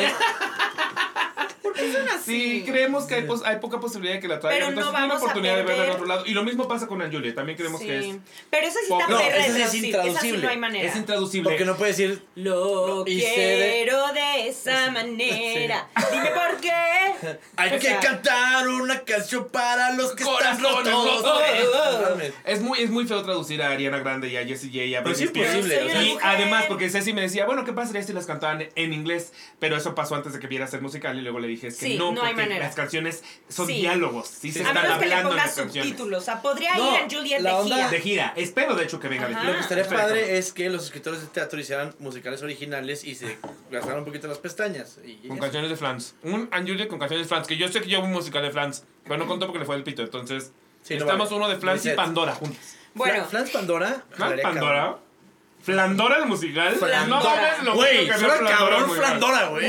¿Por qué son así? Sí, creemos que hay, pos- hay poca posibilidad de que la traigan. Pero no Entonces tienen la vamos a oportunidad de verla en perder- otro lado. Y lo mismo pasa con Anjulia. También creemos Sí. que es, Pero esa sí está No, perra de esa sí es traducir. Esa sí intraducible. no hay manera. es intraducible. Porque no puede decir. Lo Y se de- quiero de esa manera. Dime por qué. Hay O que sea, cantar una canción para los que están Corazones rotos. rotos. No mames. Es muy, es muy feo traducir a Ariana Grande y a Jessie J y a Pero Britney es Spears. imposible, Soy o una sea. Y mujer. además, porque Ceci me decía, bueno, ¿qué pasaría si las cantaban en inglés? Pero eso pasó antes de que viera hacer musical y luego le dije, es que Sí, no, no hay porque manera. las canciones son Sí. diálogos, sí, se A están menos que le hablando en pongas las canciones. subtítulos. O sea, podría No, ir a Juliet la de onda- gira. De gira, espero de hecho que venga de Ajá. gira. Lo que estaría Espero padre es que los escritores de teatro hicieran musicales originales y se gastaran un poquito las pestañas. Y Con eso. canciones de Flans. Un Anne Juliet con canciones de Flans. Que yo sé que llevo un musical de Flans. Pero no contó porque le fue el pito. Entonces, Sí, no estamos vale. uno de Flans y Reset. Pandora juntos. Bueno, Fla- Flans Pandora. ¿Flans jalaría Pandora? cabrón. ¿Flandora el musical? Flandora. No mames lo Güey, mucho que suena veo Flandora cabrón el musical. Flandora, güey.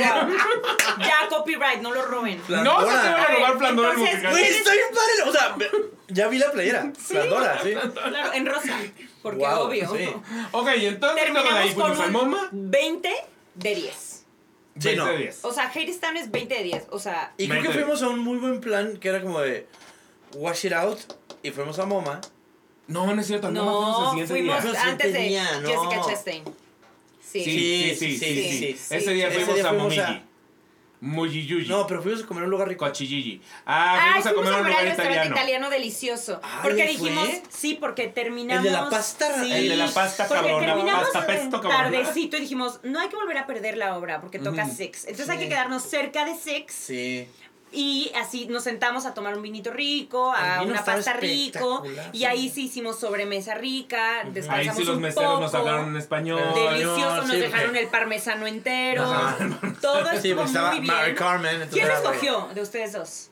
ya copyright, no lo roben. No se te van a Flandora. robar Flandora el Entonces, musical. Güey, está bien padre. O sea, me- ya vi la playera. Flandora, sí. Claro, en rosa. Porque Wow, obvio. sí. Ok, entonces luego de ahí Terminamos con fuimos al un MoMA. veinte de diez. Sí, veinte no. de diez. O sea, Hadestown es veinte de diez. O sea, Y creo que veinte. fuimos a un muy buen plan que era como de Wash It Out. Y fuimos a MoMA. No, no es cierto. No, no, fuimos el siguiente fuimos día. El antes de siguiente día, no. Jessica Chastain. Sí. Sí, sí, sí, sí, sí, sí, sí. Ese día Ese fuimos día a fuimos Momiji. a- Mojiyuyi. No, pero fuimos a comer a un lugar rico. Cochilligi. Ah, Ah, fuimos a fuimos comer a a un comer lugar al restaurante italiano. italiano delicioso. Ah, Porque ¿ya dijimos, fue? sí, porque terminamos. El de la pasta, sí, el de la pasta porque cabrona, terminamos pasta pesto cabrona. tardecito y dijimos, no hay que volver a perder la obra porque toca Ujú. Six. Entonces Sí. hay que quedarnos cerca de Six Sí. y así nos sentamos a tomar un vinito rico, El a vino una estaba pasta rico espectacular, y sí. ahí sí hicimos sobremesa rica, Ahí descansamos sí los un meseros poco. nos hablaron en español. Delicioso, nos Sí, dejaron porque- el parmesano entero. Ajá. Todo Sí, estuvo porque estaba muy bien. Mary Carmen. entonces ¿Quién era, güey. escogió de ustedes dos?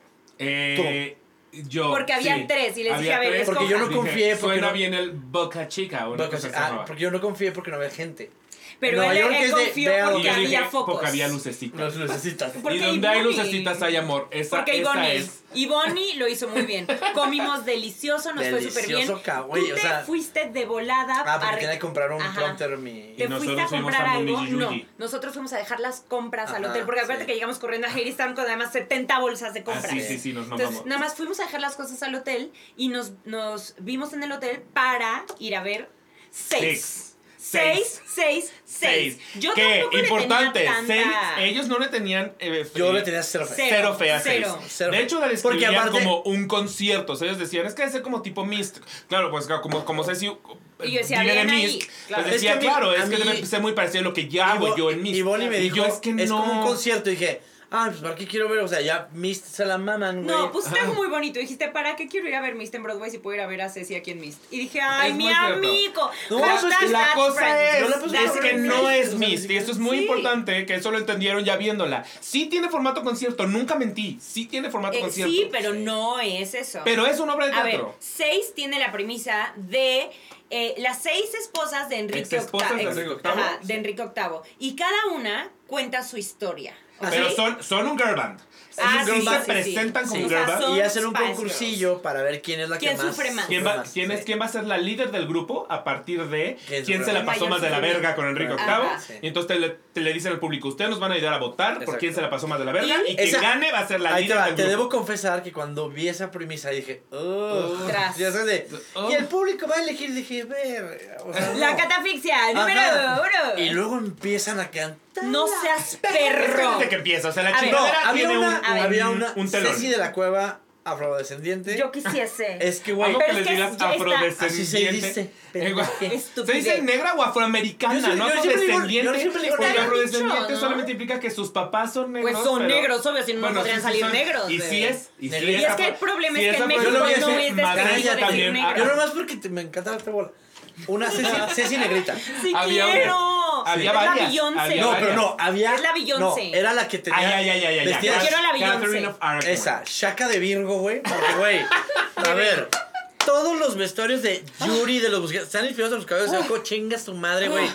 Eh, yo. Porque habían sí. tres y les dije, Había a ver, tres. Porque yo no Dije, confié, porque Suena no- bien el Boca Chica. Una Porque, cosa se ah, llamaba. porque yo no confié porque no había gente. Pero Nueva él, York él es de confió Bell- Y porque yo había dije, focos. porque había lucecitas. Los necesitas. Porque Y donde hay Ivonne- lucecitas hay amor. Esa, Porque esa Ivonne, es. Ivonne lo hizo muy bien. Comimos delicioso, nos fue súper bien. Delicioso, ca- güey, Tú o te sea- fuiste de volada. Ah, porque a re- tenía que comprar un Ajá. prompter mi... Te Y nosotros fuiste a fuimos comprar a algo. Momiji No, Yuji. nosotros fuimos a dejar las compras al Ajá, hotel. Porque acuérdate sí. que llegamos corriendo a Hadestown con además setenta bolsas de compras. Ah, sí, sí, sí, nos Entonces, mamamos. nada más fuimos a dejar las cosas al hotel y nos, nos vimos en el hotel para ir a ver seis. Six. Seis, seis, seis. Yo que tampoco le importante, tenía tanta- seis, ellos no le tenían eh, Yo eh, le tenía cero fe. Cero. cero fe a Cero. seis. Cero De fe. hecho, la Porque describían aparte- como un concierto. O sea, ellos decían, es que debe ser como tipo Mist. Claro, pues como, como Ceci uh, Y yo decía, vive de bien ahí. Mist. Claro. Pues Es decía, que a mí- claro, a es que mí- debe ser muy parecido a lo que ya hago Ivo- yo en Mist. Y Bonnie me Y dijo, yo, es que es no. como un concierto. Y dije, ah, pues ¿para qué quiero ver? O sea, ya Mist se la maman, güey. No, pues está Ajá. muy bonito. Dijiste, ¿para qué quiero ir a ver Mist en Broadway si puedo ir a ver a Ceci aquí en Mist? Y dije, ay, Es mi muy cierto. amigo. No, Hashtag pues, La that's cosa friends. es, Yo la puse es por que el no Face, es o sea, Mist. Y esto es muy Sí. importante, que eso lo entendieron ya viéndola. Sí tiene formato concierto, nunca mentí. Sí tiene formato Eh, concierto. sí, pero no es eso. Pero es una obra de A ver, teatro. seis tiene la premisa de eh, las seis esposas de Enrique Exesposas de octavo. Enrique octavo. Ajá, de Enrique octavo. Y cada una cuenta su historia. ¿ok? Pero son, son un girl band. Ah, sí, sí, se sí, sí. presentan como Sí. un O sea, girl band. son Y hacen un Spice concursillo para ver quién es la ¿Quién que más... sufre más? ¿Quién, sufre va, más, quién, es, sí. ¿Quién va a ser la líder del grupo a partir de ¿Quién quién sufre se la más? pasó más de la Mayor verga con Enrique Ajá. octavo? Sí. Y entonces te le, te le dicen al público, ustedes nos van a ayudar a votar por Exacto. quién se la pasó más de la verga Y y, quien esa- gane va a ser la Ahí te líder va, del te grupo. debo confesar que cuando vi esa premisa dije, oh, Tras. ya sabes de, Oh. y el público va a elegir, dije, ver, o sea, La no. catafixia, número Ajá. uno. Y luego empiezan a cantar. No seas Es perro. desde que empieza, o sea, la A ver, No, chingadera había tiene una, un, a ver, había una un telón. Ceci de la Cueva afrodescendiente. Yo quisiese. Es que, güey, Amo Pero que es les que digas ya está. así se afrodescendiente. dice. Eh, güey, pendeje. ¿Se Estupidez. dice negra o afroamericana? Yo sí- no yo siempre digo- afrodescendiente. yo siempre digo Porque negra. afrodescendiente Dicho, ¿no? solamente implica que sus papás son negros. Pues son pero- negros, obvio, si no, no Bueno, podrían sí, sí salir son. negros. Y güey. sí es. Y, sí Y Y es, es que el afro- problema sí es que en afro- México Yo lo voy a no decir, es descabellado Magaña decir también. negro. Yo nomás porque te- me encanta darte bola. Una Ceci, Ceci negrita. ¡Sí Había una- quiero! había es varias, la Beyoncé. había No, varias. pero no, había. Es la Beyoncé. No, era la que tenía. Ay, ay, ay, ay, ay, vestida- Yo quiero a la Beyoncé. Catherine of Aragon. Esa, Shaka de Virgo, güey. Porque, güey, a ver, todos los vestuarios de Yuri, de los musicales, están inspirados en los cabellos de Ojo, chingas tu madre, güey.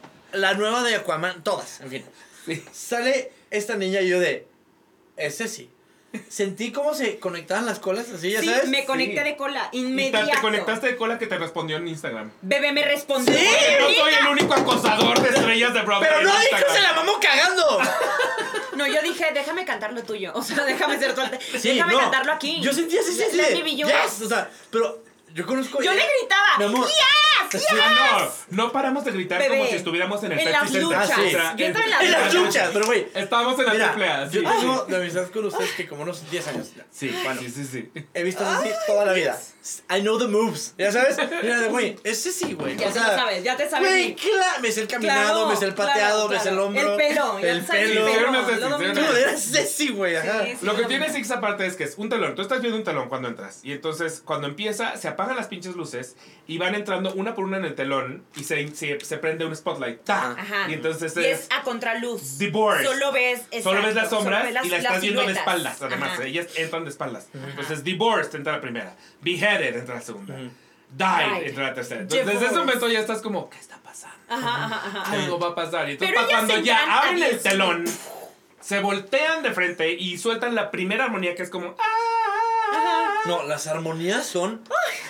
La nueva de Aquaman, todas, en fin. Sí. Sale esta niña y yo de, es Ceci. Sentí cómo se conectaban las colas, así, ya Sí, sabes. me conecté Sí. de cola, Y inmediato. te, te conectaste de cola que te respondió en Instagram. Bebé me respondió. Sí. Yo soy el único acosador de estrellas de Broadway. Pero en no dijo, Instagram. se la mamó cagando. No, yo dije, déjame cantar lo tuyo. O sea, déjame ser tu alter- Sí, Déjame no. cantarlo aquí. Yo sentí así, sí, sí. La- la de, mi Beyoncé. yes, o sea, pero yo conozco. Yo le gritaba. Mi amor. ¡Yes! Sí. Ah, no, no paramos de gritar Bebé. como si estuviéramos en el En Pepsi las Center. luchas. Ah, sí. Yo estaba en las En las luchas. luchas, pero güey. Estábamos en la Mira, triple A. Sí, yo tengo de amistad con ustedes que como unos diez años. ya. sí, Bueno. sí, sí, sí. He visto a Ceci toda la vida. I know the moves. ¿Ya sabes? Mira, de, güey, es Ceci, güey. Ya o te sea, lo sabes, ya te sabes. Güey, Nick. claro. Me sé el caminado, Claro, me sé el pateado, claro, me sé el claro. hombro. El pelo, ya El te sabes pelo. el Sí, pelo. no sé si- lo sí, dominas. no No, era Ceci, güey. güey, ajá. Sí, sí, Lo que no, tiene no. Six aparte es que es un telón. Tú estás viendo un telón cuando entras. Y entonces, cuando empieza, se apagan las pinches luces y van entrando una por una en el telón y se, se, se prende un spotlight. ¡Ta! Ajá. Y entonces Y es, es a contraluz. divorce. Solo ves, Solo ves exacto, las sombras solo ves las- y la las estás viendo de siluetas. espaldas, además. Ajá. Ellas entran de espaldas. Entonces, divorced entra la primera. Beheaded entra la segunda. Ujú. Died Died. entra la tercera. Entonces, desde ese Divorced. momento ya estás como, ¿qué está pasando? Ajá, ajá, ajá. Algo va a pasar. Y entonces, Pero pa- ellas cuando ya entran a abren el diez. telón, se voltean de frente y sueltan la primera armonía que es como. ¡Ah! No, las armonías son...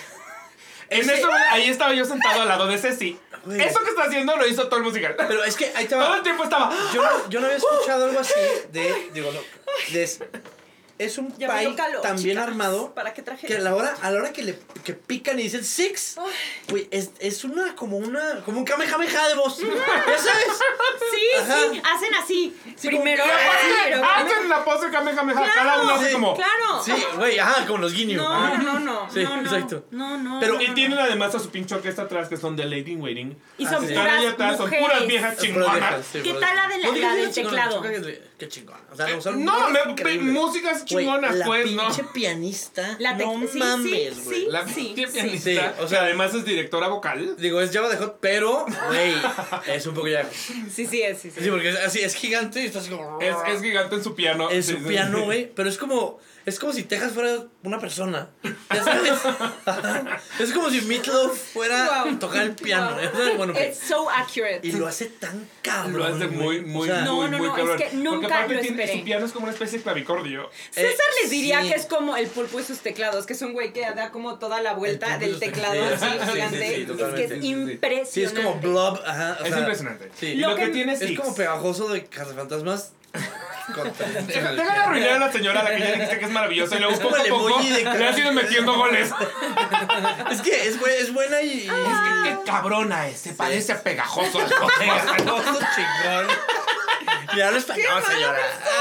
En eso, ahí estaba yo sentado al lado de Ceci. Güey. Eso que está haciendo lo hizo todo el musical. Pero es que ahí te Todo va. el tiempo estaba. Yo no, yo no había escuchado algo así de... Digo, no. de- es un Ya me dio pie calor, tan bien chicas. armado ¿Para qué traje? que a la hora, a la hora que le que pican y dicen six, güey, es, es una como una como un kamehameha de voz. ¿Ya sabes? Sí, Ajá. sí, hacen así. Sí, Primero, como que- primero. Hacen la pose Kamehameha. Cada uno hace Sí, como. Claro. Sí, güey, ajá, como los guiños. No, no, no. Sí, no, no. exacto. No, no. Pero- no, Y no. tienen además a su pinche orquesta atrás que son The Lady in Waiting. Y Ah, son sí. Están ahí puras atrás, son mujeres. puras viejas chingonas. ¿Qué tal la de la- la del teclado? Qué chingón. O sea, o sea, No, me, increíble. músicas Güey, chingonas, la pues, ¿no? pinche pianista. La tec- no sí, mames, sí, güey. sí. La pinche sí. pianista. Sí, o o sea, sea- además es directora vocal. Digo, es Java de Hot, pero, güey, es un poco ya. Sí, sí, es, sí, sí. Sí, porque es así, es gigante y está así como. Es, es gigante en su piano. En Sí, su sí, piano, sí. güey. Pero es como. Es como si Texas fuera una persona. ¿Ya sabes? Es como si Meatloaf fuera Wow. a tocar el piano. Wow. ¿ya sabes? Bueno, que- It's so accurate. y lo hace tan cabrón. Lo hace muy, güey. muy, O sea, No, muy, no, muy no, cabrón. es que nunca Porque aparte lo tiene- esperé. su piano es como una especie de clavicordio. César Eh, les diría sí. que es como el pulpo y sus teclados, que es un güey que da como toda la vuelta El pulpo y del sus teclado teclados. así Sí, sí, gigante. sí, es que totalmente. es Sí, sí, sí. impresionante. Sí, es como Blob. Ajá, o Es sea, impresionante. Sí. Y lo, Lo que, que- tiene Es Six. como pegajoso de Cazafantasmas. Contra- Deja, deja de arruinar a la señora a la que ya dijiste que es maravillosa y luego Es como poco a el poco emoji de le has ido metiendo goles. Es que es, bue- es buena y. Es que qué cabrona es, se parece a pegajoso al colega. Pegajoso chingón. Y habla español, señora.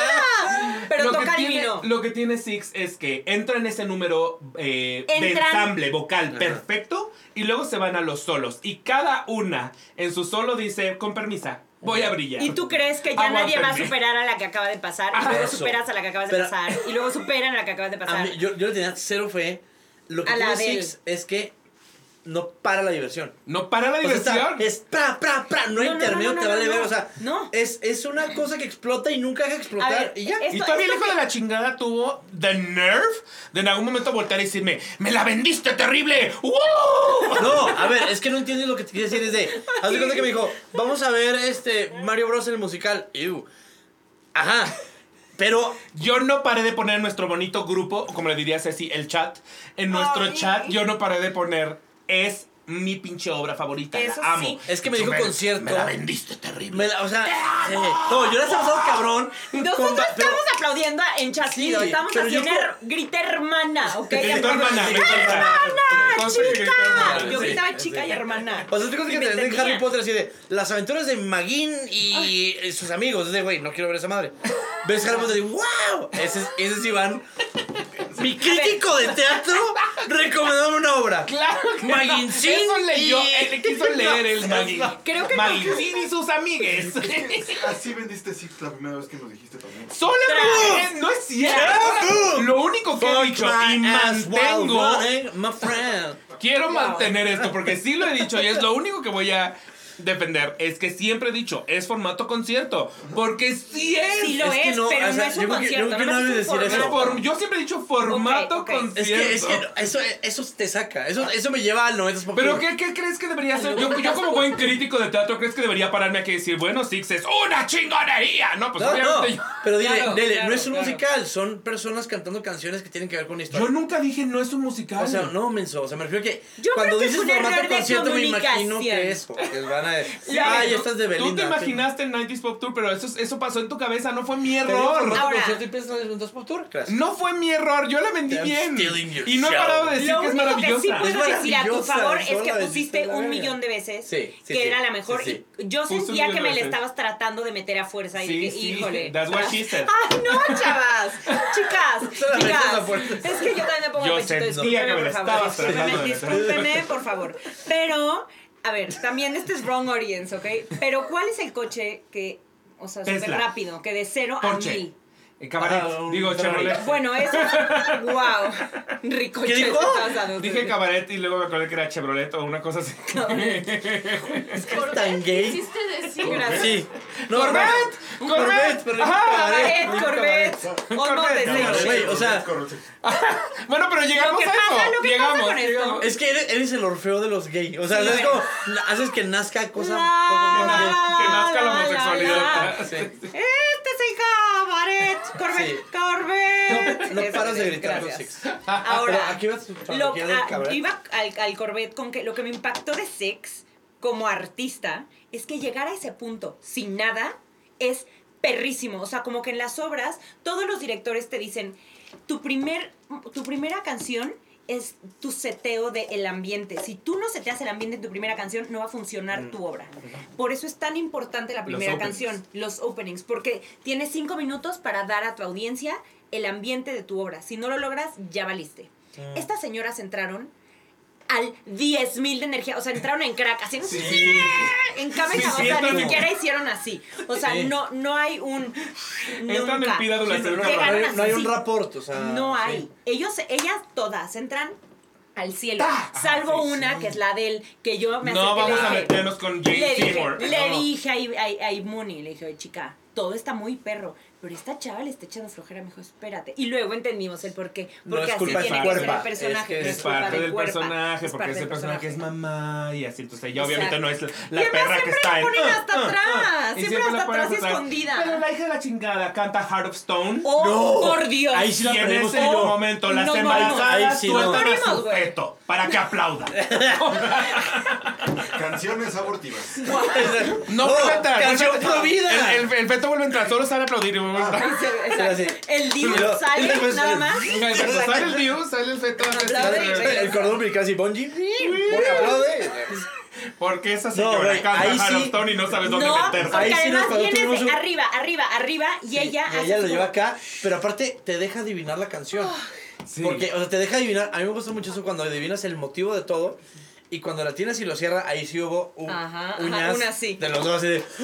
Pero lo, que toca tiene, divino. lo que tiene Six es que entra en ese número eh, de Entran- ensamble vocal Ajá. perfecto y luego se van a los solos. Y cada una en su solo dice, con permisa, voy a brillar. Y tú crees que ya nadie va a Aguántenme. superar a la que acaba de pasar, y Ah, luego eso. superas a la que acabas de Pero- pasar, y luego superan a la que acabas de A pasar. mí, yo, yo le tenía cero fe. Lo que A la tiene de él. Six es que no para la diversión. No para la O sea, diversión. está- es pra, pra, pra, no hay No, no, intermedio, no, no, te no, vale no. ver. O sea, No. es, es una cosa que explota y nunca deja explotar. A ver, y ya. es- Y Esto- todavía el esto hijo de la chingada tuvo the nerve de en algún momento voltear y decirme, ¡me la vendiste terrible! ¡Wow! No, a ver, es que no entiendes lo que te quiere decir. Es de. Haz de cuenta que me dijo, vamos a ver este Mario Bros. En el musical. Ew. Ajá. Pero. Yo no paré de poner en nuestro bonito grupo, o como le diría Ceci, el chat. En nuestro Ay. chat, yo no paré de poner, es mi pinche obra favorita. Eso la amo. sí. Es que me dijo Me- concierto. Me la vendiste terrible. Me la- o sea, sí. No, yo la he pasado cabrón. Nosotros Con- pero- estamos aplaudiendo en chasquido, Sí, estamos pero yo haciendo co- grita hermana, ¿ok? Gritó hermana, me encanta. Cosa que gritó ¡Chica! hermana, Yo sí. gritaba chica y hermana. O sea, te cuenta Y que me te ven Harry entendían. Potter así de las aventuras de Magin y eh, sus amigos. Es de, güey, no quiero ver esa madre. Ves Harry Potter y ¡wow! Ese es, ese es Iván. Mi crítico de teatro recomendándome una obra. Claro que no. Magincín Eso leyó, y- él le quiso leer el Magin. Creo que no. Magincín y sus amigues. Así vendiste Six la primera vez que nos dijiste también. Solamente, no es cierto. Lo único que he Fuck dicho my y ass while mantengo, running, my friend. quiero Wow. mantener esto porque sí lo he dicho y es lo único que voy a defender. Es que siempre he dicho, es formato concierto. Porque sí es. Sí lo Es que es, no, pero o no sea, es yo un creo que- yo concierto. creo que nomás no es debes un decir Es eso. formato. for- yo siempre he dicho formato Ok, ok. concierto. Es que, es que eso, eso te saca. Eso, eso me lleva al noventas Pop ¿Pero Tour. qué, qué crees que debería ser? Yo, yo como buen crítico de teatro, ¿crees que debería pararme aquí y decir, bueno, Six es una chingonería? No, pues No, no, obviamente yo... pero dile, Claro, dile, claro, no es un claro. musical, son personas cantando canciones que tienen que ver con una historia. Yo nunca dije no es un musical. O sea, no, menso, o sea, me refiero que Yo cuando creo que dices es un formato error de concierto me imagino comunicación. que es, porque van a decir, Ya, ay, ¿no? estás de Tú Belinda. te imaginaste el noventa Pop Tour, pero eso, eso pasó en tu cabeza, no fue mi Te digo error. formato Ahora- concierto y piensas en noventas Pop Tour. Gracias. No fue mi error, yo la vendí I'm bien. stealing your Y no he show. parado de decir Lo que es único que maravillosa. sí Es puedo decir a tu maravillosa, favor es solo que la pusiste vendiste a la un verga. millón de veces Sí, sí, que sí. era la mejor. Sí, sí. Y yo Puse un sentía millón que de me le veces. estabas tratando de meter a fuerza y Sí, dije, sí, híjole. that's what she said. ¡Ay, no, chavas! Chicas, Solamente chicas. esa fuerza. Es que yo también me pongo Yo pechito. sentía Discúlpeme, que me la por favor. estabas tratando de Discúlpeme, meter. discúlpeme, por favor. Pero, a ver, también este es wrong audience, ¿ok? Pero, ¿cuál es el coche que, o sea, súper Tesla. rápido, que de cero a Porsche. mil? En cabaret. Ah, un Digo, Ferrari. Chevrolet. Bueno, eso es. ¡Wow! Rico. ¿Qué dijo? Dije cabaret y luego me acordé que era Chevrolet o una cosa así. Es que es tan gay. Quisiste decir. Gracias. Sí. No, ¡Corvette! no. ¡Corvette! pero Ajá. Cabaret, Corvette, Corvette. O no, Corvette. de No, seis. güey, o sea, Bueno, pero llegamos Lo que a eso. pasa- lo que llegamos, pasa con esto- llegamos. es que eres, eres el Orfeo de los gays. O sea, Sí, es güey. como haces que nazca cosas, La, cosas más gay. la, Que nazca la la, homosexualidad. la. Sí. Este es el cabaret. Corvette, Sí. Corvette. No, no Eso, paras de sí, gritar los gracias. sex. Ahora, Pero aquí vas tu lo, chamaquilla del ah, cabaret. iba al, al Corvette con que lo que me impactó de Sex como artista es que llegar a ese punto sin nada es perrísimo. O sea, como que en las obras todos los directores te dicen, tu, primer, tu primera canción es tu seteo del ambiente. Si tú no seteas el ambiente en tu primera canción, no va a funcionar tu obra. Por eso es tan importante la primera openings. canción, los openings, porque tienes cinco minutos para dar a tu audiencia el ambiente de tu obra. Si no lo logras, ya valiste. Mm. Estas señoras entraron al diez mil de energía, o sea, entraron en crack, haciendo Sí. en cabeza, Sí, o sea, siento ni como- siquiera hicieron así. O sea, Sí. no, no hay un Entran nunca. en píradula Sí, del pero no, Llegaron no hay, así, no hay un sí. rapport, o sea. No hay. sí. Ellos, ellas todas entran al cielo. Ah, Salvo sí, una sí. que es la del que yo me No acerqué y vamos le a dije- meternos con le James dije, Seymour. le No. dije a, a, a Mooney, le dije, oye, chica, todo está muy perro, pero esta chava le está echando flojera, me dijo, espérate. Y luego entendimos el por qué. No Porque es así culpa de tiene su que ser el cuerpa, personaje. es que no Es culpa parte del cuerpa, personaje, es porque parte ese del personaje es mamá y así. Entonces ella obviamente no es la, la Y además perra que siempre está la en. ponen "Ah, hasta ah, atrás, ah", y siempre la hasta ponen atrás y escondida. Pero la hija de la chingada canta Heart of Stone. ¡Oh, No. por Dios! Ahí sí la Y en perdemos ese tú y yo. momento las Nos embarazadas morimos. Ahí sí sueltan nos a morimos, su güey. feto para que aplaudan. Canciones abortivas. No, No, vuelve a entrar. canción vuelve a entrar. pro vida. El, el, el feto vuelve a entrar, solo sabe aplaudir y vuelve a entrar. Era así. El Dios Y lo- y sale después nada sale- más. Exacto, sale el Dios, sale el feto. Aplaude y El, el cordón umbilical así, Bonji. Porque aplaude. Porque esa No, señora güey, canta ahí Heart sí. of Stone y no sabes dónde No, meterse. porque Ahí sí nos además faltó, viene tuvimos de un- arriba, arriba, arriba y ella Y hace ella lo su- lleva acá, pero aparte te deja adivinar la canción. Sí. Porque, o sea, te deja adivinar. A mí me gusta mucho eso cuando adivinas el motivo de todo. Y cuando la tienes y lo cierra, ahí sí hubo un, Ajá, ajá, uñas una sí. de los dos así de.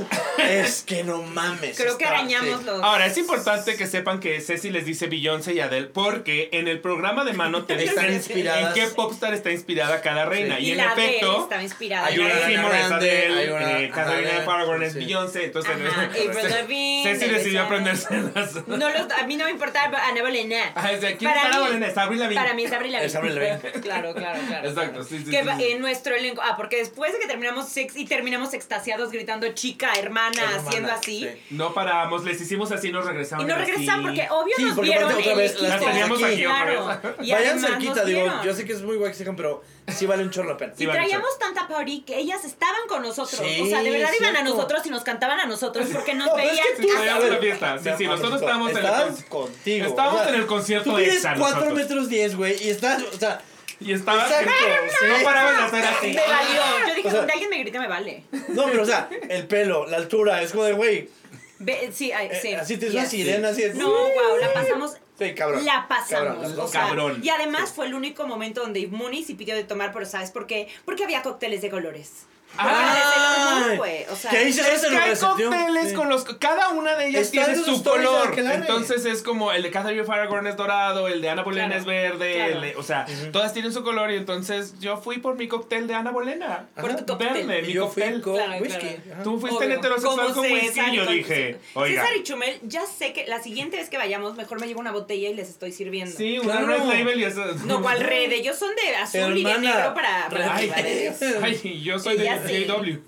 Es que no mames. Creo que está- arañamos sí. los... Ahora, es importante que sepan que Ceci les dice Beyoncé y Adele porque en el programa de mano te Están dicen inspiradas. en qué popstar está inspirada cada reina. Sí. Y, y en la Adele efecto, estaba inspirada. hay en una Julia ella. Ariana Seymour es Grande, hay Adele, una- eh, Catherine ajá, Farragon es sí. Beyoncé. Entonces, Ajá, Avril Lavigne, Ceci de decidió Besana. aprenderse las. No los, a mí no me importaba Ana Bolena. Ah, es de, ¿quién Para está la mí- Bolena? Está Avril Lavigne. Para mí es Avril Lavigne. Es Avril Lavigne. Claro, claro, claro. Exacto, sí, sí, Que sí, va- sí. en nuestro elenco. Ah, porque después de que terminamos sex y terminamos extasiados gritando chica, hermana, Hermana, haciendo así. sí. No paramos, les hicimos así y nos regresamos. Y nos regresan porque obvio Sí, nos porque vieron aparte otra el vez equipo. las teníamos aquí otra claro. vez. Y Vayan además cerquita, nos digo. vieron. Yo sé que es muy guaxican, pero sí vale un chorro la pena. Sí, Y vale, traíamos tanta party que ellas estaban con nosotros. Sí, o sea, de verdad iban a cierto. nosotros y nos cantaban a nosotros porque nos No, pero es veían. que Sí, tú- traíamos a la ver, fiesta. Sí, sí, nosotros Amorcito, estábamos en el estabas con- contigo. Estábamos o sea, en el concierto tú de tienes Exa, cuatro nosotros. metros diez, güey, y estás, o sea, Y estaba. Exacto, sí. No parabas de hacer así. Me valió. Yo dije, O sea- donde alguien me grite, me vale. no, pero o sea, el pelo, la altura, es como de, güey, Ve, sí, ay, eh, sí. así te es Yes. una sirena, así es. No, wow, la pasamos. Sí, cabrón. La pasamos. Cabrón, o sea, cabrón. Y además fue el único momento donde Mooney sí pidió de tomar, pero ¿sabes por qué? Porque había cócteles de colores. Porque Ah, desde el hormón, güey. O sea, que ahí se Es se que lo hay reseteó. cócteles Sí. con los. Cada una de ellas Está tiene en sus su stories de color. Aquelarre. Entonces es como el de Catherine Farragon es dorado, el de Ana Bolena Claro, es verde. claro. el de- o sea, todas tienen su color. Y entonces yo fui por mi cóctel de Ana Bolena. Por tu cóctel. Verde, Y mi yo fui cóctel. con Claro, whisky. claro. Ajá. Tú fuiste obvio. en heterosexual Como con whisky. César y Yo con- dije, oiga. César y Chumel, ya sé que la siguiente vez que vayamos, mejor me llevo una botella y les estoy sirviendo. Sí, una Claro. Red Label y eso. No, cual red. Ellos son de azul y de Hermana. negro para, para Ay, arriba. ay, yo soy de Ella sí. J W.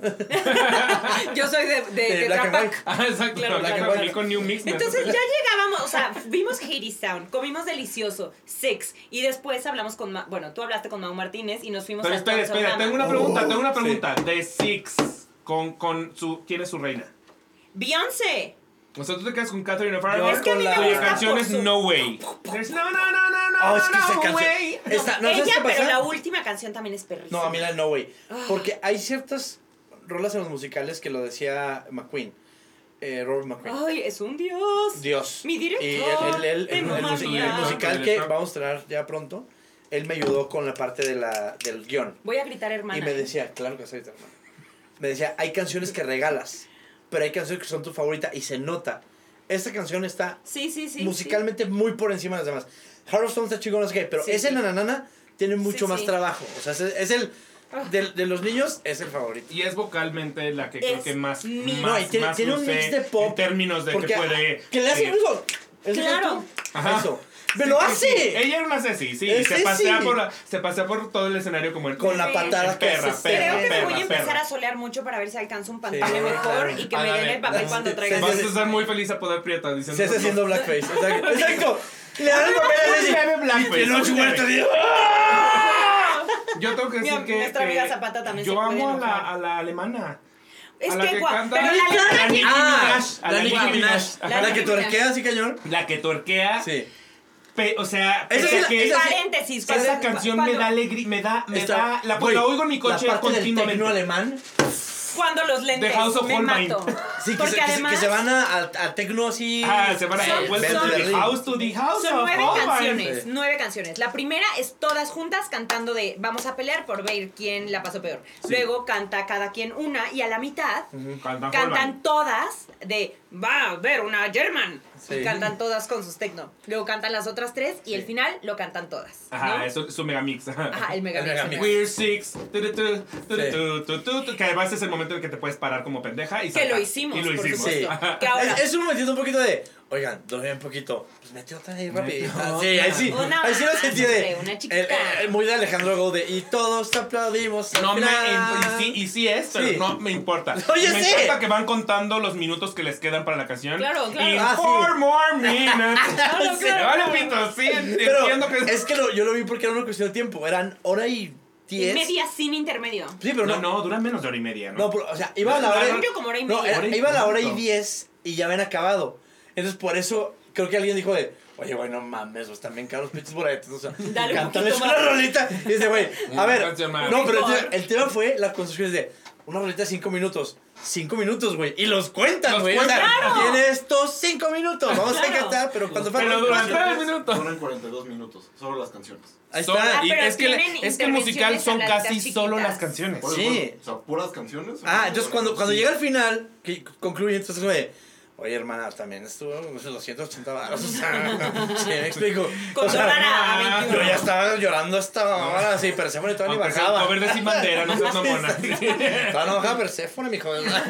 Yo soy de, de, De de Black and Trapac. White. Ah, exacto. Claro, Black claro, and claro. White con New Mix. me Entonces hace- ya llegábamos, o sea, vimos Haiti Sound, comimos delicioso, sex, y después hablamos con, Ma- bueno, tú hablaste con Mau Martínez y nos fuimos Pero a espera, Todos espera, Hablamos. tengo una pregunta, Oh, tengo una sí. pregunta. De Six, con, con su, ¿quién es su reina? Beyoncé. O sea, tú te quedas con Catherine Farragon. Yo Es que a mí me cuya gusta canción por es su- No Way. There's no, no, no, no, no, Oh, es que esa no canción. way. Esta- ¿no sabes Ella, qué pasa? pero la última canción también es perrísima. No, a mí la No Way. Ah. Porque hay ciertas rolas en los musicales que lo decía McQueen. Eh, Robert McQueen. Ay, es un dios. Dios. Mi director Y el, el, el, de el, Mamma musi- Mía. el musical El que director. vamos a tener ya pronto, él me ayudó con la parte de la, del guión. Voy a gritar hermana. Y me decía, claro que soy tu hermano. Me decía, hay canciones que regalas, pero hay canciones que son tu favorita y se nota. esta canción está Sí, sí, sí. musicalmente muy por encima de las demás. Harold Stone está chingón, no sé qué, pero Sí, ese sí. Nananana tiene mucho Sí, más sí. trabajo. O sea, es, es el. De, de los niños, es el favorito. Y es vocalmente la que creo Es que más, mi- más, No, y tiene, más tiene un luce mix de pop. en términos de porque, que puede... Que le hace eh, eso. ¿Es Claro. esto? Ajá. Eso. ¡Me lo sí, hace! sí. Ella era una Ceci, sí. Es Se pasea, Ceci. por la- se pasea por todo el escenario como el... Con la Sí. patada que Perra, hace. perra, Creo que me voy a perra, empezar perra. a solear mucho para ver si alcanzo un pantalla Sí, mejor claro. y que me Ándale. den el papel Sí, cuando sí, traiga. sí, Vas sí, a estar muy feliz a poder Prieta diciendo... Se hace haciendo blackface. Exacto. Exacto. Le dan el papel a Ceci. Leve blackface, Y Noche ok. Muerta, así, Yo tengo que Mi- decir que... nuestra que amiga Zapata también Yo se puede amo a enojar. la, a la alemana. Es a la que, que guau, canta- pero la ¡La alemana Nicki tiene- Ah, Minaj! A la la Nicki Nicki Minaj. La La que Nicki tuerquea así, cañón. La que tuerquea. Sí. Pe- o sea, Esa pese sí a la- que esa sí- Paréntesis. esa cuando- canción cuando- me da alegría, me da, me Está- da, la, güey, la oigo en mi coche la parte del continuamente. tecno alemán. Cuando los lentes The House of me Holbein. mato. Sí, que, Porque se, que se- además que se van a, a, a tecno así. Ah, se van a Son- Welcome to son- the house to the house son of nueve Holbein. canciones, Sí. nueve canciones. La primera es todas juntas cantando de vamos a pelear por ver quién la pasó peor. Sí. Luego canta cada quien una y a la mitad Cantan cantan Holbein. todas de va a haber una German. Sí. Y cantan todas con sus tecno. Luego cantan las otras tres y el Sí. final lo cantan todas. Ajá, ¿no? eso es su megamix. Ajá. Ajá, el El megamix. megamix. We're six. tu, tu, tu, tu, tu, tu, tu, tu, que además es el momento en el que te puedes parar como pendeja y Que saltar. lo hicimos, Y lo por hicimos. supuesto. Sí. Que ahora Es, es un momentito un poquito de. Oigan, dormí un poquito. Pues mete otra ahí rápido. Mete Sí, ahí sí. Una Ahí sí lo más, sentí hombre, de. una el- chiquita. el- muy de Alejandro Gode. Y todos aplaudimos. al No me final. y sí, y sí es, pero Sí. no me importa. Oye, me sí. importa que van contando los minutos que les quedan para la canción. Claro, claro. Y Ah, sí. four more minutes. Claro, Sí, claro. vale, pito, sí, Pero entiendo que es que lo- yo lo vi porque era una cuestión de tiempo. Eran hora y y diez. media sin intermedio. Sí, pero No, no. no, duran menos de hora y media, ¿no? No, pero, o sea, iba a la No, hora. no, Yo como hora y No, media. era- Hora y iba a la hora y cuarto. diez y ya habían acabado. Entonces, por eso, creo que alguien dijo de, oye, güey, no mames, pues también caros pinches boletos. O sea, Dale un cántales poquito una más. rolita. Y dice, güey, a Una ver. canción más. No, pero el Mejor. tema, el tema fue la construcción de una rolita de cinco minutos. Cinco minutos, güey. Y los cuentan, Los güey. O sea, cuentan. ¡Claro! tiene estos cinco minutos. Vamos a Claro. cantar, pero cuando Pero faltan durante cuatro- tres minutos. Duran cuarenta y dos minutos, solo las canciones. Ahí Solo- está. y pero es que, tienen es que el musical intervenciones son habladitas casi solo chiquitas. las canciones. Por eso, Sí. O sea, puras canciones. Ah, entonces cuando, cuando Sí. llega al final, que concluye, entonces, güey, oye, hermana, también estuvo, no sé, doscientos ochenta baros, o sea, sí, me explico. Con O sea, dólar a ah, veintiuno. yo ya estaba llorando hasta ahora, sí, Perséfone todavía ni Aunque sea bajaba. cover de Sin Bandera, no seas mamona. Todavía no bajaba Perséfone, mijo.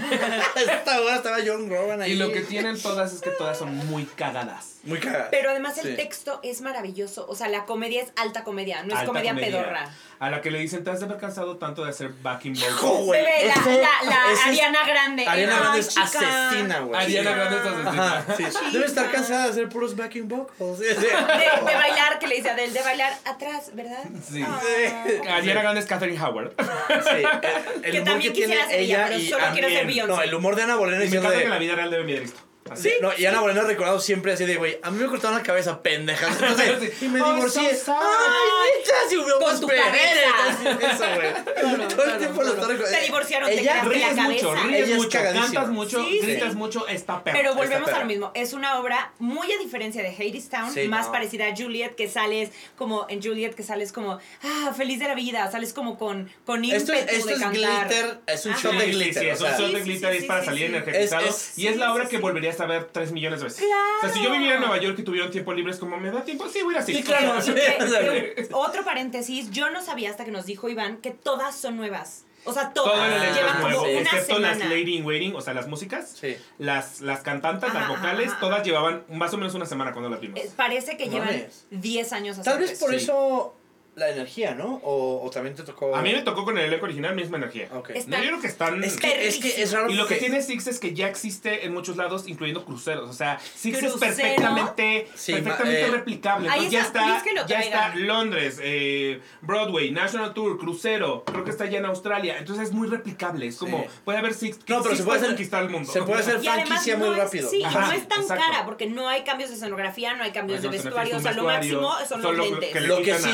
Esta hora estaba John Rogan ahí. Y lo que tienen todas es que todas son muy cagadas. Muy cagada. Pero además el Sí. texto es maravilloso. O sea, la comedia es alta comedia, no es Alta comedia, comedia. pedorra. A la que le dicen, te has de haber cansado tanto de hacer backing Hijo, vocals. güey, Bebé, la, ese- la, la ese es- Ariana Grande. Ariana Ay, Grande es chica. asesina, güey. Ariana Grande es asesina. Ajá, sí. Chica. Debe estar cansada de hacer puros backing vocals. Sí, sí. De, de bailar, que le dice a Adele, de bailar atrás, ¿verdad? Sí. Ah. Ariana Grande es Catherine Howard. Sí, el, el Que humor también que tiene quisiera ser ella, ella pero y solo quiero ser también- Beyoncé. No, el humor de Ana Bolena Y me diciendo encanta de... que en la vida real debe mirar esto. Así. Sí, no, y Ana Bolena ha recordado siempre así de, güey, a mí me cortaron la cabeza, pendeja. Entonces, Sí. y me Oh, divorcié. so sad. Ay, neta, si hubiera Con más tu mujeres. Eso, güey. Claro, Todo el tiempo lo está Te recordando. divorciaron, te Ella quedaste la Ríes mucho, cabeza. ríes Ella es mucho, cagadísima. cantas mucho, Sí, gritas sí. mucho, está perro. Pero volvemos perra. a lo mismo. Es una obra muy a diferencia de Hadestown, Sí, más no. parecida a Juliet, que sales como en Juliet, que sales como ah, feliz de la vida, sales como con, con ímpetu Esto es, esto de es cantar. glitter, es un Ajá. shot de Sí, sí, glitter. sí, o es un sea, shot de Sí, sí, glitter sí, es para sí, salir sí. energizado. Es- es- y es la sí, obra sí, que sí. volverías a ver tres millones de veces. Claro. O sea, si yo viviera en Nueva York y tuviera un tiempo libre, es como, ¿me da tiempo? Sí, voy a ir así. Sí, claro. Y que- que- otro paréntesis, yo no sabía hasta que nos dijo Iván que todas son nuevas. O sea, todas Todo el elenco llevan es como nuevo, una excepto semana. las Lady in Waiting, o sea, las músicas, Sí. las, las cantantes, las Ajá, vocales, ajá, todas ajá. llevaban más o menos una semana cuando las vimos. Eh, Parece que llevan Mames. diez años Tal vez haciendo por Sí. eso la energía, ¿no? O, o también te tocó... A mí me tocó con el elenco original misma energía. Ok. Es- No, yo creo que están... Es que, es que es raro Y lo que porque- tiene Six es que ya existe en muchos lados, incluyendo cruceros. O sea, Six ¿Crucero? es perfectamente, Sí, perfectamente ma- eh, replicable. ahí Entonces ya está, está, please que lo ya está traigan. Londres, eh, Broadway, National Tour, crucero. Creo que está ya en Australia. Entonces es muy replicable. Es como, Sí. puede haber Six. No, pero Six se puede hacer- conquistar el mundo. se puede hacer Y además franquicia no muy es- rápido. Sí, Ajá, no es tan exacto. cara porque no hay cambios de escenografía, no hay cambios No de hay vestuario, o sea, lo vestuario, máximo son solo los que lentes. le Lo que quitan sí, a- lo que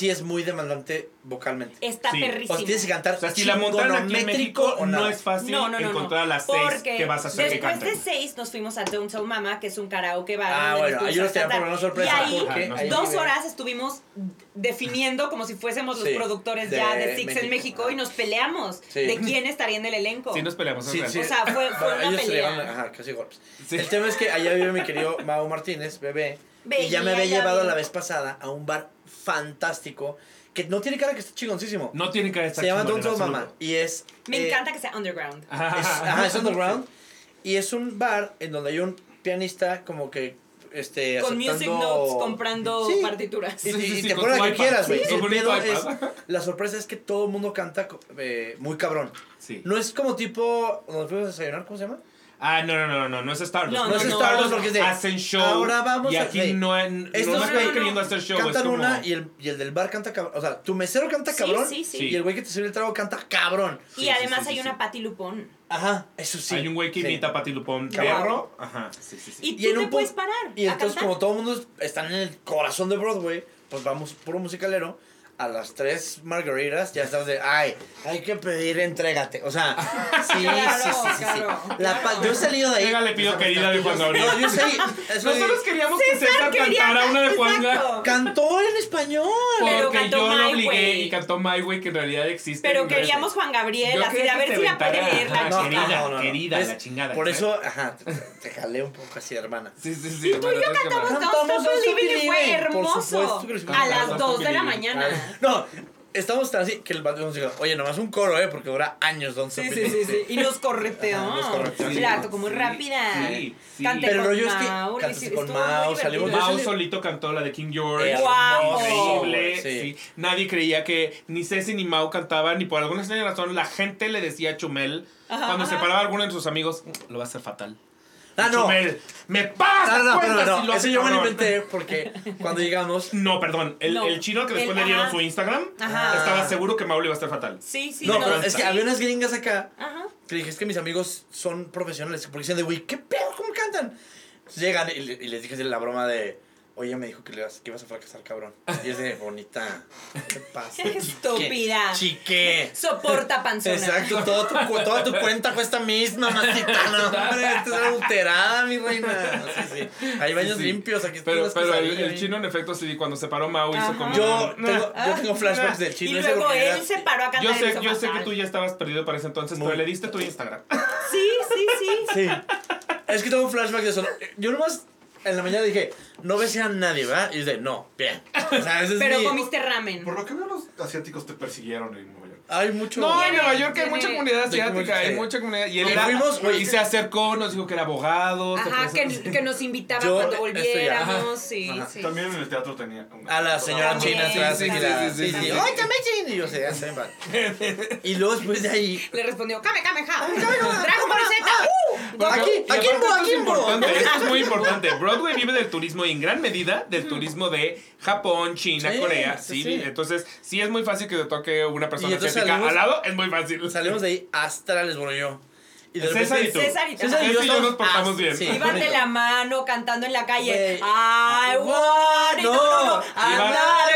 sí es muy demandante vocalmente. Está Sí. perrísimo. O sea, tienes que cantar O sea, si la montaron aquí en México, o nada. no es fácil No, no, no, encontrar no. a las seis Porque que vas a hacer que después canten. de seis nos fuimos a Don't Tell Mama, que es un karaoke bar. Ah, donde bueno, nos ahí nos pusimos a tenían por cantar. una sorpresa. Y ahí, porque ahí dos vive. horas estuvimos definiendo como si fuésemos los Sí, productores de ya de Six en México. México y nos peleamos Sí. de quién estaría en el elenco. Sí, nos peleamos. Sí, es sí. O sea, fue, fue Bueno, una ellos se pelea. llevan, ajá, casi golpes. Sí. El tema es que allá vive mi querido Mau Martínez, bebé. Ve, y ya y me había allá llevado vive. la vez pasada a un bar fantástico que no tiene cara que está chingoncísimo. No tiene que estar Se llama chingón Don't en Tell Mama. absoluto. Y es. Me eh, encanta que sea underground. Es, ajá, es underground. Y es un bar en donde hay un pianista como que. Este, Con Music aceptando- Notes comprando Sí. partituras. Y, Sí, sí, y sí, te con ponen tu la que iPad. quieras, güey. Sí, El su bonito pedo es. iPad. La sorpresa es que todo el mundo canta eh, muy cabrón. Sí. No es como tipo. Donde fuimos a desayunar, ¿cómo se llama? Ah, no, no, no, no, no es Stardust. No, No, es no, Stardust no. porque es de. Hacen show. Ahora vamos y a- aquí hey, no, en, estos no no, están no, queriendo no. hacer show. Cantan es como... una y el, y el del bar canta cabrón. O sea, tu mesero canta Sí, cabrón. sí, sí. Sí. Y el güey que te sirve el trago canta cabrón. Y Sí, además sí, sí, hay sí, una sí. Patti Lupón. Ajá, eso sí. Hay un güey que Sí. imita a Patti Lupón Cabrón. perro. Ajá, sí, sí, sí. Y, Y tú en te un pu- puedes parar. Y a entonces, cantar. como todo el mundo están en el corazón de Broadway, pues vamos puro musicalero. A las tres margaritas ya estamos de, ay, hay que pedir entrégate. O sea, sí, Claro, sí, sí, sí, sí. claro, La pa- claro. yo he salido de ahí. Venga, le pido querida de Juan Gabriel. No, yo sé. eso de- Nosotros queríamos que César César quería- cantara una de Juan exacto. Gabriel. Cantó en español. Pero Porque cantó yo lo My obligué Way. y cantó My Way, que en realidad existe. Pero en inglés. queríamos Juan Gabriel, Yo así de quería a ver que si se la puede aventara. leer la Ajá, chica. querida. querida, la chingada, Por ¿sabes? eso, ajá, te, te jalé un poco así, hermana. Sí, sí, sí. Y tú y yo cantamos Cantamos Don't Stop Don't Stop Believing y fue Believing, por hermoso. supuesto que lo hicimos. A Don't las Stop dos de la Believing. mañana. No, estamos tan así que el vato nos dijo, oye, nomás un coro, ¿eh? Porque dura años Don't Stop Sí, sí, Believing. sí, sí. Y nos correteó. Ajá, nos correteó, sí. La tocó muy Sí, rápida. sí, sí. Canté Pero el con rollo es que Mau, cantaste estuvo con muy Mau, divertido. salimos- Mau Yo solito cantó la de King George. Guau. Increíble. Sí. Sí. Nadie creía que ni Ceci ni Mau cantaban, ni por alguna extraña razón la gente le decía a Chumel, Ajá, cuando ajá. se paraba alguno de sus amigos, lo va a hacer fatal. Ah, Y no. Chumel, me pasa. No, no, no, cuenta pero si no, lo eso hace yo me lo cabrón". inventé porque cuando llegamos. No, perdón. El, No. el chino que después El- le dieron ajá. su Instagram, Ajá. estaba seguro que Mau le iba a estar fatal. Sí, sí. No, no, pero es que sí. había unas gringas acá Ajá. que dije, es que mis amigos son profesionales. Porque dicen de, güey, ¿qué pedo? ¿Cómo cantan? Entonces llegan y, le- y les dije así la broma de, oye, me dijo que, le vas, que ibas a fracasar, cabrón. Y es de, bonita, ¿qué pasa? Estúpida. Chique. Soporta panzona. Exacto, todo tu, cu- toda tu cuenta cuesta misma, mamacita. No, hombre, esta es adulterada, mi reina. Sí, sí. Hay baños Sí, sí. limpios, aquí Pero, están pero las el, el quesadillas. chino, en efecto, sí, cuando se paró Mau hizo Ajá. como. Yo "Nah". tengo, yo tengo flashbacks del Y chino ese luego porque él era- se paró a cantar. Yo y sé, hizo yo sé que fatal. tú ya estabas perdido para ese entonces, Muy- pero le diste tu Instagram. Sí, sí, sí. Sí. Es que tengo un flashback de eso. Yo nomás en la mañana dije, no besé a nadie, ¿verdad? Y dije, no, bien. O sea, ese es Pero mi- comiste ramen. Por lo que veo, los asiáticos te persiguieron en Nueva York. Hay mucho. No, en Tiene- Nueva York hay tiene- mucha comunidad de asiática, hay comunidad. mucha comunidad. Y él Y era- fuimos, güey. y se acercó, nos dijo que era abogado. se Ajá, que, presentó- que nos invitaba Yo- cuando esto ya. volviéramos. Sí, Ajá. sí. También en el teatro tenía. una- A la señora También, china atrás. sí, y sí, la- sí, sí, sí, sí. ¡Ay, también china! Y yo sé, ya sé, vale. Y luego después de ahí. Le respondió, Kame, Kame, Ja. Dragon Ball Z. ¡Uh! Porque- Aquí, y aquí, aparte Bo, esto aquí, es Bo. importante, esto es muy importante. Broadway vive del turismo y en gran medida del turismo de Japón, China, Sí, Corea. sí, Sí, sí. Entonces, sí es muy fácil que te toque una persona Y entonces asiática salimos- al lado, es muy fácil. Salimos de ahí astrales, bueno, yo. Y de César repente- y tú. César y César y César yo y yo estamos- nos portamos ah, bien. sí, Iban de bonito. la mano cantando en la calle. Güey. I want it. No, no, no. I'm Iban- not a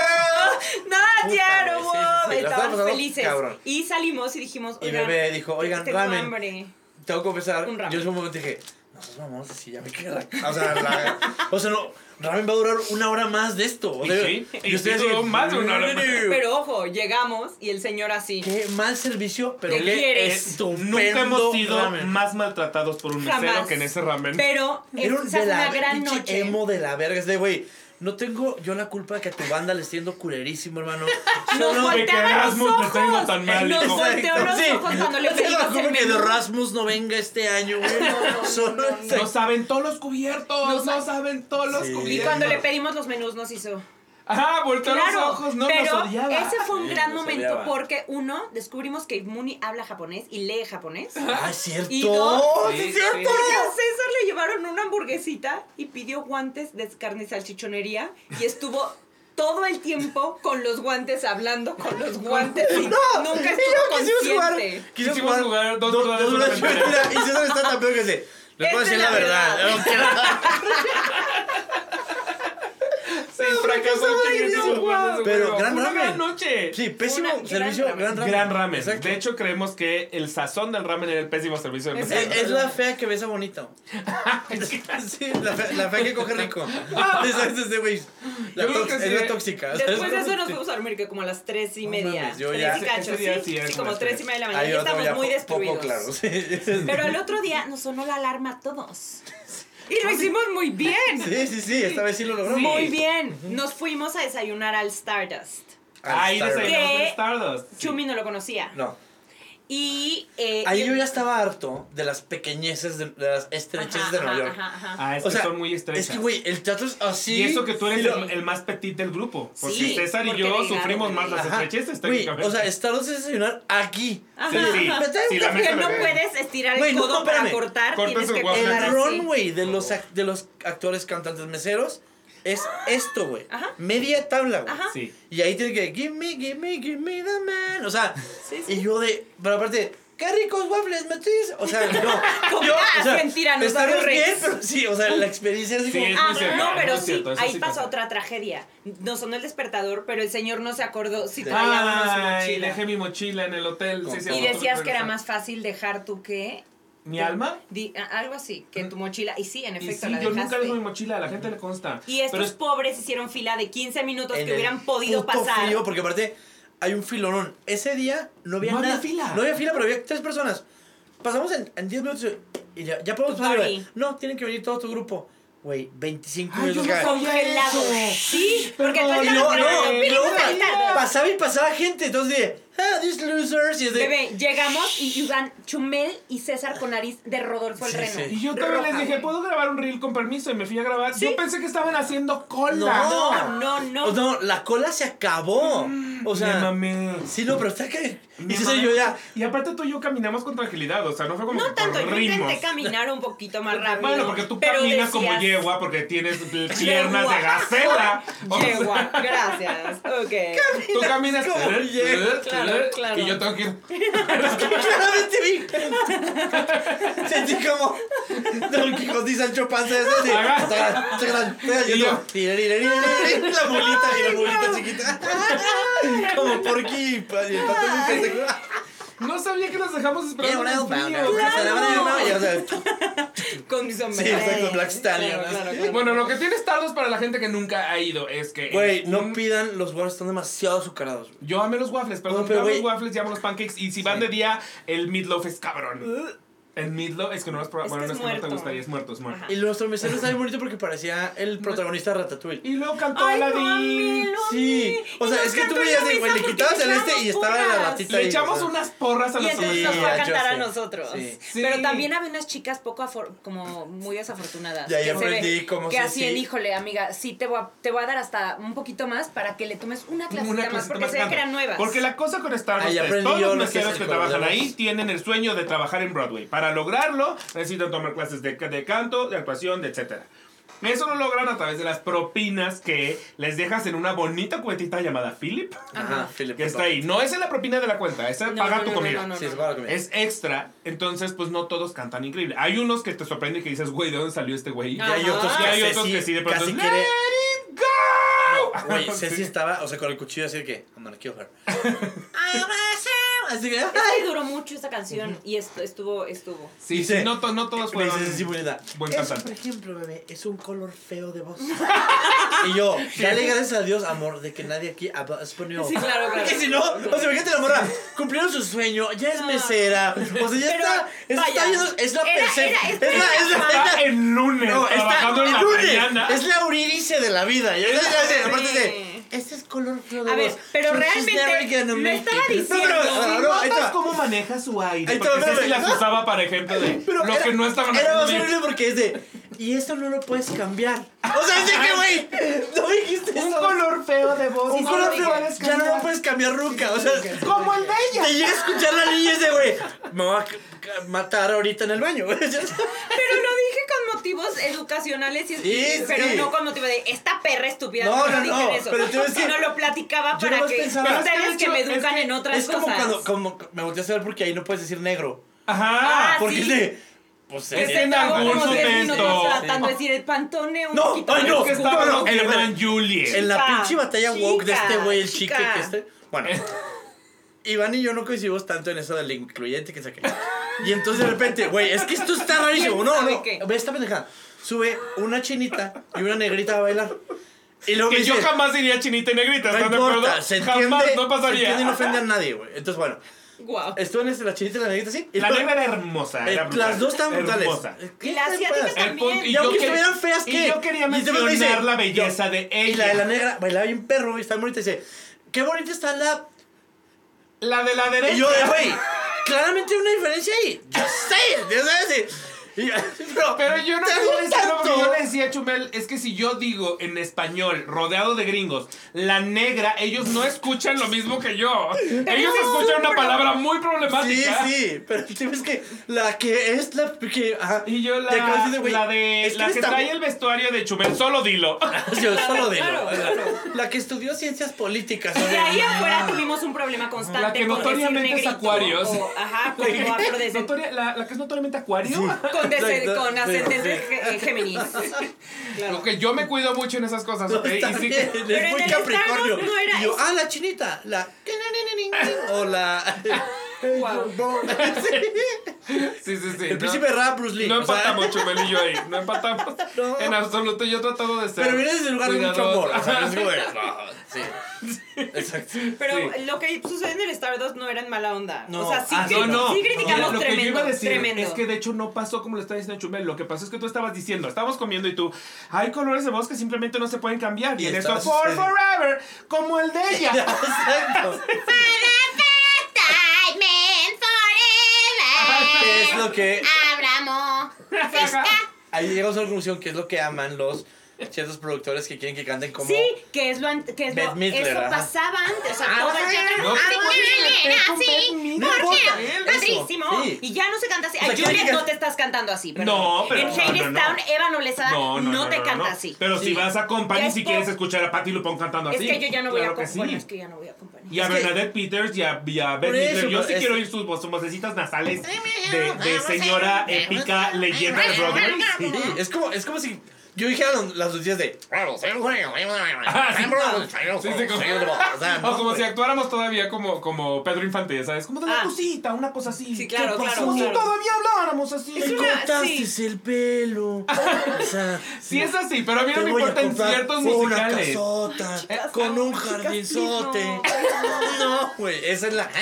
girl. Not Puta, yet a güey, sí, sí, sí. La woman. estaba Estábamos pasando felices. cabrón. Y salimos y dijimos, Y oigan, bebé dijo, oigan, tengo ramen. hambre. Tengo que confesar, Un ramen. yo en ese momento dije, no seas mamón, si ya me queda. O sea, la, o sea, no, ramen va a durar una hora más de esto. O Y sea, sí, y yo estoy sí así, duró más de una hora más. Pero ojo, llegamos y el señor así. Qué mal servicio, pero ¿Qué qué quieres? estupendo Nunca hemos sido ramen. más maltratados por un mesero Jamás. que en ese ramen. Pero Era un esa de fue la una gran pinche noche. emo de la verga. Es de, güey, no tengo yo la culpa de que a tu banda le esté yendo culerísimo, hermano. Nos Solo- de que volteaba los Erasmus le está yendo ojos. tan mal, Nos hijo. volteó los Sí. ojos cuando le No se me pedimos ocurre el que de menú. Rasmus no venga este año, güey. Solo este- No saben todos los cubiertos, No no, sa- saben todos los Sí. cubiertos. Y cuando le pedimos los menús nos hizo. Ajá, volteó Claro, los ojos, no pero nos odiaba. ese fue un Sí, gran nos momento odiaba. porque uno, descubrimos que Mooney habla japonés y lee japonés. Ah, es cierto. Y dos- Sí, Sí, es cierto. sí. Porque a César le llevaron una hamburguesita y pidió guantes de carne y salchichonería y estuvo todo el tiempo con los guantes hablando con los guantes y nunca Y yo estuvo quisimos jugar. consciente. Quisimos jugar dos do- verdades, dos una verdades, mentira. mentira. Y César está tan peor que dice, les puedo Esta decir es la la verdad. verdad. No quiero- Sí, fracasó el chiquitito. guau. Pero gran Una ramen. gran noche. Sí, pésimo Una- servicio, gran gran ramen. Gran ramen. Exacto. De hecho, creemos que el sazón del ramen era el pésimo servicio del Es, mesero. es la fea que besa bonito. Sí, la fea, la fea que coge rico. Exacto, ese güey. La Yo creo tox- que es sí. la tóxica. Después de eso nos fuimos a dormir que como a las tres y No media. mames, yo tres ya- y cacho, ese día sí, sí era sí, como como las tres tres. y media de la mañana. Ahí Ya yo tengo estamos ya muy po- destruidos. poco claro. Sí, Pero el otro día nos sonó la alarma a todos. Y lo hicimos muy bien. sí, sí, sí, esta vez sí lo logramos. Muy bien. Nos fuimos a desayunar al Stardust. Ahí Al Starbucks. desayunamos ¿Qué? en Stardust. Sí. Chumi no lo conocía. No. Y. Eh, Ahí y- yo ya estaba harto de las pequeñeces, de, de las estrecheces Ajá, de Nueva ajá, York. ajá, ajá. Ah, es O que sea, son muy estrechas. es que, güey, el teatro es así. Y eso que tú eres y lo- el, el más petit del grupo. Porque Sí, César y porque yo delgado, sufrimos más las Ajá. estrecheces Güey, técnicamente. o sea, Starbucks es desayunar aquí. Ajá, Sí, sí. ajá. Me trae un Sí, la café. mesa Que no me- puedes estirar el Güey, no, codo para espérame. cortar. Cortas Tienes el que waffle. quedar El así. ron, güey, de los, ac- de los actores, cantantes, meseros, es esto, güey. Ajá. Media tabla, güey. Ajá. Sí. Y ahí tiene que, give me, give me, give me the man. O sea, Sí, sí. y yo de, pero aparte, qué ricos waffles, ¿me entiendes? O sea, no. Como, yo, ah, o sea, mentira, nos está vamos bien, rex. pero sí, o sea, la experiencia es así Sí, como, es Ah, muy cierto, no, es pero muy sí, cierto, eso ahí sí pasó pasa. otra tragedia. No sonó el despertador, pero el señor no se acordó si traíamos su Ay, mochila. dejé mi mochila en el hotel. Sí, sí, Y nosotros decías que era regresamos. más fácil dejar tu qué. ¿Mi alma? Di- a- algo así, que tu mochila. Y sí, en Y efecto, sí, la yo dejaste. nunca dejo mi mochila, a la gente le consta. Y estos Pero es- pobres hicieron fila de quince minutos en que el hubieran podido puto pasar. frío, porque aparte hay un filonón. Ese día no había No había nada. fila. No había fila, pero había tres personas. Pasamos en, en diez minutos y ya, ya podemos Tu pasar. party. güey. No, tienen que venir todo tu grupo. Güey, veinticinco Ay, yo minutos. no cada- sabía Congelado. eso. Sí, porque tú Perdón, Y estabas luego, gritando, no, y "Vinimos luego a gritar". pasaba y pasaba gente. Entonces dije, ah, these losers. Y es de, Bebé, llegamos y iban Chumel y César con nariz de Rodolfo el Sí, Reno. sí. Y yo también les Roja, dije, güey. ¿puedo grabar un reel con permiso? Y me fui a grabar. Sí. Yo pensé que estaban haciendo cola. No. No, no, no. O no, la cola se acabó. O sea, Me mamé. sí, no, pero está que. Me Y sí, mamé. yo ya. Y aparte tú y yo caminamos con tranquilidad. O sea, no fue como No que tanto, yo corrimos. intenté caminar un poquito más rápido. Bueno, porque tú pero caminas como decías, yegua porque tienes piernas de Yegua. gacela. O sea, Yegua, gracias. Ok. tú caminas como yegua. Claro, claro. Y yo tengo que ir. Claramente vi. Sentí como Don Quijote y Sancho Panza. Eso así. Ajá. Tacan, tacan, tacan, Y y yo. yo, tira, tira, tira, tira, la mulita y la mulita chiquita. Como Porky y el pato es un pendejo. No sabía que nos dejamos Yeah, esperando. bueno, en el bueno, frío. bueno, y, o sea, Con mi Sí, sombrero. exacto, Black Stallion. Claro, claro, claro. Bueno, lo que tiene Stardust para la gente que nunca ha ido es que. Güey, en no un- pidan los waffles, están demasiado azucarados. güey. Yo amé los waffles, perdón. No, pero, yo amo los güey- waffles, llamo los pancakes. Y si van de día, el meatloaf es cabrón. El meatloaf es que no lo has probado. Es Bueno, que no es es que no te muerto. gustaría, es muerto, es muerto. Ajá. Y nuestro mesero está bien bonito porque parecía el protagonista de Ratatouille. Y luego cantó Ay, Aladdin. mami, lo Sí, amé. o Y sea, nos es que tú cantó veías en de, la güey, le mesa quitabas porque el este y echamos estaba la porras. ratita Le ahí. echamos o sea. unas porras a Y los entonces Sí, nos fue a ya, yo cantar a sé. nosotros. Sí. Sí. Pero también había unas chicas poco afor- como muy desafortunadas. Ya, ya que se aprendí ve cómo que se- así el sí. híjole, amiga, sí te voy, a, te voy a dar hasta un poquito más para que le tomes una clasita Una más clasita porque más se ve que grande. eran nuevas. Porque la cosa con Stardust Ahí es aprendí todos yo los lo que es meseros el que color de trabajan ahí voz. tienen el sueño de trabajar en Broadway. Para lograrlo necesitan tomar clases de, de canto, de actuación, de etcétera. Eso lo logran a través de las propinas que les dejas en una bonita cuetita llamada Philip, Ajá, Philip. que está ahí. No es en la propina de la cuenta, es No, pagar no, tu no, comida. no, no, Sí, es para la comida. Es extra, entonces pues no todos cantan increíble. Hay unos que te sorprenden que dices, güey, ¿de dónde salió este güey? Y hay Ajá. otros Y que hay Ceci otros que sí de pronto casi es, quiere. "Let it go". Güey, Sí. Ceci estaba, o sea, con el cuchillo así de que, I'm gonna kill her. Así que, Es que ay. duró mucho esa canción y esto estuvo, estuvo. Sí, Dice- sí, no, to- no todos Me fueron dice Ceci bonita. buen Eso, cantante. por ejemplo, bebé, es un color feo de voz. Y yo, dale gracias a Dios, amor, de que nadie aquí habla español. Sí, claro, claro. Porque si no, o sea, fíjate la morra, cumplieron su sueño, ya es No. mesera. O sea, ya Pero, está, está vaya, yendo, es la era- percepción. era- Es la, es la, es Está la, en lunes, no, está trabajando en el la lunes. mañana. Es la Eurídice de la vida. Y entonces ya dice, aparte Sí. de, este es color feo de A ver, voz. pero So she's realmente never gonna lo make estaba it. diciendo. No, pero, no, no, ahí te va. cómo maneja su aire. Ahí te va, Porque Ceci espérame. las usaba para ejemplo de Pero lo era- que no estaban Era más haciendo bien. horrible porque es de. Y esto no lo puedes cambiar. O sea, es de que, güey. No me dijiste Un eso. color feo de voz. Un sí, color sí, feo. sí. Ya no lo puedes cambiar nunca. O sea, Como el de ella. te llega a escuchar la niña y es de, güey. Me voy a c- c- matar ahorita en el baño. güey. Pero lo dije con motivos educacionales y Sí, pero sí. no con motivo de esta perra estupida. No, no, dije no, eso. pero tú ves que- sino lo platicaba Yo para nomás que pensaba- Pero es que ustedes de que hecho, me es educan que en otras Es como cosas. cuando como me volteé a saber porque ahí no puedes decir negro. Ajá. Ah, Porque sí. es de. Pues Es en- en Estaba algún como diez momento. minutos tratando de decir el pantone un No, poquito ay, más no, Es que oscuro. estábamos no, en no, Evan Juliet. En la Chica, pinche batalla woke de este chica, güey, el chique chica. que este. Bueno, Iván y yo no coincidimos tanto en eso del incluyente que saqué. Y entonces de repente, güey, es que esto está rarísimo. ¿Quién No, sabe no. qué? Ve esta pendejada. Sube una chinita y una negrita a bailar. Y luego me Que yo dice, jamás diría chinita y negrita, no ¿están de acuerdo? importa, se entiende, Jamás no se entiende pasaría. y no ofende a nadie, güey. Entonces, bueno, Guau. estuvo en este, la chinita y la negrita, sí. Y La luego- negra era hermosa, eh, era brutal. las dos estaban brutales. Hermosa. ¿Qué Y la te asiática pasa? también. El punto- Y yo aunque quer- estuvieran feas, y ¿qué? yo quería Y después me dice, mencionar la belleza yo- de ella. Y la de la negra bailaba bien perro y está muy bonita. Y dice, qué bonita está la... La de la derecha. Y yo, güey, claramente hay una diferencia ahí. Yo sé, yo sé. Sí. Y- pero, Pero yo no ¿te estoy hago diciendo porque tanto? yo le decía a Chumel, es que si yo digo en español, rodeado de gringos, la negra, ellos no escuchan lo mismo que yo. Ellos ese es escuchan un una pro- palabra muy Sí, problemática. sí, pero el tema es que la que es la que... Ajá, Y yo la, te acabas de decir, güey, la de es que la que está- trae el vestuario de Chumel, solo dilo. Yo solo digo. Claro, la, claro. la que estudió ciencias políticas. Y de ahí ¿no? afuera tuvimos un problema constante. La que con notoriamente decir es negrito Acuarios. o, ajá, como afrodescendiente. Notoria- la, la que es notoriamente acuario. Con, dese- Exacto, con sí, ascendente sí. ge- eh, Géminis. Claro. Lo que yo me cuido mucho en esas cosas, ¿ok? Está Y sí bien, que- es Pero muy en el Capricornio. Stardust no era Y yo, eso. ah, la chinita, la... O la... Wow. sí, sí, sí. El no- príncipe rap, Bruce Lee. No o sea, empatamos, Chumel y yo ahí. No empatamos. No. En absoluto. Yo he tratado de ser. Pero viene desde el lugar de mucho cuidadoso. amor. O sea, no es como de, no, sí. Exacto. Pero Sí. lo que sucede en el Stardust no era en mala onda. No, o sea, sí, ah, cri- No, no. sí criticamos Mira, lo tremendo. que yo iba a decir tremendo. es que de hecho no pasó como lo está diciendo Chumel. Lo que pasó es que tú estabas diciendo, estábamos comiendo y tú, hay colores de voz que simplemente no se pueden cambiar. Y, Y en eso, estabas- for forever, como el de ella. Exacto. ¿Qué es lo que... Abramo. Ahí llegamos a la conclusión que es lo que aman los ciertos productores que quieren que canten como... Sí, que es lo, an- que es Beth lo Midler, eso ajá. pasaba antes, o sea, Ah, todo el teatro No, ah, pero bueno, nena, con sí. Beth Midler. No importa. Él. padrísimo. Sí. Y ya no se canta así. O sea, A que Juliet digas- no te estás cantando así, perdón. No, pero- En no, no, Hadestown, no. Eva Nolesa no, No, no, no, te no, canta no. así. Pero si Sí. vas a Company, Ya si es quieres por- escuchar a Patti Lupón cantando Es así. que yo ya no voy Claro a que acompañar. sí. Es que ya no voy a acompañar. Y a Es que- Bernadette Peters y a, y a Beth Por eso, Midler. Yo sí pero quiero es- oír sus, vo- sus vocecitas nasales de, de señora épica leyenda de Broadway. Sí, es como, es como si yo dijera las noticias de... Ah, sí. Sí, sí, como- O sea, O no, como si güey. actuáramos todavía como, como Pedro Infante, ¿sabes? Como de la Ah. cosita, una cosa así. Sí, claro, ¿Qué pasó? claro, Como si claro. todavía habláramos así. Me Es una- cortaste sí. el pelo. O sea, Sí es así, pero a mí no te me voy a importa en comprar ciertos una musicales. casota Chicas, con un chicas, jardinzote. sí, No, güey, esa es la...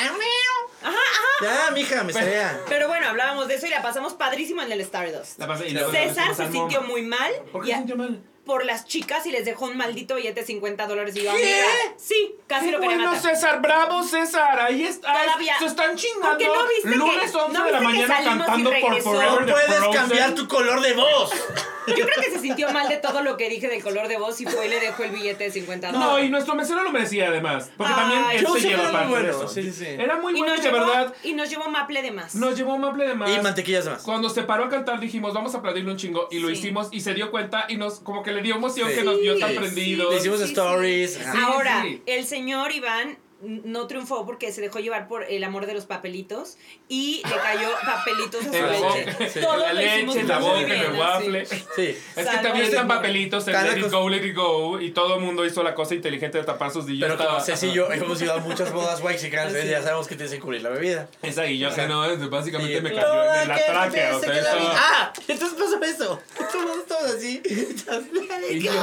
Ya, mija, me sabía. Pero bueno, hablábamos de eso y la pasamos padrísimo en el Stardust. La pasé y luego la César pusimos se al sintió MoMA. muy mal ¿Por qué y se a- sintió mal? por las chicas y les dejó un maldito billete de cincuenta dólares y yo, ¿Qué? amiga, sí, casi Qué lo quería bueno, matar. César, bravo, César. Ahí está. Todavía. Se están chingando. Porque no viste que- Lunes once no de la viste que mañana salimos y cantando por regresó. Forever No de puedes Frozen. cambiar tu color de voz. Yo creo que se sintió mal de todo lo que dije del color de voz y fue y le dejó el billete de cincuenta No, dólares. y nuestro mesero lo merecía además. Porque Ay, también él yo se sí lleva era parte muy de bueno, eso. sí, sí, sí. Era muy y, bueno, nos de llevó, verdad. y nos llevó maple de más. Nos llevó un maple de más. Y mantequillas de más. Cuando se paró a cantar dijimos, vamos a aplaudirle un chingo. Y lo Sí. hicimos y se dio cuenta y nos como que le dio emoción Sí. que nos vio tan Sí, prendidos. Le hicimos stories. sí. Ajá. Ahora, sí. el señor Iván no triunfó porque se dejó llevar por el amor de los papelitos y le cayó papelitos a su En la leche. boca, Sí. Todos la lo hicimos leche, en la muy boca, en bien, el así. waffle. Sí. Es que Salud. también están papelitos en Cada Let It cosa- Go, Let It Go. Y todo el mundo hizo la cosa inteligente de tapar sus dillos. Pero como Ceci y yo hemos ido a muchas bodas waxicanas, Así. ya sabemos que tienes que cubrir la bebida. Esa y yo que no, es- básicamente Y- me cayó en la ¿Qué? tráquea. O ¿Qué? sea, ¿Qué? estaba- Ah, entonces pasó eso. Todos todos así. Y yo-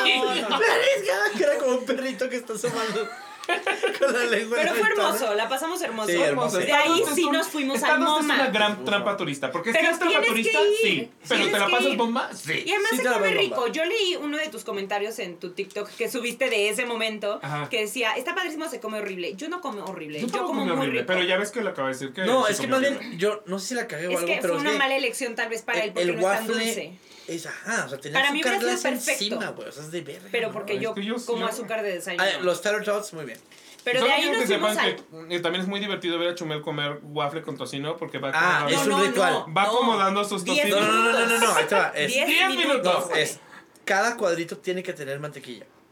Que era como un perrito que está asomando con la lengua. en Pero la fue ventana. hermoso, la pasamos hermoso. Sí, hermoso. De ahí Stardust sí es un- nos fuimos al Stardust es una MoMA. gran trampa turista. Porque Pero si es trampa tienes turista, que ir. sí. Pero Tienes te la que pasas ir. bomba, sí. Y además Sí, se te la come doy rico. bomba. Yo leí uno de tus comentarios en tu TikTok que subiste de ese momento Ajá. que decía, está padrísimo, se come horrible. Yo no como horrible, Yo yo, tampoco como comí muy horrible, rico. pero ya ves que lo acabo de decir que No, sí es que comí más horrible. bien, yo no sé si la cagué o Es algo, que pero fue es una que mala elección tal vez para él el, porque el no es tan waffle dulce. es, ajá, o sea, tenía Para mí hubiera azúcar sido glass perfecto. encima, güey, o sea, es de verga. Pero ¿no? porque es yo que yo- como yo- azúcar de desayuno. Ah, los Taylor Tots, muy bien. Pero Solo de ahí quiero nos que fuimos sepan al... que eh, también es muy divertido ver a Chumel comer waffle con tocino porque va Ah, acomodando- es No, un no, ritual. no, Va no. acomodando sus Diez tocinos. No, no, no, no, no, no, ahí te va. Es, Diez diez minutos. minutos. no, es, cada cuadrito tiene que tener mantequilla.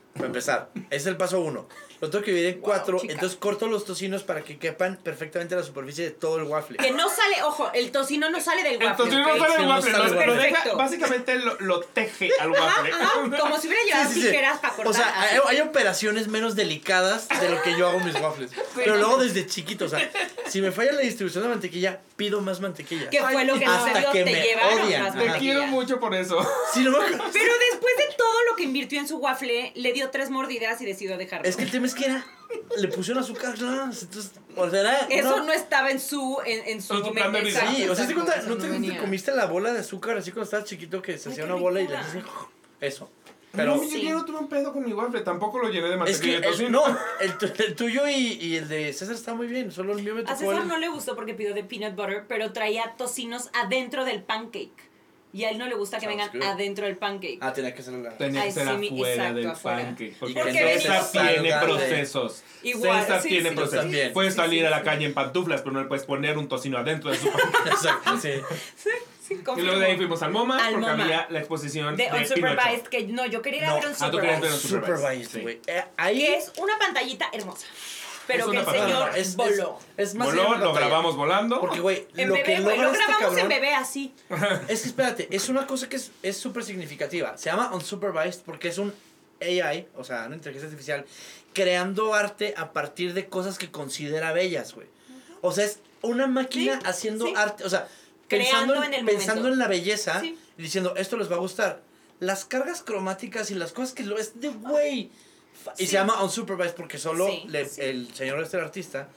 Para empezar, ese es el paso uno. Lo tengo que dividir en Wow, cuatro, chica. entonces corto los tocinos para que quepan perfectamente la superficie de todo el waffle. Que no sale, ojo, el tocino no sale del waffle. Entonces no ¿ok? sale Sí, el no waffle, sale lo, el lo waffle. deja, Perfecto. básicamente lo, lo teje al Ajá, waffle. ajá, como si hubiera llevado Sí, sí, sí. tijeras para cortar. O sea, hay, así. hay operaciones menos delicadas de lo que yo hago mis waffles. Pero luego desde chiquito, o sea, si me falla la distribución de mantequilla, pido más mantequilla. ¿Qué fue lo que hasta sucedió? que Te me llevaron odian. más Ajá. Te mantequilla. quiero mucho por eso. Sí, no me acuerdo. Pero después de todo lo que invirtió en su waffle, le dio tres mordidas y decidió dejarlo. Es que el tema es que era, le pusieron azúcar, ¿no? Entonces, o sea, era, Eso no- no estaba en su en, en su, En su plan de vida. exacto, Sí, o sea, ¿te exacto, cuenta? eso ¿No te, te venía. comiste la bola de azúcar así cuando estabas chiquito que se Ay, hacía qué una bola y le ricura. hacías así? Eso. Pero Pero yo Sí. quiero no tuve un pedo con mi waffle, tampoco lo llené de es mantequilla que de el, tocino. no, el, tu- el tuyo y, y el de César está muy bien, solo el mío me A tocó César el- no le gustó porque pidió de peanut butter, pero traía tocinos adentro del pancake. Y a él no le gusta que Sounds vengan good. adentro del pancake. Ah, tenía que ser la... Tenía que Ay, ser sí, mi- afuera exacto, del afuera. pancake. Porque, Porque César venía- tiene salga de- procesos. Igual, César sí, tiene sí, procesos. también. Puedes Sí, salir sí, a la sí. calle en pantuflas, pero no le puedes poner un tocino adentro de su pancake. Exacto, sí. Sí, sí, Y confirmo. luego de ahí fuimos al MoMA Al porque MoMA. había la exposición De de, Unsupervised, Pinocho. que no, yo quería ir a No. ver Ah, tú querías ver Unsupervised. Unsupervised. Supervised, Sí. güey. Eh, ahí Que es una pantallita hermosa. Pero Es que una el pantalla. señor es, es, voló. es más Voló, allá de la lo pantalla. grabamos volando. Porque, güey, En lo bebé, que güey, logra lo este grabamos cabrón... en bebé así. Es que espérate, es una cosa que es es súper significativa. Se llama Unsupervised porque es un A I, o sea, una inteligencia artificial, creando arte a partir de cosas que considera bellas, güey. O sea, es una máquina Sí, haciendo sí. arte, o sea, Creando pensando, en, en el pensando momento. en la belleza Sí. y diciendo, esto les va a gustar. Las cargas cromáticas y las cosas que lo es de güey. Fa- Y Sí. se llama Unsupervised porque solo Sí, le- sí. el señor este, el artista,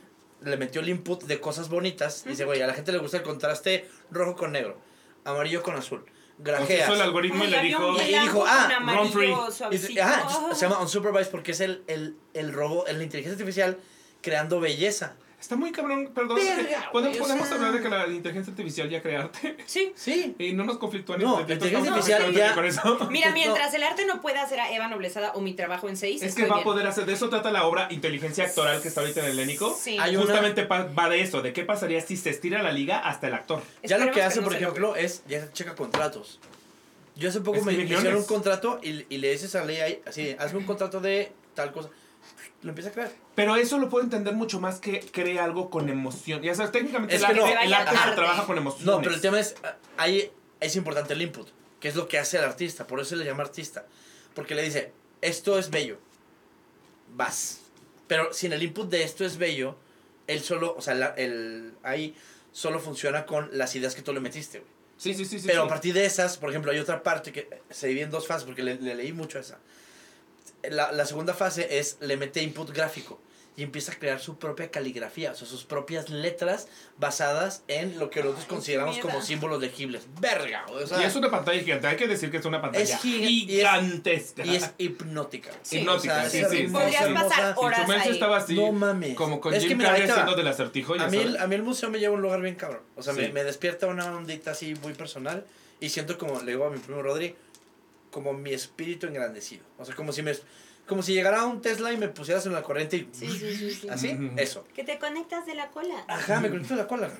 le metió el input de cosas bonitas. Y dice, güey, a la gente le gusta el contraste rojo con negro, amarillo con azul. Entonces Grajeas. hizo el algoritmo y Ay, le había dijo... un Y blanco dijo, con ah, amarillo Ron Free. Y suavecito. dice, ajá, Ah. se llama Unsupervised porque es el, el, el robot, la inteligencia artificial creando belleza. Está muy cabrón, perdón. Verga, ¿Podemos, güey, o podemos sea- hablar de que la inteligencia artificial ya crea arte? Sí. Sí. Y no nos conflictúa No, ni la inteligencia estamos artificial con ya- eso. Mira, No. mientras el arte no pueda hacer a Eva Noblezada o mi trabajo en seis, Es que estoy va a bien. poder hacer, de eso trata la obra Inteligencia Actoral que está ahorita en el Lénico. Sí. Hay una- Justamente pa- va de eso, de qué pasaría si se estira la liga hasta el actor. Ya lo Esperemos que hace, no por se ejemplo, es, ya se checa contratos. Yo hace poco Es me, me millones. hicieron un contrato y, y le dices a ley ahí, así, hazme un contrato de tal cosa. Lo empieza a crear. Pero eso lo puedo entender mucho más que crea algo con emoción. Ya sabes, técnicamente Es el que arte, no. el arte se Vaya trabaja tarde. con emociones. No, pero el tema es, ah, ahí es importante el input, que es lo que hace el artista, por eso se le llama artista. Porque le dice, esto es bello, vas. Pero sin el input de esto es bello, él solo, o sea, la- el, ahí solo funciona con las ideas que tú le metiste, güey. Sí, sí, sí. sí Pero sí. a partir de esas, por ejemplo, hay otra parte que se divide en dos fases, porque le, le leí mucho esa. La, la segunda fase es, le mete input gráfico y empieza a crear su propia caligrafía, o sea, sus propias letras basadas en lo que nosotros Ay, consideramos qué como mierda. símbolos legibles. ¡Verga! O sea, Y es una pantalla gigante, hay que decir que es una pantalla Es giga- y es- gigantesca. y es hipnótica. Sí. Hipnótica, es sí, sí. hermosa, Podrías hermosa. pasar horas Su mente ahí. estaba así, No mames. como con Es que Jim mira, Carrey ahí te va. haciendo del acertijo. ya A mí, el, sabes. a mí el museo me lleva a un lugar bien cabrón. O sea, Sí. me, me despierta una ondita así muy personal y siento como, le digo a mi primo Rodri, como mi espíritu engrandecido. O sea, como si me como si llegara un Tesla y me pusieras en la corriente y Sí, sí, sí, sí. así, Ujú. eso. Que te conectas de la cola. Ajá, me conecto a la cola.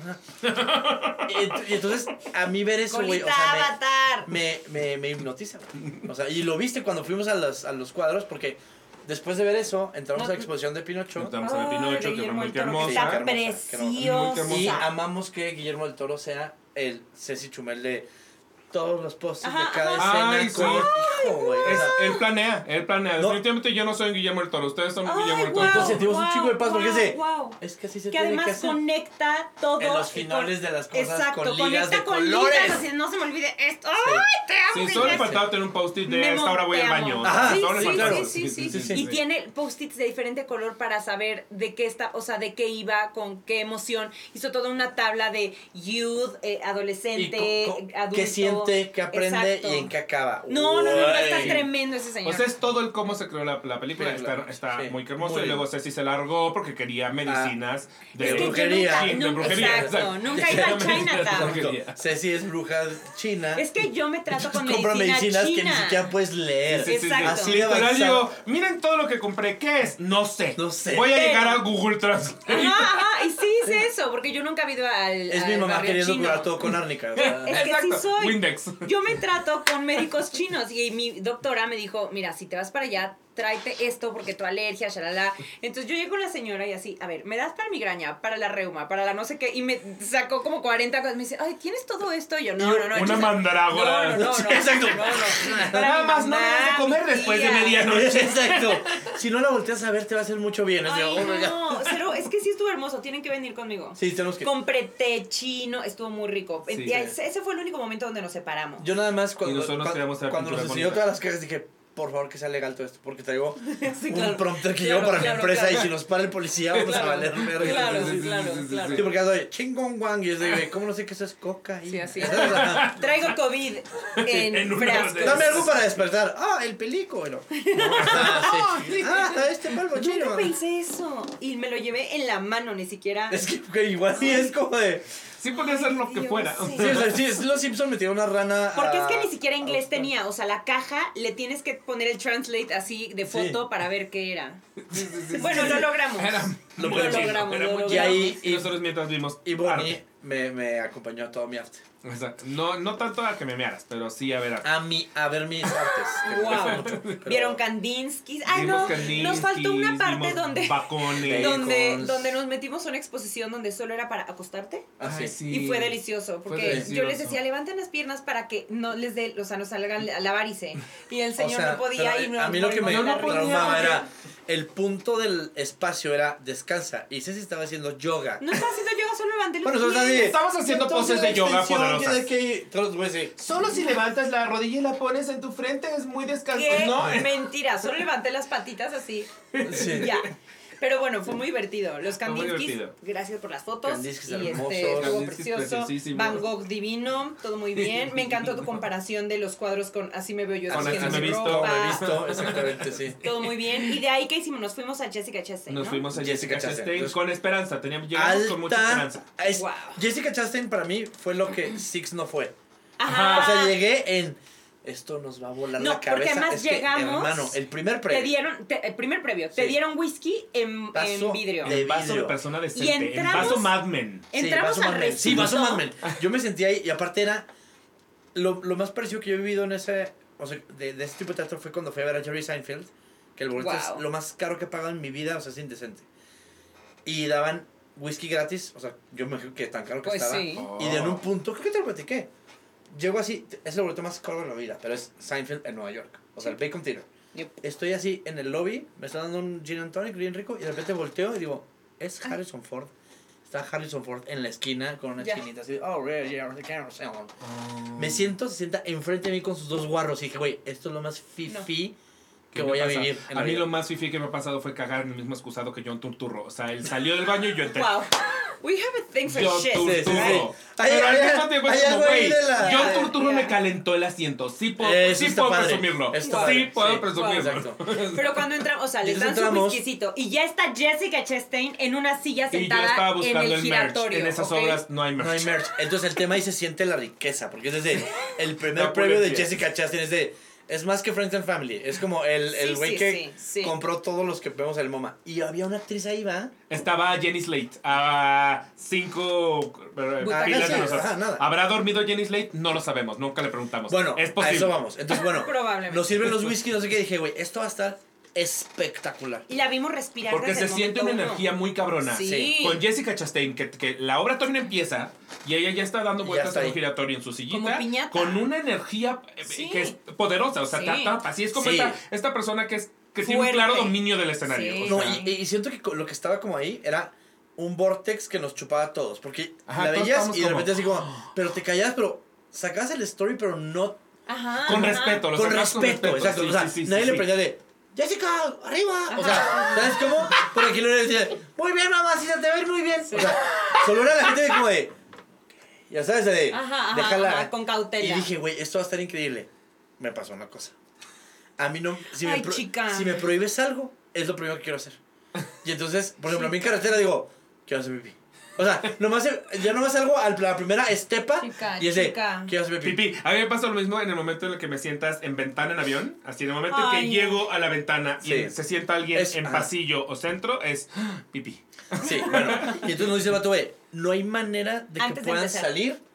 y, ent- y entonces, a mí ver eso, güey, o Colita sea, avatar. me, me, me, me hipnotiza, güey. O sea, y lo viste cuando fuimos a los, a los cuadros, porque después de ver eso, entramos No, a la exposición de Pinocho. Estamos en el Ay, Pinocho, de que fue Guillermo muy del Toro, que hermosa. Está Qué hermosa, qué hermosa. Muy hermosa. Y preciosa. amamos que Guillermo del Toro sea el Ceci Chumel de todos los posts de Ajá, cada ajá. escena. Ay, sí. con- hijo, güey. o Es- sea, él planea, él planea. No. Definitivamente yo no soy Guillermo del Toro, ustedes son Ay, Guillermo del wow, Toro. Entonces sentimos un wow, chingo de paz, porque wow, ese- wow. es que así se Que tiene que además hacer. conecta todo. En los y finales con- de las cosas Exacto, con ligas conecta de con colores. ligas, así, no se me olvide esto. Sí. ¡Ay, te amo! Sí, solo le Guillermo! faltaba tener un post-it de Memo, esta hora voy te al amo. baño. Ajá, Sí, Solo le sí, faltaba sí, eso. sí, sí, sí, sí. Y tiene post-its de diferente color para saber de qué está, o sea, de qué iba, con qué emoción. Hizo toda una tabla de youth, eh, Y adolescente, co- co- adulto. qué siente, qué aprende Exacto. y en qué acaba. No, no, no, no, está Güey. tremendo ese señor. O sea, es todo el cómo se creó la, la película. Sí, está claro. está Sí, muy hermoso. muy y luego bien. Ceci se largó porque quería medicinas de, es que brujería. yo nunca, Sí, de nunca- brujería, exacto, exacto. nunca iba a Chinatown. Brujería. Ceci es bruja china. Es que yo me trato con compra medicina medicinas china. que ni siquiera puedes leer. Sí, sí, sí, sí. Exacto. Así de Literal, avanzado. digo, miren todo lo que compré. ¿Qué es? No sé. No sé. Voy a Pero- llegar a Google Translate. Ajá, ajá, y sí hice eso, porque yo nunca he ido al. Es al mi mamá barrio queriendo chino. curar todo con árnica. o sea. Es que sí Exacto. soy. Windex. Durex. Yo me trato con médicos chinos y mi doctora me dijo, mira, si te vas para allá, tráete esto porque tu alergia, shalala. Entonces yo llego con la señora y así, a ver, me das para migraña, para la reuma, para la no sé qué, y me sacó como cuarenta cosas. Me dice, ay, ¿tienes todo esto? Y yo, no, no, no. Una mandrágora. No, no, no. Sí, no, exacto. No, no. Para Nada mi más no mamá, debes de comer mi después de tía. medianoche. Exacto. Si no la volteas a ver, te va a hacer mucho bien. Es de, Ay, oh, my God. no, cero, es que sí estuvo hermoso, tienen que venir conmigo. Sí, tenemos que. Compré té chino, estuvo muy rico. Sí. Y ese, ese fue el único momento donde nos separamos. Yo nada más cuando, Y nosotros nos cuando, queríamos traer cuando nos pinturas enseñó bonitas. todas las cajas dije, por favor que sea legal todo esto, porque traigo Sí, un claro. prompter que Claro, llevo para claro, mi empresa claro. y si nos para el policía vamos a Claro, valer verga. claro, Sí, sí, sí, claro, sí, sí, claro. Sí, porque ya doy chingón wang y yo digo, ¿cómo no sé qué eso es coca? Sí, así es. Traigo COVID en, En una frascos. de- Dame algo para despertar. Ah, el pelico. Bueno. Ah, sí. Ah, este polvo chino. Nunca pensé eso. Y me lo llevé en la mano, ni siquiera. Es que que igual sí es como de. Sí podía ser lo que Dios, fuera. sí. Sí, o sea, sí, es los Simpsons metieron una rana. Porque es que a- ni siquiera inglés a- tenía. O sea, la caja le tienes que poner el translate así de foto Sí. para ver qué era. Bueno, lo logramos. Era Lo muy logramos, chido, lo era muy logramos. chido. Y ahí- Y nosotros mientras vimos Y Bonnie arte. me, me acompañó a todo mi arte. Exacto. No, no tanto a que me mearas, pero sí a ver arte. A mí, a ver mis artes. que me Wow. gustan mucho, pero- Vieron Kandinsky. Ah, Vimos no. Kandinsky, Nos faltó una parte vimos donde. Bacones. Donde, Bacons. donde nos metimos a una exposición donde solo era para acostarte. Ah, Ay, sí. Y fue delicioso, Fue porque delicioso. yo les decía, levanten las piernas para que no les dé, o sea, no salgan a la varice. Y el señor O sea, no podía pero, y eh, no a mí lo que me morimos de la no podía, risa. traumaba porque- era el punto del espacio era descansa y Ceci estaba haciendo yoga. No estaba haciendo yoga, solo levanté los Bueno, solo está pies. así. Estamos haciendo poses de yoga poderosas. De que, todos los güeyes así. Solo si levantas la rodilla y la pones en tu frente es muy descanso. ¿Qué? No, Mentira, solo levanté las patitas así. Sí. Ya. Pero bueno, fue muy divertido. Los Fue muy Kandinskis, divertido. gracias por las fotos. Kandinskis y hermosos. este, estuvo Kandinskis precioso. preciosísimos. Van Gogh divino, todo muy bien. Me encantó tu comparación de los cuadros con Así me veo yo Con escogiendo Así me mi visto, ropa. Como he visto, exactamente, sí. Todo muy bien. Y de ahí, ¿qué hicimos? Nos fuimos a Jessica Chastain, Nos ¿no? fuimos a Jessica, Jessica Chastain. Chastain Entonces, con esperanza. Teníamos, llegamos con mucha esperanza. Es- Wow. Jessica Chastain para mí fue lo que Six no fue. Ajá. O sea, llegué en esto nos va a volar No, la cabeza. porque además es que, llegamos, hermano, el primer Te premio. dieron, te- el primer previo, te Sí. dieron whisky en, Vaso en vidrio. de En vaso de vidrio. persona decente. Y entramos- En vaso Mad Men. Entramos sí, al Vaso Mad Men. Sí, recinto. Vaso Mad Men. Yo me sentí ahí y aparte era lo, lo más parecido que yo he vivido en ese, o sea, de, de ese tipo de teatro fue cuando fui a ver a Jerry Seinfeld, que el boleto Wow. es lo más caro que he pagado en mi vida, o sea, es indecente. Y daban whisky gratis, o sea, yo me imagino que tan caro que Pues estaba. sí. Y de en un punto, creo que te lo platiqué. Llego así, es el boleto más caro de la vida, pero es Seinfeld en Nueva York, o sea, el Bacon Theater. Yep. Estoy así en el lobby, me está dando un gin and tonic bien rico y de repente volteo y digo, es Harrison Ford. Está Harrison Ford en la esquina con una Ya. esquinita así, oh, yeah, yeah, the camera's on. Me siento, se sienta enfrente de mí con sus dos guarros y dije, güey, esto es lo más fifi que ¿Qué me voy a pasa? vivir en A la mí vida. lo más fifi que me ha pasado fue cagar en el mismo excusado que John Turturro. O sea, él salió del baño y yo entré. Wow. We have a thing for John shit. Turturro. Sí, sí, sí. Pero Hay- al hay- mismo tiempo hay es como, algo ahí güey, de la- John Ya, Turturro ya. me calentó el asiento. Sí puedo, Eso sí está puedo padre. presumirlo. Está Sí padre, puedo sí. presumirlo. Exacto. Pero cuando entramos, o sea, les dan Entonces su entramos- whiskycito y ya está Jessica Chastain en una silla Y yo sentada estaba en buscando el, el, merch. giratorio. En esas ¿ok? obras no hay merch. No hay merch. Entonces el tema ahí se siente la riqueza, porque es desde el primer La premio de opulencia. Jessica Chastain, es de, es más que Friends and Family, es como el el Sí, güey sí, que sí, sí. compró todos los que vemos en el MoMA. Y había una actriz ahí, ¿va? Estaba Jenny Slate a cinco eh, Butacas, filas de sí, nosotros. ajá, nada. ¿Habrá dormido Jenny Slate? No lo sabemos, nunca le preguntamos. Bueno, es a posible. eso vamos. Entonces, bueno, Probablemente. nos sirven los whisky, no sé qué, dije, güey, esto va a estar espectacular. Y la vimos respirar Porque desde se el siente una momento uno. energía muy cabrona. Sí. Sí. Con Jessica Chastain, que, que la obra todavía no empieza y ella ya está dando Ya vueltas está en un ahí. giratorio en su sillita. Como piñata. Con una energía eh, Sí. que es poderosa. O sea, Sí. ta- ta- así es como Sí. esta, esta persona que, es, que tiene un Fuerte. claro dominio del escenario. Sí. o No, sea. y, y siento que co- lo que estaba como ahí era un vortex que nos chupaba a todos. Porque Ajá, la todos veías estábamos y de como- repente así como, pero te callabas, pero sacabas el story, pero no Ajá. Con ajá. respeto, lo con sacabas respeto, exacto. Sí, o sea, sí, sí, nadie sí, le sí. prendía de Jessica, arriba. O sea, ¿sabes cómo? Porque aquí lo decía, muy bien, mamacita, te ves muy bien. O sea, solo era la gente de como de, ya sabes, de, Ajá, ajá, déjala. ajá, con cautela. Y dije, güey, esto va a estar increíble. Me pasó una cosa. A mí no, si, Ay, me, pro- chica. si me prohíbes algo, es lo primero que quiero hacer. Y entonces, por ejemplo, a mí en carretera digo, quiero hacer pipí. O sea, nomás, ya nomás salgo a la primera estepa Chica, y es de, chica. quiero hacer pipí. Pipí, a mí me pasa lo mismo en el momento en el que me sientas en ventana en avión. Así, en el momento en Ay, que no. llego a la ventana Sí. y se sienta alguien Es- en ajá. pasillo o centro, es pipí. Sí, bueno. Y entonces nos dice el vato, güey, no hay manera de que Antes de puedan empezar. salir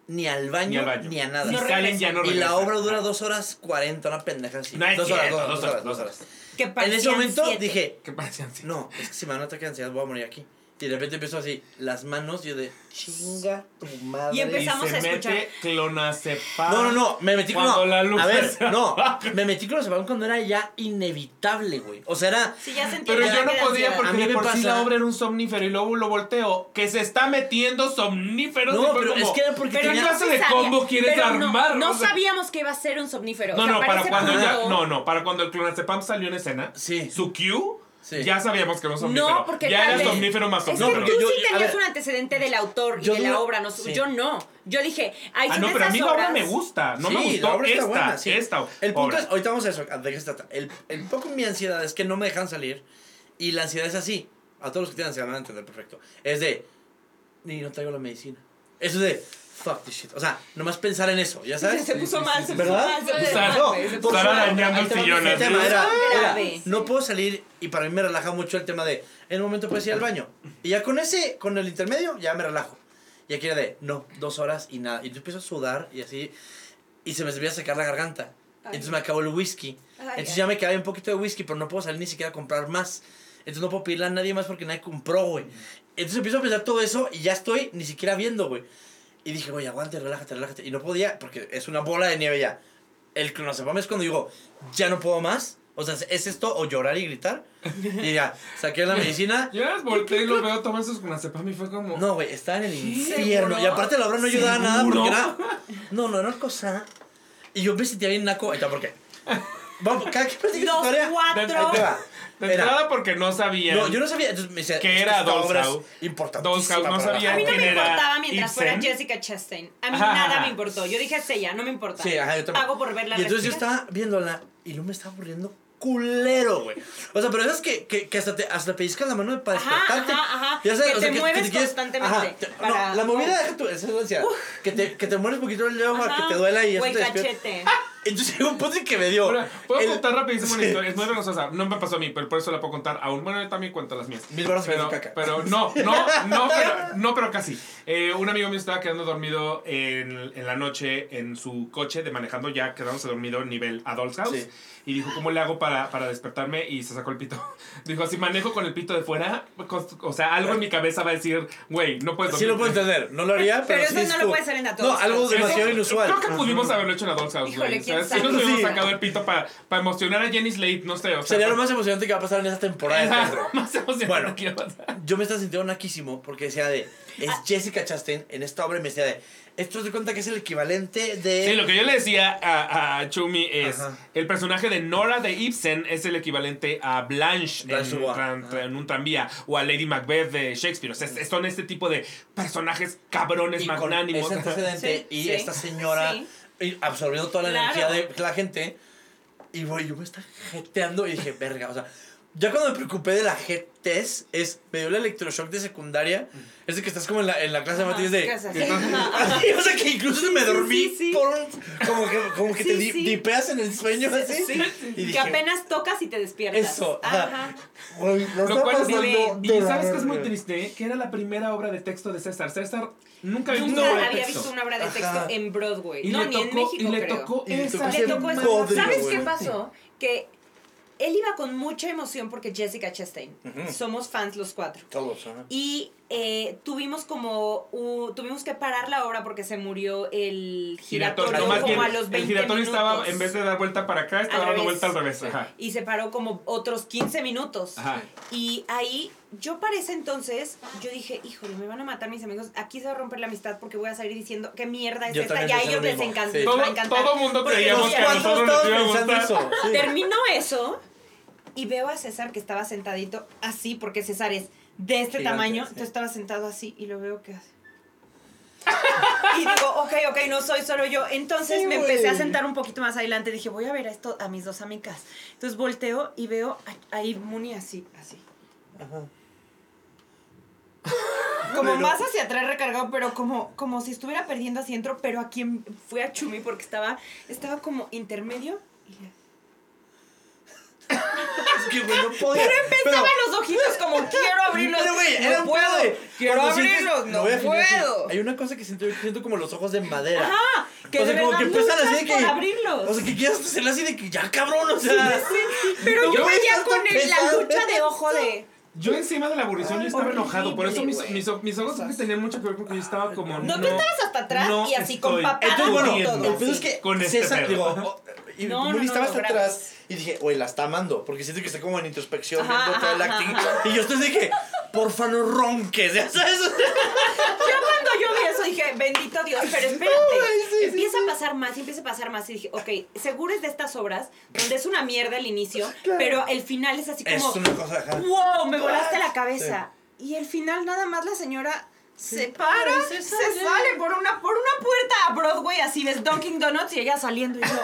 ni al baño, Ni al baño. ni a nada. Si No salen ya no y la regresan. obra dura dos horas cuarenta, una pendeja así. No es dos, horas, cierto, dos, dos dos horas, horas, dos dos horas. Que En ese parecían momento siete. dije, ¿Qué parecían así? no, es que si me van a atacar ansiedad voy a morir aquí. Y de repente empezó así, las manos, y yo de, chinga tu madre. Y empezamos Y se a escuchar. mete clonazepam. No, no, no, me metí con... Cuando No, la luz a ver, se no, apaga. me metí con los zapatos cuando era ya inevitable, güey. O sea, era... Sí, ya sentí Pero el yo ataque no de podía ansiedad. porque A mí de me por sí pasa- la obra era un somnífero y luego lo volteo. Que se está metiendo somníferos. y No, fue pero como, es que era porque Pero ¿qué tenía... no clase se de sabía. combo quieres Pero no- armar? No, O sea, sabíamos que iba a ser un somnífero. No, O sea, no, para ese cuando ya. punto- No, no, para cuando el clonazepam salió en escena. Sí. Su cue. Sí. Ya sabíamos que era un somnífero. No, porque ya tal era vez- somnífero más Es somnífero. que porque tú yo- sí a tenías ver, un antecedente del autor y yo de la dura- obra, no, sí. yo no. Yo dije, ay, Ah, son no, pero a mí esas la obra obras- me gusta. No Sí, me la gustó obra está esta, buena, sí. esta El punto obra. es, ahorita vamos a eso, ¿de qué se trata? El, el poco mi ansiedad es que no me dejan salir y la ansiedad es así. A todos los que tienen ansiedad me van a entender perfecto. Es de, ni no traigo la medicina. Eso es de, fuck this shit. O sea, nomás pensar en eso, ¿ya sabes? Se puso mal, se puso ¿Verdad? mal, se puso Estar- mal, güey, se puso estar mal. arañando el sillón El así. tema era, era, Grave. no puedo salir y para mí me relaja mucho el tema de, en un momento puedes ir al baño. Y ya con ese, con el intermedio, ya me relajo. Y aquí era de, no, dos horas y nada. Y yo empiezo a sudar y así, y se me empieza a secar la garganta. Ay. Entonces me acabó el whisky. Ay, Entonces ay. ya me quedaba un poquito de whisky, pero no puedo salir ni siquiera a comprar más. Entonces no puedo pedirle a nadie más porque nadie compró, güey. Entonces empiezo a pensar todo eso y ya estoy ni siquiera viendo, güey. Y dije, güey, aguante, relájate, relájate. Y no podía, porque es una bola de nieve ya. El clonazepam es cuando digo, ya no puedo más. O sea, ¿es esto o llorar y gritar? Y ya, saqué la medicina. Yo las volteé y lo veo tomar sus clonazepam y fue como. No, güey, estaba en el infierno. ¿Seguro? Y aparte la obra no ayudaba a nada ¿Seguro? porque era... No, no, era una cosa... Y yo me sentía bien naco. Ahí está, ¿por qué? Vamos, cada que platica Los historia... cuatro. Ahí te va. De Era- entrada porque no sabía. No, yo no sabía. Entonces me decía, ¿Qué es era esta Doll's obra es House? importantísima Doll's House, no para la sabía A mí no quién me era importaba mientras fuera Ibsen. Jessica Chastain. A mí Ajá, nada ajá. me importó. Yo dije, es ella, no me importa. Sí, ajá, yo también. Pago por verla. Y entonces yo estaba viéndola y no me estaba aburriendo culero, güey. O sea, pero esas que, que, que hasta te hasta pellizcas la mano para Ajá, despertarte. ajá, ajá. Ya sabes, Que o sea, te mueves quieres- constantemente ajá, te- para- No, la movida deja tu esa es la ansiedad. Que te, que te mueres un poquito el dedo para Ajá. que te duela y eso O el te despierta. cachete. Entonces llegó un punto en que me dio. Ahora, ¿puedo el- contar rapidísimo una Sí. historia? Es muy vergonzosa. No me pasó a mí, pero por eso la puedo contar aún. Bueno, yo también cuento las mías. Mil barras pero, de caca. pero no, no, no, pero, no, pero casi. Eh, un amigo mío estaba quedando dormido en, en la noche en su coche de manejando, ya quedándose dormido en nivel Adults House. Sí. Y dijo, ¿cómo le hago para, para despertarme? Y se sacó el pito. Dijo, si manejo con el pito de fuera, o sea, algo en mi cabeza va a decir, güey, no puedes Sí dormir. lo puedo entender. No lo haría, pero, Pero sí eso es no lo tú. puedes hacer en la No, algo House. demasiado Eso- inusual. Creo que pudimos haberlo hecho en Adults House, Híjole, güey. ¿quién O sea, sí sabe? nos hubiéramos Sí. sacado el pito para, para emocionar a Jenny Slate, no sé. O sea, Sería lo para- más emocionante que va a pasar en esa temporada de Ajá, teatro. más emocionante Bueno. que iba a pasar. Yo me estaba sintiendo naquísimo porque decía de, es Ah. Jessica Chastain en esta obra y me decía de, esto se cuenta que es el equivalente de... Sí, lo que yo le decía a, a Chumi es, Ajá. el personaje de Nora de Ibsen es el equivalente a Blanche, Blanche en, un Dubois. tran- Ajá. en un tranvía, o a Lady Macbeth de Shakespeare. O sea, es- son este tipo de personajes cabrones, y con magnánimos. ese antecedente Sí, y sí, esta señora sí. y absorbiendo toda la Claro. energía de la gente. Y güey, yo me estaba jeteando y dije, verga, o sea, ya cuando me preocupé de la jetez, es, me dio el electroshock de secundaria. Es de que estás como en la, en la clase de Ajá, matías de... ¿qué haces? Entonces- Ajá. Así, o sea, que incluso me Sí, dormí sí, sí. por un... Como que, como que Sí, te di- sí. dipeas en el sueño así. Sí, Y que dije, apenas tocas y te despiertas. Eso, ajá. Ajá. güey, lo Lo está cual es pasando bebé. Y de la sabes que es muy verga. triste, que era la primera obra de texto de César. César nunca había visto Nunca una obra de había texto. visto una obra de texto Ajá. en Broadway. Y no, le ni en tocó, México, y le creo. tocó Y le esa. tocó Le ese tocó eso. bodrio, ¿Sabes güey. qué pasó? Que él iba con mucha emoción porque Jessica Chastain. Ujú. Somos fans los cuatro. Todos, ajá. Y eh, tuvimos como u- tuvimos que parar la obra porque se murió el giratorio, Giratorio. Más como bien, a los veinte el giratorio minutos. estaba, en vez de dar vuelta para acá, estaba Al dando revés. vuelta al revés. Ajá. Y se paró como otros quince minutos. Ajá. Y ahí, yo para ese entonces, yo dije, híjole, me van a matar mis amigos. Aquí se va a romper la amistad porque voy a salir diciendo qué mierda es Yo esta. también Y a pensé ellos lo les mismo. encanta. Sí. les va a Todo, encantar. todo mundo Porque creíamos los que a cuatro nosotros nos iba a pensando gustar. eso. Sí. Terminó eso y veo a César que estaba sentadito así, porque César es de este Gigante, tamaño, sí. entonces estaba sentado así y lo veo que hace. Y digo, ok, ok, no soy solo yo. Entonces Sí, me güey. empecé a sentar un poquito más adelante. Dije, voy a ver a esto, a mis dos amigas. Entonces volteo y veo a, a Muni así, así. Ajá. Como Pero- más hacia atrás recargado, pero como, como si estuviera perdiendo asiento, pero a quien fue a Chumi porque estaba, estaba como intermedio. Y le- que, güey, no podía. Pero empezaba los ojitos como quiero abrirlos. Pero, güey, no era un puedo. pedo de- Quiero cuando sientes- abrirlos, no voy a afinar así. puedo. Hay una cosa que siento, siento como los ojos de madera. Ajá, que o sea, de como verdad que empiezan luchas así de por que. abrirlos. O sea, que quieras hacerle así de que ya, cabrón, o sea. Pero no yo puedes veía estar con tan el- la pesado. lucha de ojo de... Yo encima de la aburrición yo estaba horrible, enojado. Por eso mis, güey. mis, mis ojos siempre tenían mucho que ver porque yo estaba como. No, tú estabas hasta atrás no y así con estoy papada Entonces, bueno, pudiendo el pedo es así. que con este César, pedo. digo, o- y No, no, Moni no, estaba no, hasta gracias. atrás y dije, güey, la está amando, porque siento que está como en introspección, Ajá, viendo todo el ajá, acting. ajá. Y yo entonces dije, porfa, no ronques, ya sabes. Yo cuando yo vi eso dije, bendito Dios, pero espérate. sí, sí, empieza sí. a pasar más y empieza a pasar más. Y dije, ok, seguro es de estas obras donde es una mierda el inicio, Claro. pero el final es así Es como, una cosa, ajá. wow, me volaste la cabeza. Y el final nada más la señora se para, se se sale. sale por una, por una puerta a Broadway, así ves Dunkin' Donuts y ella saliendo y yo...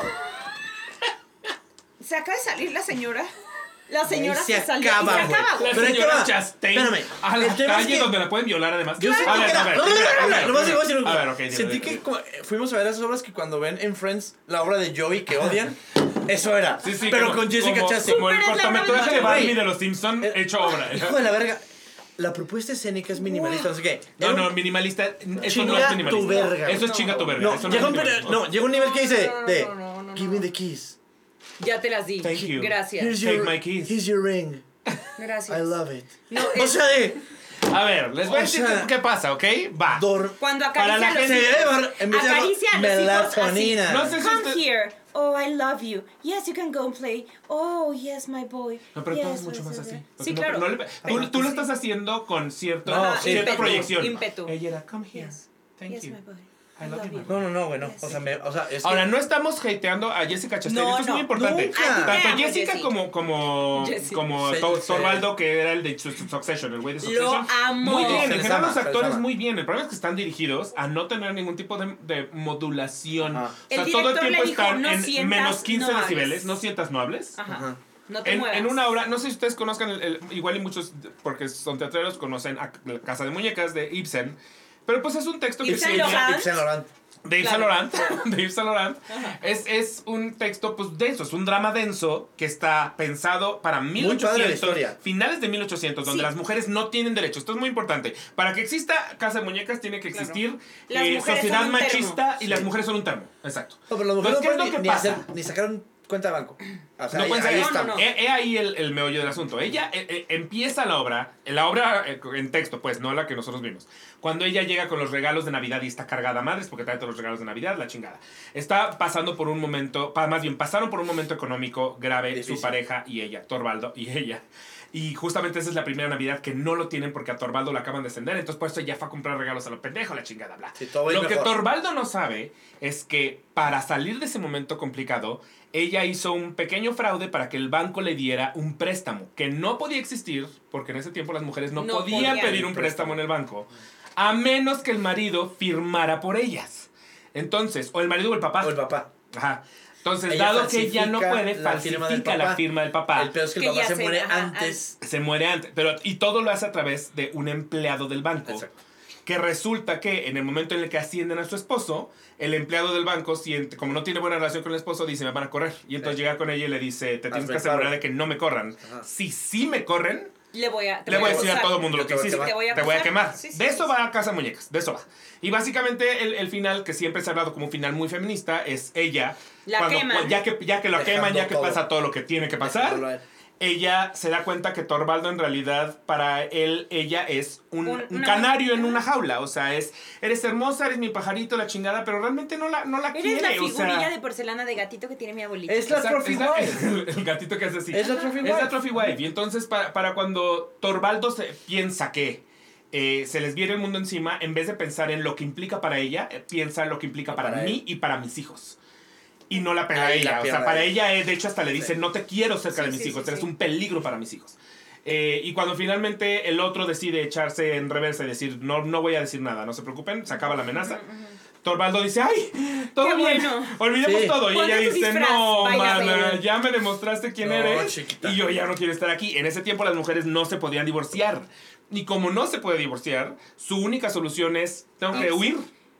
Se acaba de salir la señora. La señora Ahí se, se salió acaba, y se güey. acaba, La güey. Pero ahí te señora va. Chastain Espérame. a la El tema es calle que- donde la pueden violar además. Yo sentí a ver, que era. a ver, No, no, no, primero, no, a no, ver, no, no, no, primero. no, A ver, ok. dime, Sentí dime, que dime. como- fuimos a ver esas obras que cuando ven en Friends la obra de Joey que odian, eso era. Sí, sí, pero como- con Jessica como, Chastain. como el Súper es la cortometraje obra de de Barney Joey. de los Simpson Eh, hecho obra. Hijo de la verga. La propuesta escénica es minimalista, no sé qué. No, Era no, un- minimalista. Eso no Chinga es minimalista. tu verga. Eso es No. chinga tu verga. No, eso no llega es un, minimalismo. no, llega un nivel que dice No, no, de no, no, no, give no. me the keys. Ya te las di. Thank you. Gracias. Here's Take your, my keys. here's your ring. Gracias. I love it. No, O es- sea, de A ver, les voy a O decir sea, qué pasa, ¿ok? Va. dor- Cuando Para la acaricia a los se gente- debe hijos. llevar en vez de Acaricia a los hijos melatonina. así. No sé si Come usted- here. Oh, I love you. Yes, you can go and play. Oh, yes, my boy. No, pero yes, todo es mucho yes, más yes, así. yes. Porque Sí, no- claro. no le- tú, tú lo estás haciendo con cierto, No, Ajá, sí. cierta ímpetu, proyección. ímpetu. Ella era, come here. Yes. Thank Yes, you. my boy. I love you, my No, no, no, güey, no. Yes. O sea, me, o sea, es que Ahora, no estamos hateando a Jessica Chastain, No, esto es muy no, importante. nunca. A ti te Tanto amo, Jessica Jessie. como, como, Jessie. como Sí, To- sí. Torvaldo, que era el de Su- Su- Succession, el güey de Succession. amo. Muy bien, Se en les general ama, los se les actores ama. muy bien. El problema es que están dirigidos a no tener ningún tipo de, de modulación. Ajá. O sea, El todo el director tiempo le dijo, están "No en sientas, menos quince no hables". decibeles, no sientas, no hables. Ajá. Ajá. No te En, muevas. en una obra, no sé si ustedes conozcan, el, el- igual y muchos, porque son teatreros, conocen a La Casa de Muñecas de Ibsen. Pero pues es un texto que Yves Saint enseña- Laurent. Yves Saint Laurent. de Yves Claro. Saint Laurent, de Yves Saint Laurent, es, es un texto pues denso, es un drama denso que está pensado para mil Muy padre la ochocientos, historia. finales de mil ochocientos, donde Sí. las mujeres no tienen derechos. Esto es muy importante. Para que exista Casa de Muñecas tiene que Claro. existir Las eh, mujeres sociedad son un termo. machista y Sí. las mujeres son un termo. Exacto. No, pero las mujeres Entonces, ¿qué no es lo pueden que ni, ni pasa? hacer, ni sacar un cuenta de banco. O sea, No ahí, pueden ahí saber- está. no, no. He, he ahí el, el meollo del asunto. Ella eh, eh, empieza la obra, la obra eh, en texto, pues, no la que nosotros vimos. Cuando ella llega con los regalos de Navidad y está cargada a madres, porque trae todos los regalos de Navidad, la chingada. Está pasando por un momento, pa- más bien, pasaron por un momento económico grave, Difícil. su pareja y ella, Torvaldo y ella. Y justamente esa es la primera Navidad que no lo tienen porque a Torvaldo la acaban de ascender. Entonces, por eso ella fue a comprar regalos a los pendejos, la chingada, bla. Sí, todo va a ir Lo que mejor. Torvaldo no sabe es que para salir de ese momento complicado, ella hizo un pequeño fraude para que el banco le diera un préstamo que no podía existir porque en ese tiempo las mujeres no, No podían podían. pedir un préstamo en el banco a menos que el marido firmara por ellas. Entonces, o el marido o el papá. O el papá. Ajá. Entonces, Ella dado que ella no falsifica puede, la firma del falsifica la papá. firma del papá. El peor es que el Que papá ya se se- muere ajá, antes. Se muere antes. Pero, y todo lo hace a través de un empleado del banco. Exacto. Que resulta que en el momento en el que ascienden a su esposo, el empleado del banco, siente, como no tiene buena relación con el esposo, dice, me van a correr. Y entonces Sí. llega con ella y le dice, te tienes Hazme que el paro. asegurar de que no me corran. Ajá. Si sí me corren, Le voy a, te le voy a decir a acusar. todo el mundo Yo lo te que voy a hiciste. quemar. Te voy a Te voy a acusar. quemar. Sí, sí, de sí, eso sí. va a Casa Muñecas, de eso va. Y básicamente el, el final, que siempre se ha hablado como un final muy feminista, es ella, La cuando, queman. ya que, ya que lo Dejando queman, ya que todo. pasa todo lo que tiene que pasar, Dejándolo a él. ella se da cuenta que Torvaldo en realidad para él, ella es un, Un- un una- canario en una jaula. O sea, es, eres hermosa, eres mi pajarito, la chingada, pero realmente no la, no la Eres quiere. la o figurilla sea, de porcelana de gatito que tiene mi abuelita. Es la Exacto, trophy es la- wife. el, el gatito que hace así. Es la trophy Es wife. la trophy wife. Y entonces para, para cuando Torvaldo se piensa que eh, se les viene el mundo encima, en vez de pensar en lo que implica para ella, eh, piensa en lo que implica para, Para mí él. y para mis hijos. Y no la pega a Ahí la ella. O sea, pierde para ahí. ella, eh, de hecho, hasta le dice, Sí. no te quiero cerca Sí, de mis sí, hijos, sí, eres sí. un peligro para mis hijos. Eh, y cuando finalmente el otro decide echarse en reversa y decir, no, no voy a decir nada, no se preocupen, se acaba la amenaza. Torvaldo dice, ay, todo Qué bien, bueno. olvidemos Sí. todo. Y Ponte ella tu dice, disfraz, no, váyase. mana, ya me demostraste quién No, eres. chiquita. Y yo ya no quiero estar aquí. En ese tiempo las mujeres no se podían divorciar. Y como no se puede divorciar, su única solución es, tengo que Ah, huir.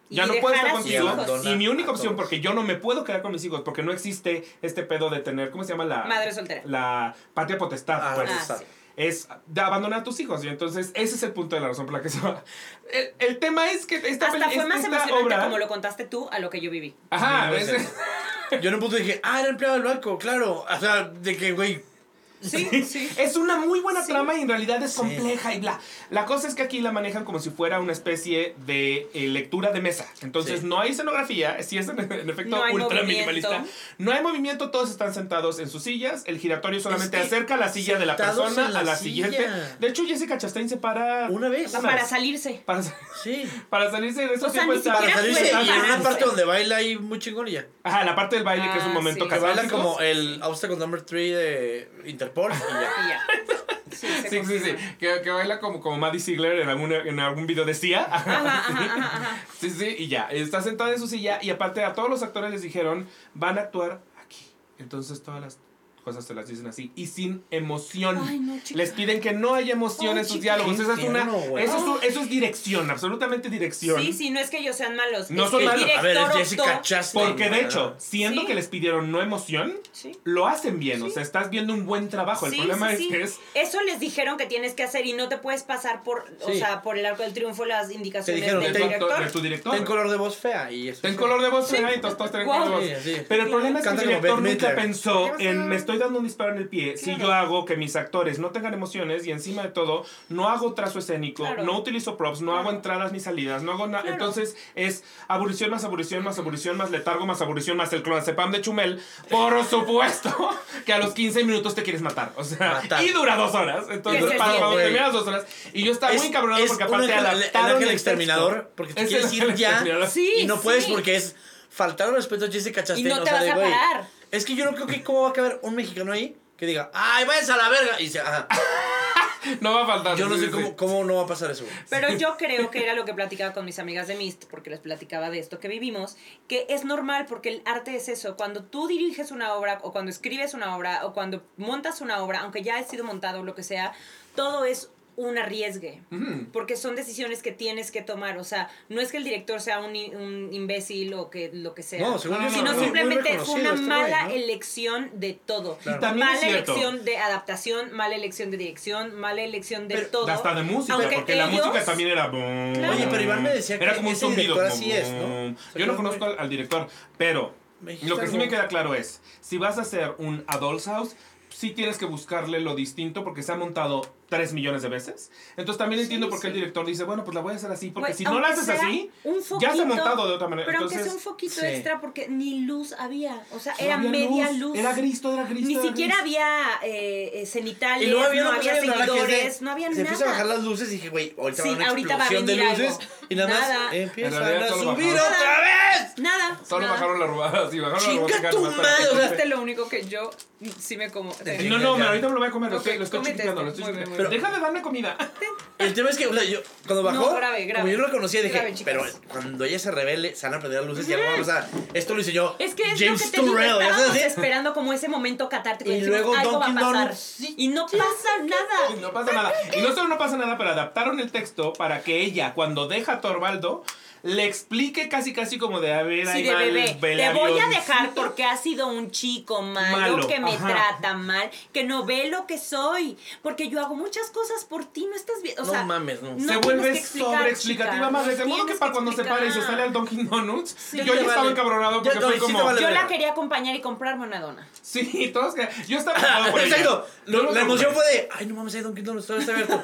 Ya Y no puedo dejar estar a sus contigo. hijos. Y mi única A opción, todos. porque yo no me puedo quedar con mis hijos, porque no existe este pedo de tener, ¿cómo se llama la? Madre soltera. La patria potestad, Ah, pues. Ah, está. sí. Es de abandonar a tus hijos. Y entonces, ese es el punto de la razón por la que se va. El, el tema es que esta, Hasta peli- fue más esta emocionante obra. como lo contaste tú a lo que yo viví. Ajá, Mil es- veces. Yo en un punto dije, ah, era empleado del banco, claro. O sea, de que, güey. Sí, sí. Es una muy buena Sí. trama y en realidad es Sí. compleja y bla. La cosa es que aquí la manejan como si fuera una especie de eh, lectura de mesa. Entonces Sí. no hay escenografía, sí es en, en efecto No hay ultra movimiento. minimalista. No hay movimiento, todos están sentados en sus sillas. El giratorio solamente Es que acerca la silla de la sentados persona en la a la silla. siguiente. De hecho, Jessica Chastain se para Una vez. Una Para vez. salirse. para, Sí. para salirse de eso O sea, tiempo ni está- Para siquiera salirse puede y en una pararse. parte donde baila ahí muy chingón y ya. Ajá, la parte del baile que es un Ah, momento sí. Que baila catártico. como el obstacle number three de Interpol y ya. Y ya. Sí, se Sí, sí, sí. confirma. Que, que baila como, como Maddie Ziegler en, alguna, en algún video de Sia. Ajá, ajá, ajá, ajá. Sí, sí, y ya. Está sentada en su silla y aparte a todos los actores les dijeron, van a actuar aquí. Entonces todas las cosas se las dicen así y sin emoción. Ay, no, chica. Les piden que no haya emoción Ay, en sus chica. diálogos. Qué Esa es una, infierno, güey. eso, es, un- eso es dirección, absolutamente dirección. Sí, sí, no es que ellos sean malos. No es son que el malos. A ver, es director Jessica optó- Chastain. Porque de güey. hecho, siendo Sí. que les pidieron no emoción, Sí. lo hacen bien. O Sí. sea, estás viendo un buen trabajo. El Sí, problema sí, es sí. que es... Eso les dijeron que tienes que hacer y no te puedes pasar por, o Sí. sea, por el arco del triunfo las indicaciones dijeron, del de, ten- tu, director. de tu director. Ten color de voz fea y eso. Ten sí. color de voz, sí. Y todos, todos tienen Guau. color de voz. Sí, sí. Pero el problema es que el Canta como director Bette nunca Midler. pensó ¿Qué pasó? en me estoy dando un disparo en el pie si Claro. yo hago que mis actores no tengan emociones y encima de todo no hago trazo escénico, Claro. no utilizo props, no Claro. hago entradas ni salidas, no hago nada. Claro. Entonces es aburrición más aburrición más aburrición más letargo más aburrición más el clonazepam de Chumel. Por supuesto que a los quince minutos te quieres matar. O sea, Matar. y dura dos horas. Entonces, Ese para sí, cuando güey. terminas dos horas. Y yo estaba Es- muy encabronado es porque un aparte ángel- adaptaron el ángel el exterminador, texto. porque te Es quieres el ir ángel ya. exterminador. Sí, Y no puedes sí. porque es faltar al respeto a Jessica Y Chastain. no o te sea, vas de, a güey, parar. Es que yo no creo que cómo va a caber un mexicano ahí que diga, ¡ay, váyanse a la verga! Y dice, ajá. No va a faltar. Yo no sí, sé sí, cómo, sí. cómo no va a pasar eso, güey. Pero yo creo que era lo que platicaba con mis amigas de Mist, porque les platicaba de esto que vivimos, que es normal porque el arte es eso. Cuando tú diriges una obra, o cuando escribes una obra, o cuando montas una obra, aunque ya ha sido montado o lo que sea, todo es un arriesgue. Ujú. Porque son decisiones que tienes que tomar. O sea, no es que el director sea un, i- un imbécil o que lo que sea. No, según No, yo no, sino no, muy simplemente fue una reconocido este mala güey, ¿no? elección de todo. Claro. Y también es Mala cierto. elección de adaptación, mala elección de dirección, mala elección de Pero- todo. Hasta de música, Aunque porque la ellos- música también era... boom. Claro. Oye, pero Iván me decía Era que como un ese zumbido. director como así es, ¿no? boom. O sea, Yo no que- conozco al, al director, pero Mexicano. lo que sí me queda claro es, si vas a hacer un A Doll's House, sí tienes que buscarle lo distinto porque se ha montado tres millones de veces. Entonces también Sí, entiendo por qué sí. el director dice, bueno, pues la voy a hacer así, porque Güey, si no la aunque haces sea así, un ya se ha foquito, montado de otra manera. Pero Entonces, aunque sea un foquito sí. extra porque ni luz había. O sea, no era había media luz. Era gris, todo era gris. Ni todo era siquiera gris. había eh, eh, cenitales, Y luego había no una cosa había bien rara que es de- seguidores, no había Se nada. empieza a bajar las luces y dije, güey, ahorita Sí, va a haber una ahorita va a explosión de venir luces. algo. Y nada más Nada. empiezan En realidad a solo subir bajaron. otra vez. Nada. Solo nada. bajaron la robada, sí, bajaron Chinga la robótica. tu nomás para madre, que- o sea, Este es lo único que yo sí me como. Sí. No, no, pero ahorita me lo voy a comer, lo Ok, estoy, lo estoy cómete chiquiteando, lo este. estoy Muy bien, chiquiteando. muy Deja de darme comida. El tema es que, o sea, yo, cuando bajó, No, grave, grave. como yo no lo conocía, dije, Grave, chicas. pero cuando ella se revele, se van a prender las luces y algo, o sea, esto lo diseñó Es que es James lo que te digo, Turrell, ¿ya estábamos sabes? esperando como ese momento catártico. Y decimos, luego algo va a Dunkin' pasar. Donuts, sí. Y no pasa nada. Y no pasa nada. Y no solo no pasa nada, pero adaptaron el texto para que ella, cuando deja a Torvaldo, le explique casi casi como de, a ver, Sí, ahí de va el- bebé. el Te voy a dejar avioncito. porque has sido un chico malo, Malo, que me ajá. trata mal, que no ve lo que soy. Porque yo hago muchas cosas por ti, no estás bien. O No sea, mames, no. no Se tienes vuelve que explicar, sobreexplicativa chica, más. no De modo que tienes para que cuando se para y se explicar. sale al Dunkin' Donuts, Sí. yo Ya ya te estaba vale. encabronado Ya, porque no, fue y sí te como... vale. Yo la verga. quería acompañar y comprarme una dona. Sí, todos que... Yo estaba preocupado por ella. Exacto. No Lo- lo la emoción preocupes. fue de, ay, no mames, hay Dunkin' Donuts, todavía está abierto.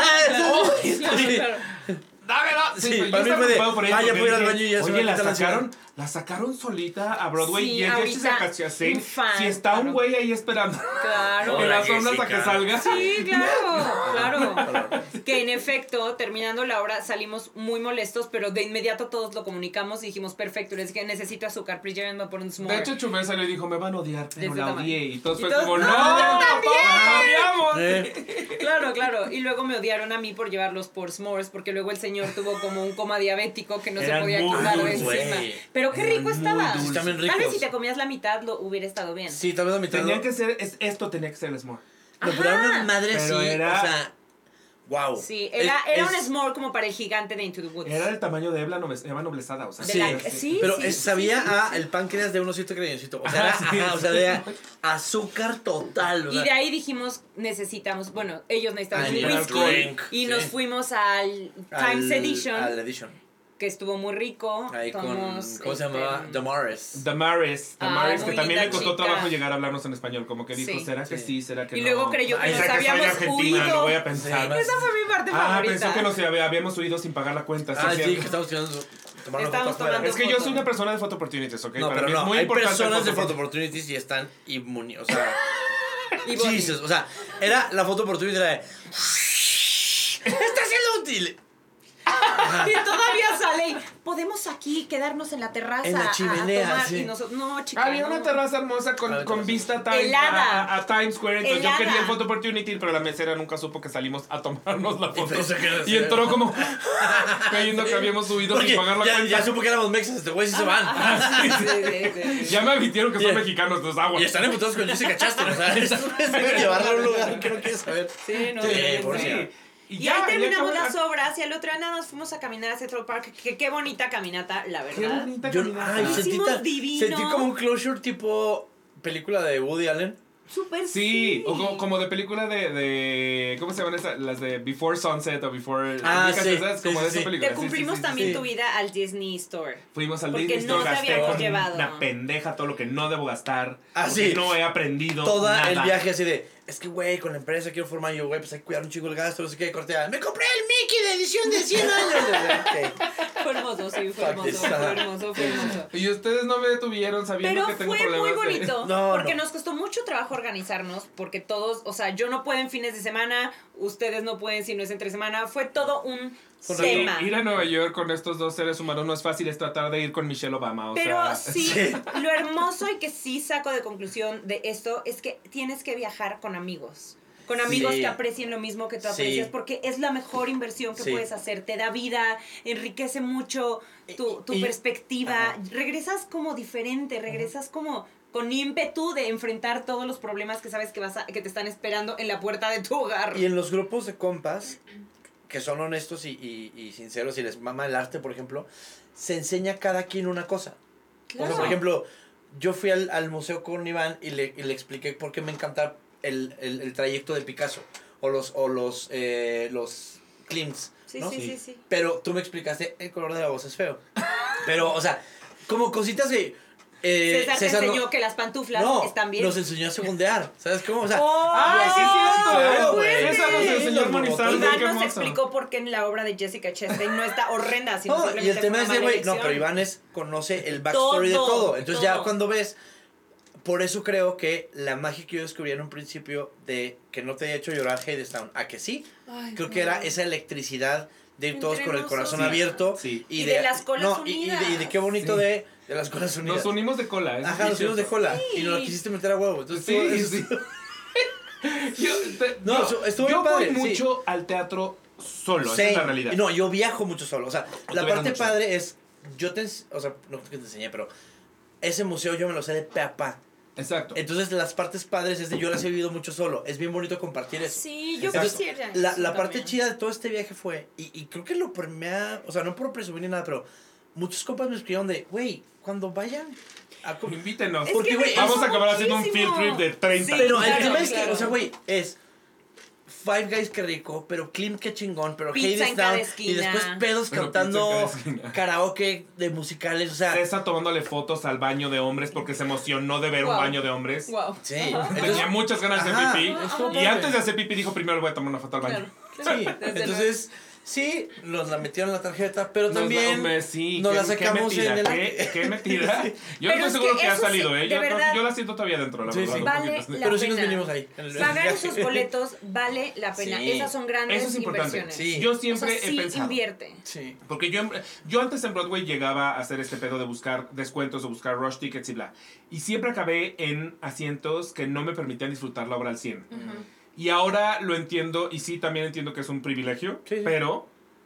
Claro, Sí. claro. ¡Dámelo! Sí, Sí, pero yo para mí estaba fue de, preocupado por ella ah, ya porque puedo ir al dije, baño y ya se oye, me la quita la ansiedad. sacaron, la sacaron solita a Broadway Sí, y ella ahorita, se saca así. un fan, Si está un claro. güey ahí esperando Claro. en Hola, las ondas a que Jessica. salga. Sí, claro, claro. Que en efecto, terminando la obra, salimos muy molestos, pero de inmediato todos lo comunicamos y dijimos, perfecto, les dije, necesito azúcar, please llévenme por un s'more. De hecho, Chumel salió y dijo, me van a odiar, pero Desde la tamaño. odié. Y todos Y fue todos, como, ¡no, ¡no! yo ¡Todos también! la odiamos! Eh, Claro, claro. Y luego me odiaron a mí por llevarlos por s'mores, porque luego el señor tuvo como un coma diabético que no Eran se podía muy quitar de dulces, encima. güey. Pero qué rico Eran muy estaba. dulces. Están bien Tal vez ricos. si te comías la mitad lo hubiera estado bien. Sí, tal vez a mitad. Tenía no. que ser, es, esto tenía que ser el s'more. No, pero era una madre Pero así, era- o sea, Wow. Sí, era, era es, un small como para el gigante de Into the Woods. Era del tamaño de Eva, Noble- Eva Noblezada, o sea. Sí, la- sí, pero sí, es- sí, sabía sí, a sí. el páncreas de un osito creyoncito. O sea, era, Ajá, sí, ajá, o sea, sí. de azúcar total. O Y sea, de ahí dijimos, necesitamos, bueno, ellos necesitaban I un need a whisky. drink. Y Sí. nos fuimos al Times al- Edition, Al Edition. que estuvo muy rico. Ahí con, Tomamos, ¿cómo se este, llamaba? Damaris. Damaris, Ah, Damaris, que muy también le linda costó chica. trabajo llegar a hablarnos en español. Como que dijo, Sí. ¿será que Sí. sí? ¿Será que Y no? luego creyó que Ay, nos sé que soy habíamos argentina, huido. lo voy a pensar. Sí, Esa fue mi parte Ah, favorita. pensó que nos había- habíamos huido sin pagar la cuenta. Ah, es sí, cierto. que estamos tirando, tomando Estamos foto afuera. tomando Es que yo foto. soy una persona de photo opportunities, ¿ok? No, Para pero mí no, es muy hay importante. personas de photo photo opportunities y están inmuni, o sea, Y Bonnie. Jesus, o sea, era la foto opportunity era de está siendo útil. Ajá. Y todavía sale. y, Podemos aquí quedarnos en la terraza. En la a- a chimenea, tomar". sí. Y nosotros, no, chica. Había una no. terraza hermosa con, Había con terraza. vista a, Times- Helada. a, a- a Times Square. Entonces yo Helada. quería el photo opportunity, pero la mesera nunca supo que salimos a tomarnos la foto. pensó que era- Y entró como creyendo que habíamos subido Porque sin pagar la ya, cuenta. ya supo que éramos mexas, este güey sí se van. Sí, sí, sí, sí. Ya me admitieron que son Yeah. mexicanos, los aguas. Y están emputados con Jessica Chastain, o sea, eso es llevarla a un lugar que no quieres saber. Sí, no, Sí, sí, por sí. sí. Y, ya, ahí ya terminamos acabó las la- obras y al otro día nada nos fuimos a caminar a Central Park. Que qué bonita caminata, la Qué verdad. bonita Yo, caminata. ay, Lo sentí, hicimos tan- divino. sentí como un closure tipo película de Woody Allen. Súper Sí, o como, como de película de, de. ¿Cómo se llaman esas? Las de Before Sunset o Before. Ah, ¿ubicas sí, esas? sí, Como sí, de esa sí. película. Te Sí, sí, cumplimos sí, sí, también sí. tu vida al Disney Store. Fuimos al Porque Disney no Store, te gasté habíamos como llevado. una pendeja todo lo que no debo gastar. Ah, porque sí. no he aprendido Todo nada. el viaje así de, es que güey, con la empresa quiero formar yo, güey, pues hay que cuidar un chico el gasto, no sé qué, cortea. Me compré el Mickey de edición de cien años. Ok. Fue hermoso, sí, fue Fuck hermoso, this. fue hermoso, fue hermoso. Y ustedes no me detuvieron sabiendo Pero que tengo fue problemas. muy de- bonito, No, porque no. nos costó mucho trabajo organizarnos, porque todos, o sea, yo no puedo en fines de semana, ustedes no pueden si no es entre semana, fue todo un Fue un tema. Ir a Nueva York con estos dos seres humanos no es fácil, es tratar de ir con Michelle Obama. O Pero sea, sí, Sí. lo hermoso y que sí saco de conclusión de esto es que tienes que viajar con amigos. Con amigos Sí. que aprecien lo mismo que tú Sí. aprecias, porque es la mejor inversión que Sí. puedes hacer. Te da vida, enriquece mucho tu, tu Y- perspectiva. ajá. Regresas como diferente, regresas como con ímpetu de enfrentar todos los problemas que sabes que, vas a- que te están esperando en la puerta de tu hogar. Y en los grupos de compas, que son honestos y, y, y sinceros y les mama el arte, por ejemplo, se enseña cada quien una cosa. Claro. O sea, por ejemplo, yo fui al, al museo con Iván y le, y le expliqué por qué me encanta el, el, el trayecto de Picasso o los, o los, eh, los Klimts, Sí, ¿no? sí, Sí. sí, sí. Pero tú me explicaste, el color de la voz es feo. Pero, o sea, como cositas que... Eh, César, te no- enseñó que las pantuflas no, están bien. nos enseñó a segundear, ¿sabes cómo? O sea, ¡Oh! ¡Ah, sí, es cierto! Claro, güey! güey. Esa nos Sí, enseñó los a armonizar. borbotones. Iván qué nos hermoso. explicó por qué en la obra de Jessica Chastain no está horrenda, sino no, y simplemente el tema fue es una de, güey, mala no, pero elección. Iván es, conoce el backstory de Todo, todo. Entonces ya todo. cuando ves, por eso creo que la magia que yo descubrí en un principio de que no te haya hecho llorar Hadestown, a que sí, Ay, creo no. que era esa electricidad de ir todos Entre con el corazón nosotros. abierto. Sí. Y de las colas no, y- y, de, y de qué bonito Sí. de, de las colas unidas. Nos unimos de cola. eso Ajá, sí nos es unimos de cierto. cola. Sí. Y nos la quisiste meter a huevo. Entonces, Sí, estuvo- eso sí. estuvo- Yo, te- No, yo, estuvo- estuvo yo bien padre, voy sí. mucho al teatro solo, esa es la Same. realidad. No, yo viajo mucho solo. O sea, tú la viajas parte mucho. padre es. Yo te. ens- O sea, no creo que te enseñé, pero. Ese museo yo me lo sé de pe a pa. Exacto. Entonces, las partes padres es de yo las he vivido mucho solo. Es bien bonito compartir eso. Sí, yo Entonces, quisiera. La, eso la parte también. chida de todo este viaje fue. Y, y creo que lo premia. O sea, no por presumir ni nada, pero. Muchos compas me escribieron de. Güey, cuando vayan. A com-". Invítenos. Es Porque, que güey, me Vamos gustó a acabar haciendo un field muchísimo. trip de treinta. Sí, Pero el claro, tema es que, claro. o sea, güey, es Five Guys qué rico, pero Klim qué chingón, pero Pizza en Hadestown cada y esquina. después pedos Pero cantando pizza en cada esquina. karaoke de musicales, o sea, César tomándole fotos al baño de hombres porque se emocionó de ver un Wow. baño de hombres. Wow. sí. Tenía Entonces, muchas ganas de Ajá, hacer pipí. estuvo Y padre. antes de hacer pipí dijo, primero le voy a tomar una foto al baño. Claro. sí, Desde entonces sí, nos la metieron en la tarjeta, pero Nos también hombre, sí, nos qué- la sacamos qué metida, en el ¿Qué, qué metida? Yo Pero estoy es seguro que que, ha eso salido, sí, ¿eh? de Yo, creo- verdad. yo la siento todavía dentro, la Sí, verdad. sí. un Vale poquito. la pero sí nos pena. vinimos ahí. en el Pagar viaje. esos boletos vale la pena. Sí. Esas son grandes Eso es importante. inversiones. Sí. Yo O siempre sea, sí, he pensado. invierte. Sí. Porque yo, en- yo antes en Broadway llegaba a hacer este pedo de buscar descuentos o buscar rush tickets y bla. Y siempre acabé en asientos que no me permitían disfrutar la obra al cien. Ujú. Y ahora lo entiendo, y sí, también entiendo que es un privilegio, Sí, sí. pero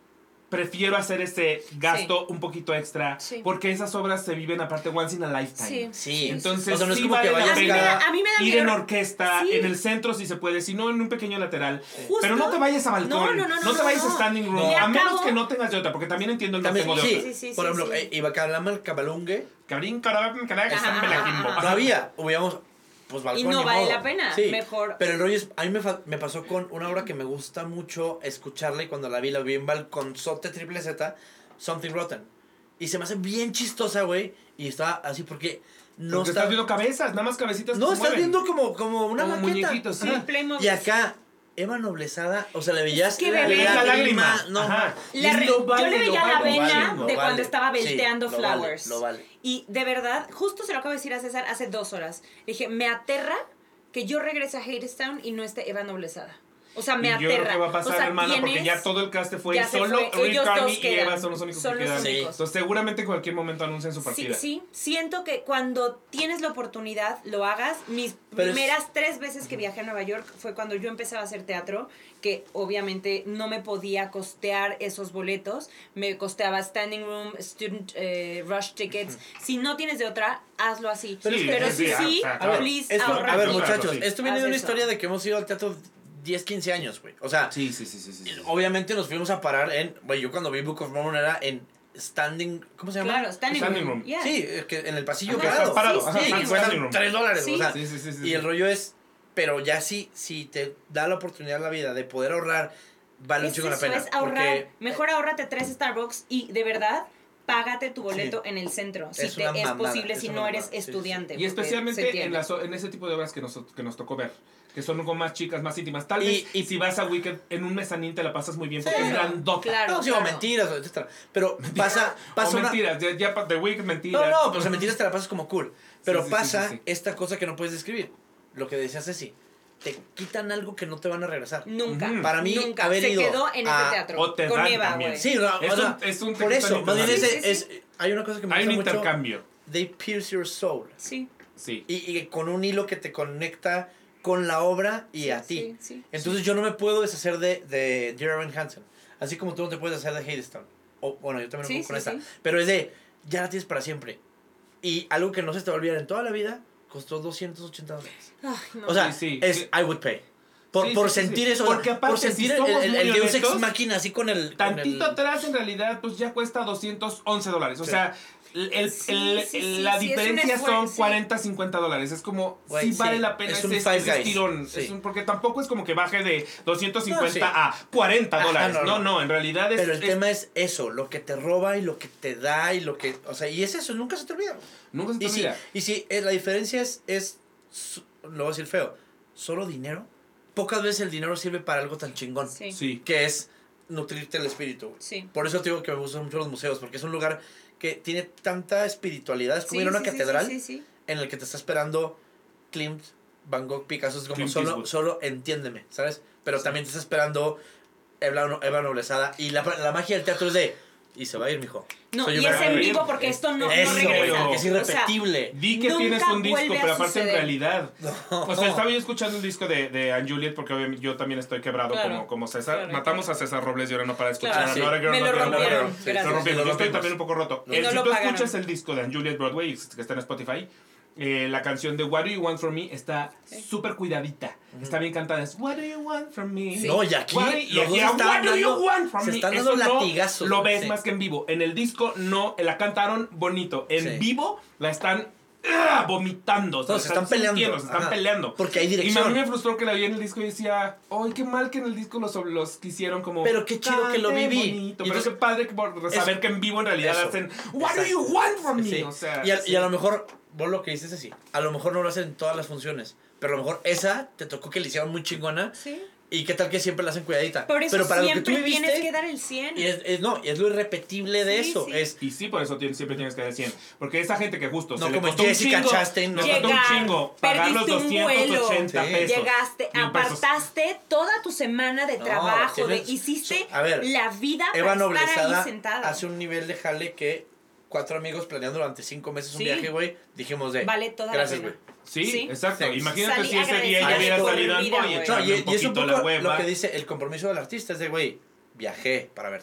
prefiero hacer ese gasto Sí. un poquito extra Sí. porque esas obras se viven aparte once in a lifetime. Sí. Sí. Entonces, O sea, no es sí como vale que la vayas A mí me pena da, a mí me da ir miedo. en orquesta, Sí. en el centro si se puede, si no en un pequeño lateral. Justo. Pero no te vayas a balcón, No, no, no, no, te no, vayas no. a standing room, Y a acabo- menos que no tengas de otra, porque también entiendo el no También, tengo de sí, otra. Sí, sí, por sí, ejemplo, sí. eh, Ibacalama, el Cabalungue, Cabrín, carabán, carabán, Ajá, están belaquimbo. ajá, no había, hubiéramos, pues balcón. Y no ni vale modo. la pena, Sí, mejor. pero el rollo es, a mí me, fa- me pasó con una obra que me gusta mucho escucharla y cuando la vi, la vi en balconzote triple Z, Something Rotten. Y se me hace bien chistosa, güey, y estaba así porque no Porque está... estás viendo cabezas, nada más cabecitas que No, se estás mueven. viendo como, como una Como maqueta. muñequitos, sí. Ajá. Playmobil. Y acá, Eva Noblezada, o sea, le veías que la, bebé. La lágrima. No, Ajá. y La es re- lo yo vale, le lo veía vale, la lo vena vale, lo de vale. cuando estaba Sí, belteando lo vale, Flowers. lo vale. Y de verdad, justo se lo acabo de decir a César hace dos horas. Le dije, me aterra que yo regrese a Hadestown y no esté Eva Noblezada. O sea, me Y yo aterra. creo que va a pasar, o sea, hermana, porque tienes- ya todo el cast se fue ya y se solo fue. Rick Ellos Carney dos y quedan. Eva son los únicos Son que los quedan. Sí. únicos. Entonces seguramente en cualquier momento anuncian su Sí, partida. sí, siento que cuando tienes la oportunidad lo hagas. Mis Pero es- primeras tres veces que viajé a Nueva York fue cuando yo empezaba a hacer teatro, que obviamente no me podía costear esos boletos, me costeaba standing room, student eh, rush tickets. Si no tienes de otra, hazlo así. Pero Pero, es que- sí, sí, sí, ah, A claro. ver, please, esto- ahorra. a ver, Yo trato, muchachos, sí. esto viene Haz de una eso. historia de que hemos ido al teatro diez, quince años, güey. O sea, Sí, sí, sí, sí, sí, sí. obviamente nos fuimos a parar en, güey, yo cuando vi Book of Mormon era en standing, ¿cómo se llama? Claro, standing, Standing room. room. Yeah. Sí, es que en el pasillo Ajá, parado. parado, Sí, ajá, sí, ajá, que standing cuestan room. tres dólares, Sí. o sea, Sí, sí, sí, sí, y sí. el rollo es, pero ya sí, si te da la oportunidad la vida de poder ahorrar, vale un Es chico la eso, pena. es ahorrar. Porque Mejor ahórrate tres Starbucks y de verdad págate tu boleto en el centro. Si Es te una es mamada, posible es si una no eres mamada, sí, sí, sí. estudiante. Y porque se especialmente en, entiende. las, en ese tipo de obras que nos, que nos tocó ver, que son algo más chicas, más íntimas. Tal Y- vez y- si vas a Wicked en un mezanín te la pasas muy bien porque Sí. es grandota. Claro, no, sí, o claro. mentiras, etcétera. Pero pasa, pasa O una... mentiras, ya, ya pa- de Wicked mentiras. No, no, pues en mentiras te la pasas como cool. Pero Sí, sí, sí, pasa sí, sí. esta cosa que no puedes describir. Lo que decía Ceci. Te quitan algo que no te van a regresar. Nunca. Ujú. Para mí, nunca. haber Se ido quedó en a- ese teatro. o te con dan Eva, también. güey. Sí, no, Es o sea, un- es un por te eso, quitan más bien y es, te dan. es, Sí, sí, hay una cosa que me Hay un gusta mucho. intercambio. They pierce your soul. Sí. Sí. Y, y con un hilo que te conecta con la obra y sí, a ti. Sí, sí. Entonces yo no me puedo deshacer de, de Dear Evan Hansen. Así como tú no te puedes deshacer de Hadestown. O, bueno, yo también Sí, me pongo con sí, esta. sí. Pero es de, ya la tienes para siempre. Y algo que no se te va a olvidar en toda la vida, costó doscientos ochenta dólares. Ay, no. O sea, Sí, sí, es sí. I would pay. Por, Sí, por sí, sí, sentir sí. eso. o sea, Porque aparte, por sentir si el, somos el, muy el Deus Ex honestos, Machina así con el... con Tantito el- atrás, en realidad, pues ya cuesta doscientos once dólares. O Sí. sea, el, el- Sí, el- sí, sí, la sí, es un diferencia esfuerzo, son sí. cuarenta, cincuenta dólares. Es como, Güey, sí sí, vale la pena es ese, un ese Five Guys, estirón. sí. Es un- porque tampoco es como que baje de doscientos cincuenta No, sí. a cuarenta Ajá, dólares. no, no, no. no, en realidad es... Pero el es- tema es eso, lo que te roba y lo que te da y lo que... O sea, y es eso, nunca se te olvida. Nunca se te Y si, olvida. y si eh, la diferencia es, es, su- lo voy a decir feo, solo dinero, pocas veces el dinero sirve para algo tan chingón. Sí. Sí. Que es nutrirte el espíritu. güey. Sí. Por eso te digo que me gustan mucho los museos, porque es un lugar que tiene tanta espiritualidad. Es como Sí, ir a una sí, sí, catedral Sí, sí, sí. en el que te está esperando Klimt, Van Gogh, Picasso. Es como Clint solo, Eastwood. solo entiéndeme, ¿sabes? Pero también te está esperando Eva, Eva Noblezada. Y la, la magia del teatro es de... Y se va a ir, mijo. No, Soy y un es gran en rey. vivo porque esto no, Eso, no güey, regresa. porque es O sea, irrepetible. Vi que nunca tienes un disco, vuelve a pero aparte en suceder. realidad. No. O sea, estaba yo escuchando el disco de, de Anne Juliet porque obviamente yo también estoy quebrado Claro. como, como César. Claro, Matamos claro. a César Robles y ahora no para de escuchar. Claro, sí. Ahora que Me no lo quiero hablar. rompieron. Sí, Lo Gracias. rompimos. Sí, lo Yo estoy rompimos. también un poco roto. No. Eh, Y no si lo tú pagaron. escuchas el disco de Anne Juliet Broadway, que está en Spotify, eh, la canción de What Do You Want From Me está Sí. súper cuidadita. Está bien cantada. Es What Do You Want From Me. Sí. No, y aquí What do- y los aquí dos era, están What Do You dando- Want From se Me. están Eso dando no latigazos. Lo ves Sí. más que en vivo. En el disco no, la cantaron bonito. En Sí. vivo la están ah, vomitando. No, se están peleando. sintiendo, Se están Ajá. peleando. Porque hay Y a mí dirección. me frustró que la vi en el disco y decía, ¡ay, qué mal que en el disco los, los quisieron como... Pero qué chido que lo "Canten viví". bonito", Y pero entonces- qué padre que por saber Eso. que en vivo en realidad Eso. hacen, What do Exacto. you want from me? Sí. O sea, y, a, sí. y a lo mejor, vos lo que dices es así, a lo mejor no lo hacen en todas las funciones, pero a lo mejor esa te tocó que le hicieron muy chingona Sí. y qué tal que siempre la hacen cuidadita. Por eso pero para lo que siempre tú viviste, tienes que dar el cien. y es, es- no, y es lo irrepetible de Sí, eso, sí. es Y sí, por eso tienes- siempre tienes que dar cien. Porque esa gente que justo No, se le como costó Jessica un chingo, Chastain, no. le costó un Llegar, chingo pagar los perdiste un vuelo. doscientos ochenta Sí. pesos. Llegaste, mil pesos. apartaste toda tu semana de No, trabajo, de, tienes- hiciste a ver, la vida Eva para estar Noblezada ahí sentada. hace un nivel de jale que cuatro amigos planeando durante cinco meses un Sí. viaje, güey, dijimos de Vale toda la gracias, pena. güey. Sí, Sí. exacto. Sí. Imagínate Salí si ese día agradecida ella hubiera por salido vida, en güey. y No, echarle y, un y es un poquito poco la hueva. lo que dice el compromiso del artista, es de, güey, viajé para verte.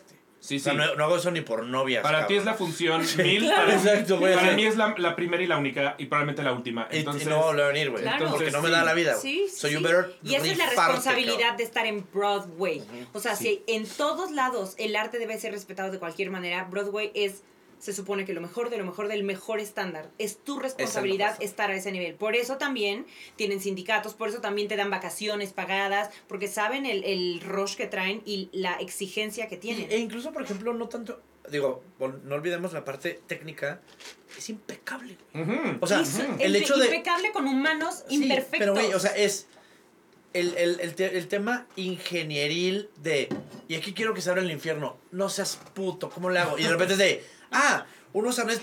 Sí, O sea, sí. no, no hago eso ni por novias. Para cabrón. ti es la función mil, para, Exacto, güey. para sí. mí es la, la primera y la única, y probablemente la última. Y- Entonces, y no va a volver a venir, güey. Claro. Porque no me Sí. da la vida, güey. Sí, sí, So you sí. better Y esa es la rifarte, responsabilidad cabrón. de estar en Broadway. O sea, Sí. si en todos lados el arte debe ser respetado de cualquier manera, Broadway es, se supone que lo mejor de lo mejor del mejor estándar. Es tu responsabilidad mejor. estar a ese nivel. Por eso también tienen sindicatos, por eso también te dan vacaciones pagadas, porque saben el, el rush que traen y la exigencia que tienen. E incluso, por ejemplo, no tanto... Digo, no olvidemos la parte técnica. Es impecable, güey. Ujú. O sea, Y su- el impe- hecho de... impecable con humanos Sí, imperfectos. pero, güey, o sea, es... El, el, el, te- el tema ingenieril de... Y aquí quiero que se abra el infierno. No seas puto, ¿cómo le hago? Y de repente es de... Ah, unos arneses...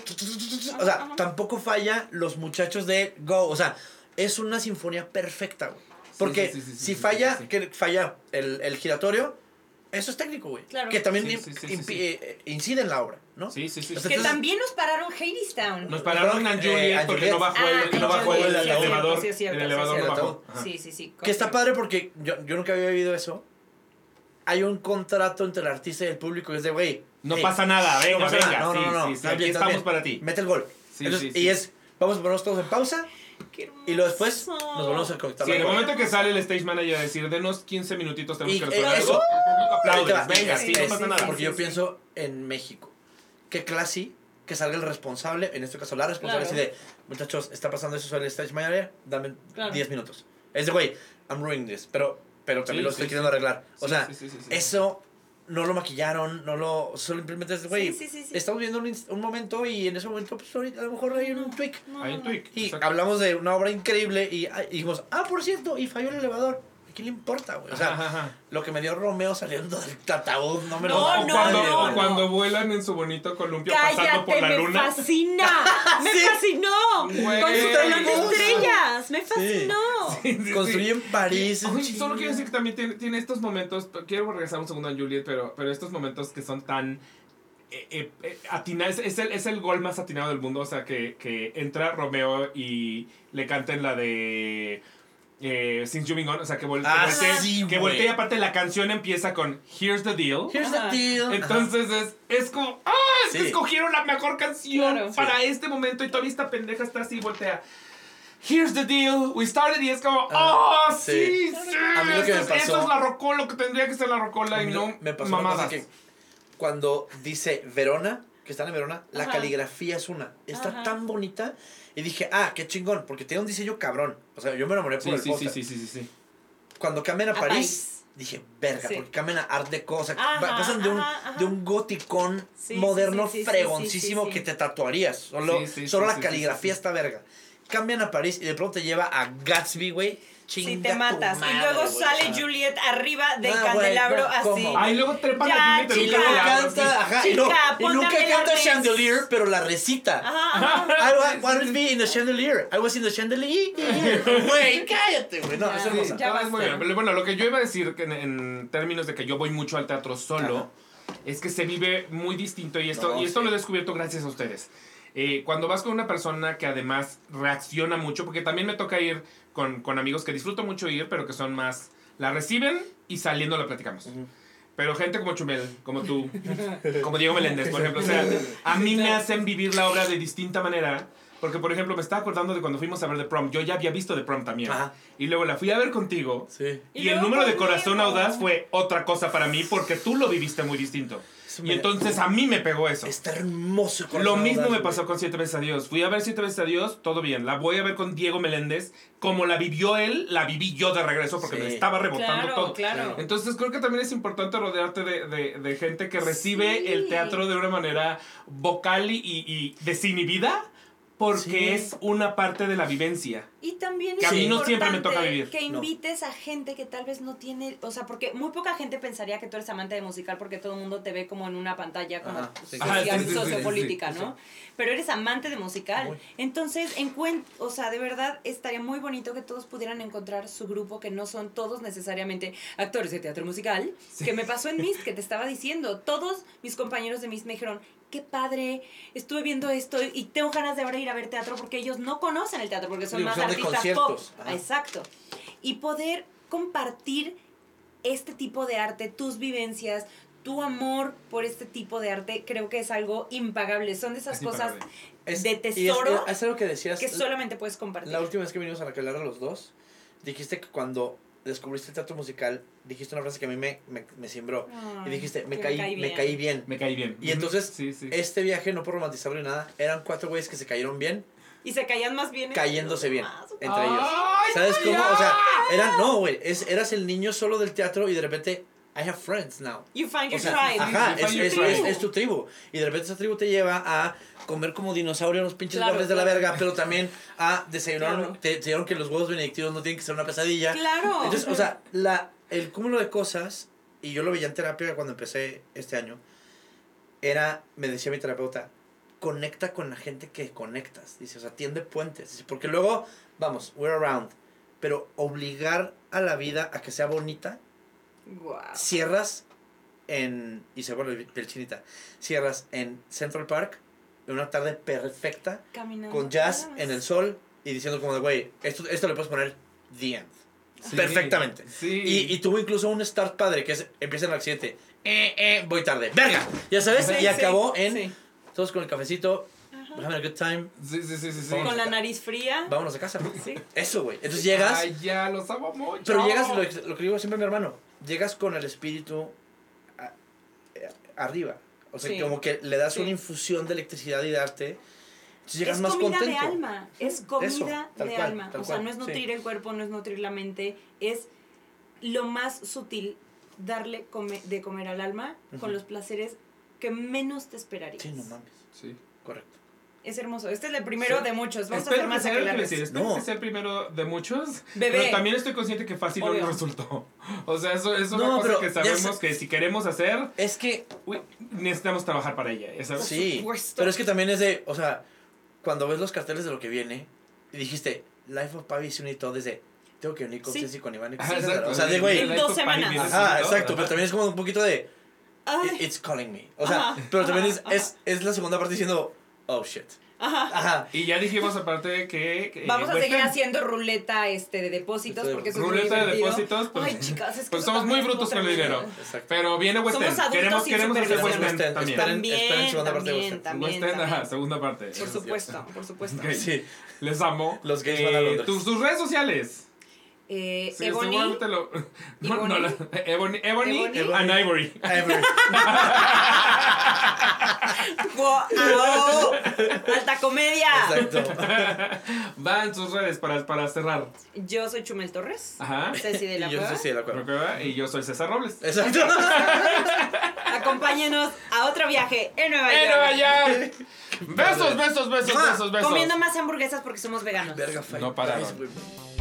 O sea, tampoco falla los muchachos de Go. O sea, es una sinfonía perfecta, güey. Porque sí, sí, sí, sí, si sí, falla, sí, sí. que falla el, el giratorio, eso es técnico, güey. Claro. Que también Sí, im- sí, sí, sí, impi- sí. eh, incide en la obra, ¿no? Sí, sí, sí. O sea, que entonces- también nos pararon Hadestown. Nos pararon a Eh, Juliet a porque Juliet. no bajó Ah, el, que no sí, bajó sí, el, sí, el es cierto, elevador. sí, es cierto, el sí, es elevador no cierto. bajó. Ajá. Sí, sí, sí. Que está padre porque yo, yo nunca había vivido eso. Hay un contrato entre el artista y el público. Es de, güey. No hey, pasa nada, venga, no pasa venga. nada. No, sí, no, no. sí, sí, Está aquí bien, está estamos bien. para ti. Mete el gol. Sí, Entonces, sí, y sí. es, vamos a ponernos todos en pausa Qué hermoso. y luego después nos volvemos a conectar. Sí, en el momento que sale el stage manager a decir, denos quince minutitos, tenemos Y, que eh, resolver eso. algo. Ahí te va. Aplaudes, venga, Sí, sí, sí, no pasa sí, nada. sí, Porque sí, yo sí. pienso en México. Qué clase que salga el responsable, en este caso la responsable, Claro. así de, muchachos, está pasando eso sobre el stage manager, dame Claro. diez minutos. Es de, güey, I'm ruining this, pero, pero también Sí, lo estoy sí, queriendo sí. arreglar. O Sí, sea, sí, sí, sí, sí. eso no lo maquillaron, no lo, solo simplemente es, de, güey, Sí, sí, sí, sí. estamos viendo un, inst- un momento y en ese momento, pues ahorita a lo mejor hay un tweak. No, Hay no, un no. tweak. Y exacto. hablamos de una obra increíble y, ah, y dijimos, ah, por cierto, y falló el elevador. ¿A quién le importa, güey? O sea, Ajá, ajá. lo que me dio Romeo saliendo del ataúd no me lo No, da O no, cuando, no, o no. cuando vuelan en su bonito columpio pasando por Cállate, la me luna. fascina. Me Sí. fascinó. Güey. Con su telón de Hermoso. estrellas. Me fascinó. Sí, sí, Construí sí. en París. Oye, en solo China. quiero decir que también tiene, tiene estos momentos. Quiero regresar un segundo a Juliet, pero, pero estos momentos que son tan. Eh, eh, eh, atina- es, es el, es el gol más atinado del mundo. O sea, que, que entra Romeo y le canten la de. Eh, Since You've Been Gone. O sea, que, vol Ah, que voltee. sí, que güey. voltee y aparte la canción empieza con Here's the Deal. Here's the Ajá. deal. Entonces es, es como, ¡ah! Es que Sí. escogieron la mejor canción Claro. para este momento y todavía esta pendeja está así, voltea. Here's the deal, we started y es como, ¡oh, Ah, sí! sí. sí! A mí lo que me Eso es- Eso pasó- es la rocola, lo que tendría que ser la rocola A y mí no me pasó una cosa mamadas. que cuando dice Verona, que están en Verona, la Ajá. caligrafía es una. Está Ajá. tan bonita. Y dije, ah, qué chingón, porque tiene un diseño cabrón. O sea, yo me enamoré por Sí, el sí, sí, póster. sí, sí, sí, sí. Cuando cambian a, A París, París. dije, verga, Sí. porque cambian a Art Deco. O sea, Ajá, pa- pasan de un, ajá, ajá. de un goticón Sí, moderno sí, sí, sí, fregoncísimo sí, sí, sí. que te tatuarías. Solo, Sí, sí, solo sí, la sí, caligrafía sí, sí. está verga. Cambian a París y de pronto te lleva a Gatsby, güey. Si Chinga te tu matas. madre, y luego güey, sale o sea. Juliet arriba del Ah, güey, candelabro no, así. ¿cómo? Ay, luego trepan Ya, a Juliet en un chica. Y luego candelabro, canta, sí. ajá, y, Chica, no, y póngame nunca el canta arnés. Chandelier, pero la recita. Ajá, ajá. I wa- wanted to be in the chandelier. I was in the chandelier. Güey, cállate, güey. No, Ya, es hermosa. ya Ah, basta. es muy bien. Pero bueno, lo que yo iba a decir que en, en términos de que yo voy mucho al teatro solo, Ajá. es que se vive muy distinto y esto, No, y esto sí. lo he descubierto gracias a ustedes. Eh, cuando vas con una persona que además reacciona mucho, porque también me toca ir con, con amigos que disfruto mucho ir, pero que son más, la reciben y saliendo la platicamos. Ujú. Pero gente como Chumel, como tú, como Diego Meléndez, por ejemplo, o sea, a mí me hacen vivir la obra de distinta manera. Porque, por ejemplo, me estaba acordando de cuando fuimos a ver The Prom. Yo ya había visto The Prom también. Ajá. Y luego la fui a ver contigo. Sí. Y, Y el luego número de conmigo. Corazón Audaz fue otra cosa para mí porque tú lo viviste muy distinto. Eso Y me- entonces a mí me pegó eso. Está hermoso. el Lo corazón mismo audaz, me güey. pasó con Siete veces a Dios. Fui a ver Siete veces a Dios, todo bien. La voy a ver con Diego Meléndez. Como la vivió él, la viví yo de regreso porque Sí. me estaba rebotando Claro, todo. claro. Entonces creo que también es importante rodearte de, de, de gente que recibe Sí. el teatro de una manera vocal y, y desinhibida porque Sí. es una parte de la vivencia. Y también Que es a mí no importante siempre me toca vivir. que No. invites a gente que tal vez no tiene, o sea, porque muy poca gente pensaría que tú eres amante de musical porque todo el mundo te ve como en una pantalla como Ajá, sí. social, Ajá, sí, sí, sí, sociopolítica, sí, ¿no? Pero eres amante de musical. Muy. Entonces, encuent o sea, de verdad estaría muy bonito que todos pudieran encontrar su grupo, que no son todos necesariamente actores de teatro musical, que me pasó en Mist, que te estaba diciendo. Todos mis compañeros de Mist me dijeron, qué padre, estuve viendo esto y tengo ganas de ahora ir a ver teatro porque ellos no conocen el teatro, porque son Sí, más son de artistas conciertos. pop. Ajá. Exacto. Y poder compartir este tipo de arte, tus vivencias, tu amor por este tipo de arte creo que es algo impagable. Son de esas Es cosas impagable. Es- de y es- tesoro es, algo que decías. que solamente puedes compartir. La última vez que vinimos a la que hablar los dos, dijiste que cuando descubriste el teatro musical, dijiste una frase que a mí me, me, me simbró. Ay, Y dijiste, me que caí, me caí bien. Me caí bien. Y entonces, Sí, sí. este viaje, no por romantizarlo ni nada, eran cuatro güeyes que se cayeron bien, Y se caían más bien. cayéndose bien Más. entre ellos. ¡Ay, ¿Sabes ya! cómo? O sea, eran, no, güey, es, eras el niño solo del teatro y de repente, I have friends now. You find O your sea, tribe. ajá, You es, find your es, tribe. es, es tu tribu. Y de repente esa tribu te lleva a comer como dinosaurio en los pinches Claro, bordes de la claro. verga, pero también a desayunar. Claro. Te te dijeron que los huevos benedictinos no tienen que ser una pesadilla. Claro. Entonces, o sea, la, el cúmulo de cosas, y yo lo veía en terapia cuando empecé este año, era, me decía mi terapeuta, conecta con la gente que conectas. Dice, o sea, tiende puentes. Dice, porque luego, vamos, we're around. Pero obligar a la vida a que sea bonita, Wow. cierras en, y se vuelve piel chinita, cierras en Central Park, en una tarde perfecta, Caminando. con jazz Nada más. en el sol, y diciendo como de, güey, esto, esto le puedes poner The End. Sí, Perfectamente. Sí. Y, y tuvo incluso un start padre, que es, empieza en el accidente, eh, eh, voy tarde, verga, ya sabes, Sí, y sí, acabó en, sí. todos con el cafecito, Ajá. having a good time, Sí, sí, sí, sí. sí. Vamos. Con la nariz fría. vámonos a casa. Sí. Eso, güey. Entonces llegas, Ay, ya, los amo mucho. pero llegas, lo, que- lo que digo siempre a mi hermano, llegas con el espíritu a- eh, arriba. O sea, Sí. como que le das Sí. una infusión de electricidad y de arte. Entonces llegas Es más comida contento. de alma, es comida Eso, tal de cual, alma. tal O sea, cual, no es nutrir sí. el cuerpo, no es nutrir la mente, es lo más sutil darle come- de comer al alma con Ujú. los placeres que menos te esperarías. Sí, no mames. Sí. Correcto. Es hermoso. Este es el primero Sí. de muchos. Vamos Espero a hacer más que sea el que aquelarres. decir, espero No. que sea el primero de muchos. Bebé. Pero también estoy consciente que fácil no Obvio. nos resultó. O sea, eso es una No, cosa pero que ya sabemos sé- que si queremos hacer, Es que, uy, necesitamos trabajar para ella. ya sabes. sí. supuesto. Pero es que también es de, o sea, cuando ves los carteles de lo que viene, y dijiste, Life of Pavi se todo desde, tengo que venir con Sí. Ceci, con Iván y con Ajá, César. exacto. O sea, de Sí, güey. sí, En la dos hizo semanas. Pavi, viene Ajá, así, ¿no? exacto, pero también es como un poquito de, Ay, it's calling me. O sea, Ajá, pero también ajá, es, ajá. es, es la segunda parte diciendo, oh shit. ajá. Ajá. Y ya dijimos aparte que... que, Vamos a West seguir End. haciendo ruleta este de depósitos porque eso Ruleta es de muy divertido. depósitos, pues- Ay, chicas, es que Pues eso somos también muy brutos estuvo con el tremendo. dinero. Exacto. Pero viene West Somos End. adultos Queremos, sin queremos hacer supervisión. West End también. Esperen- También, esperen segunda parte de también, West End. también, West End, también. ajá, segunda parte. Por supuesto, por supuesto. Ok. Sí. Les amo. Los gays Eh, van a Londres. tus, tus redes sociales. Eh, Sí, Ebony, seguramente lo... No, no, Ebony. la- Ebony, Ebony, Ebony. and Ivory. Ever. ¡Guau! ¡Alta comedia! Exacto. Van sus redes para, para cerrar. Yo soy Chumel Torres, Ajá. Ceci de la Y yo Cueva. sí, sí, de acuerdo. Recuerda, y yo soy César Robles. Exacto. Acompáñenos a otro viaje en Nueva ¡En York. Nueva York! Besos, besos, besos, besos, besos. Comiendo más hamburguesas porque somos veganos. Verga, fight. No pararon. Guys, güey.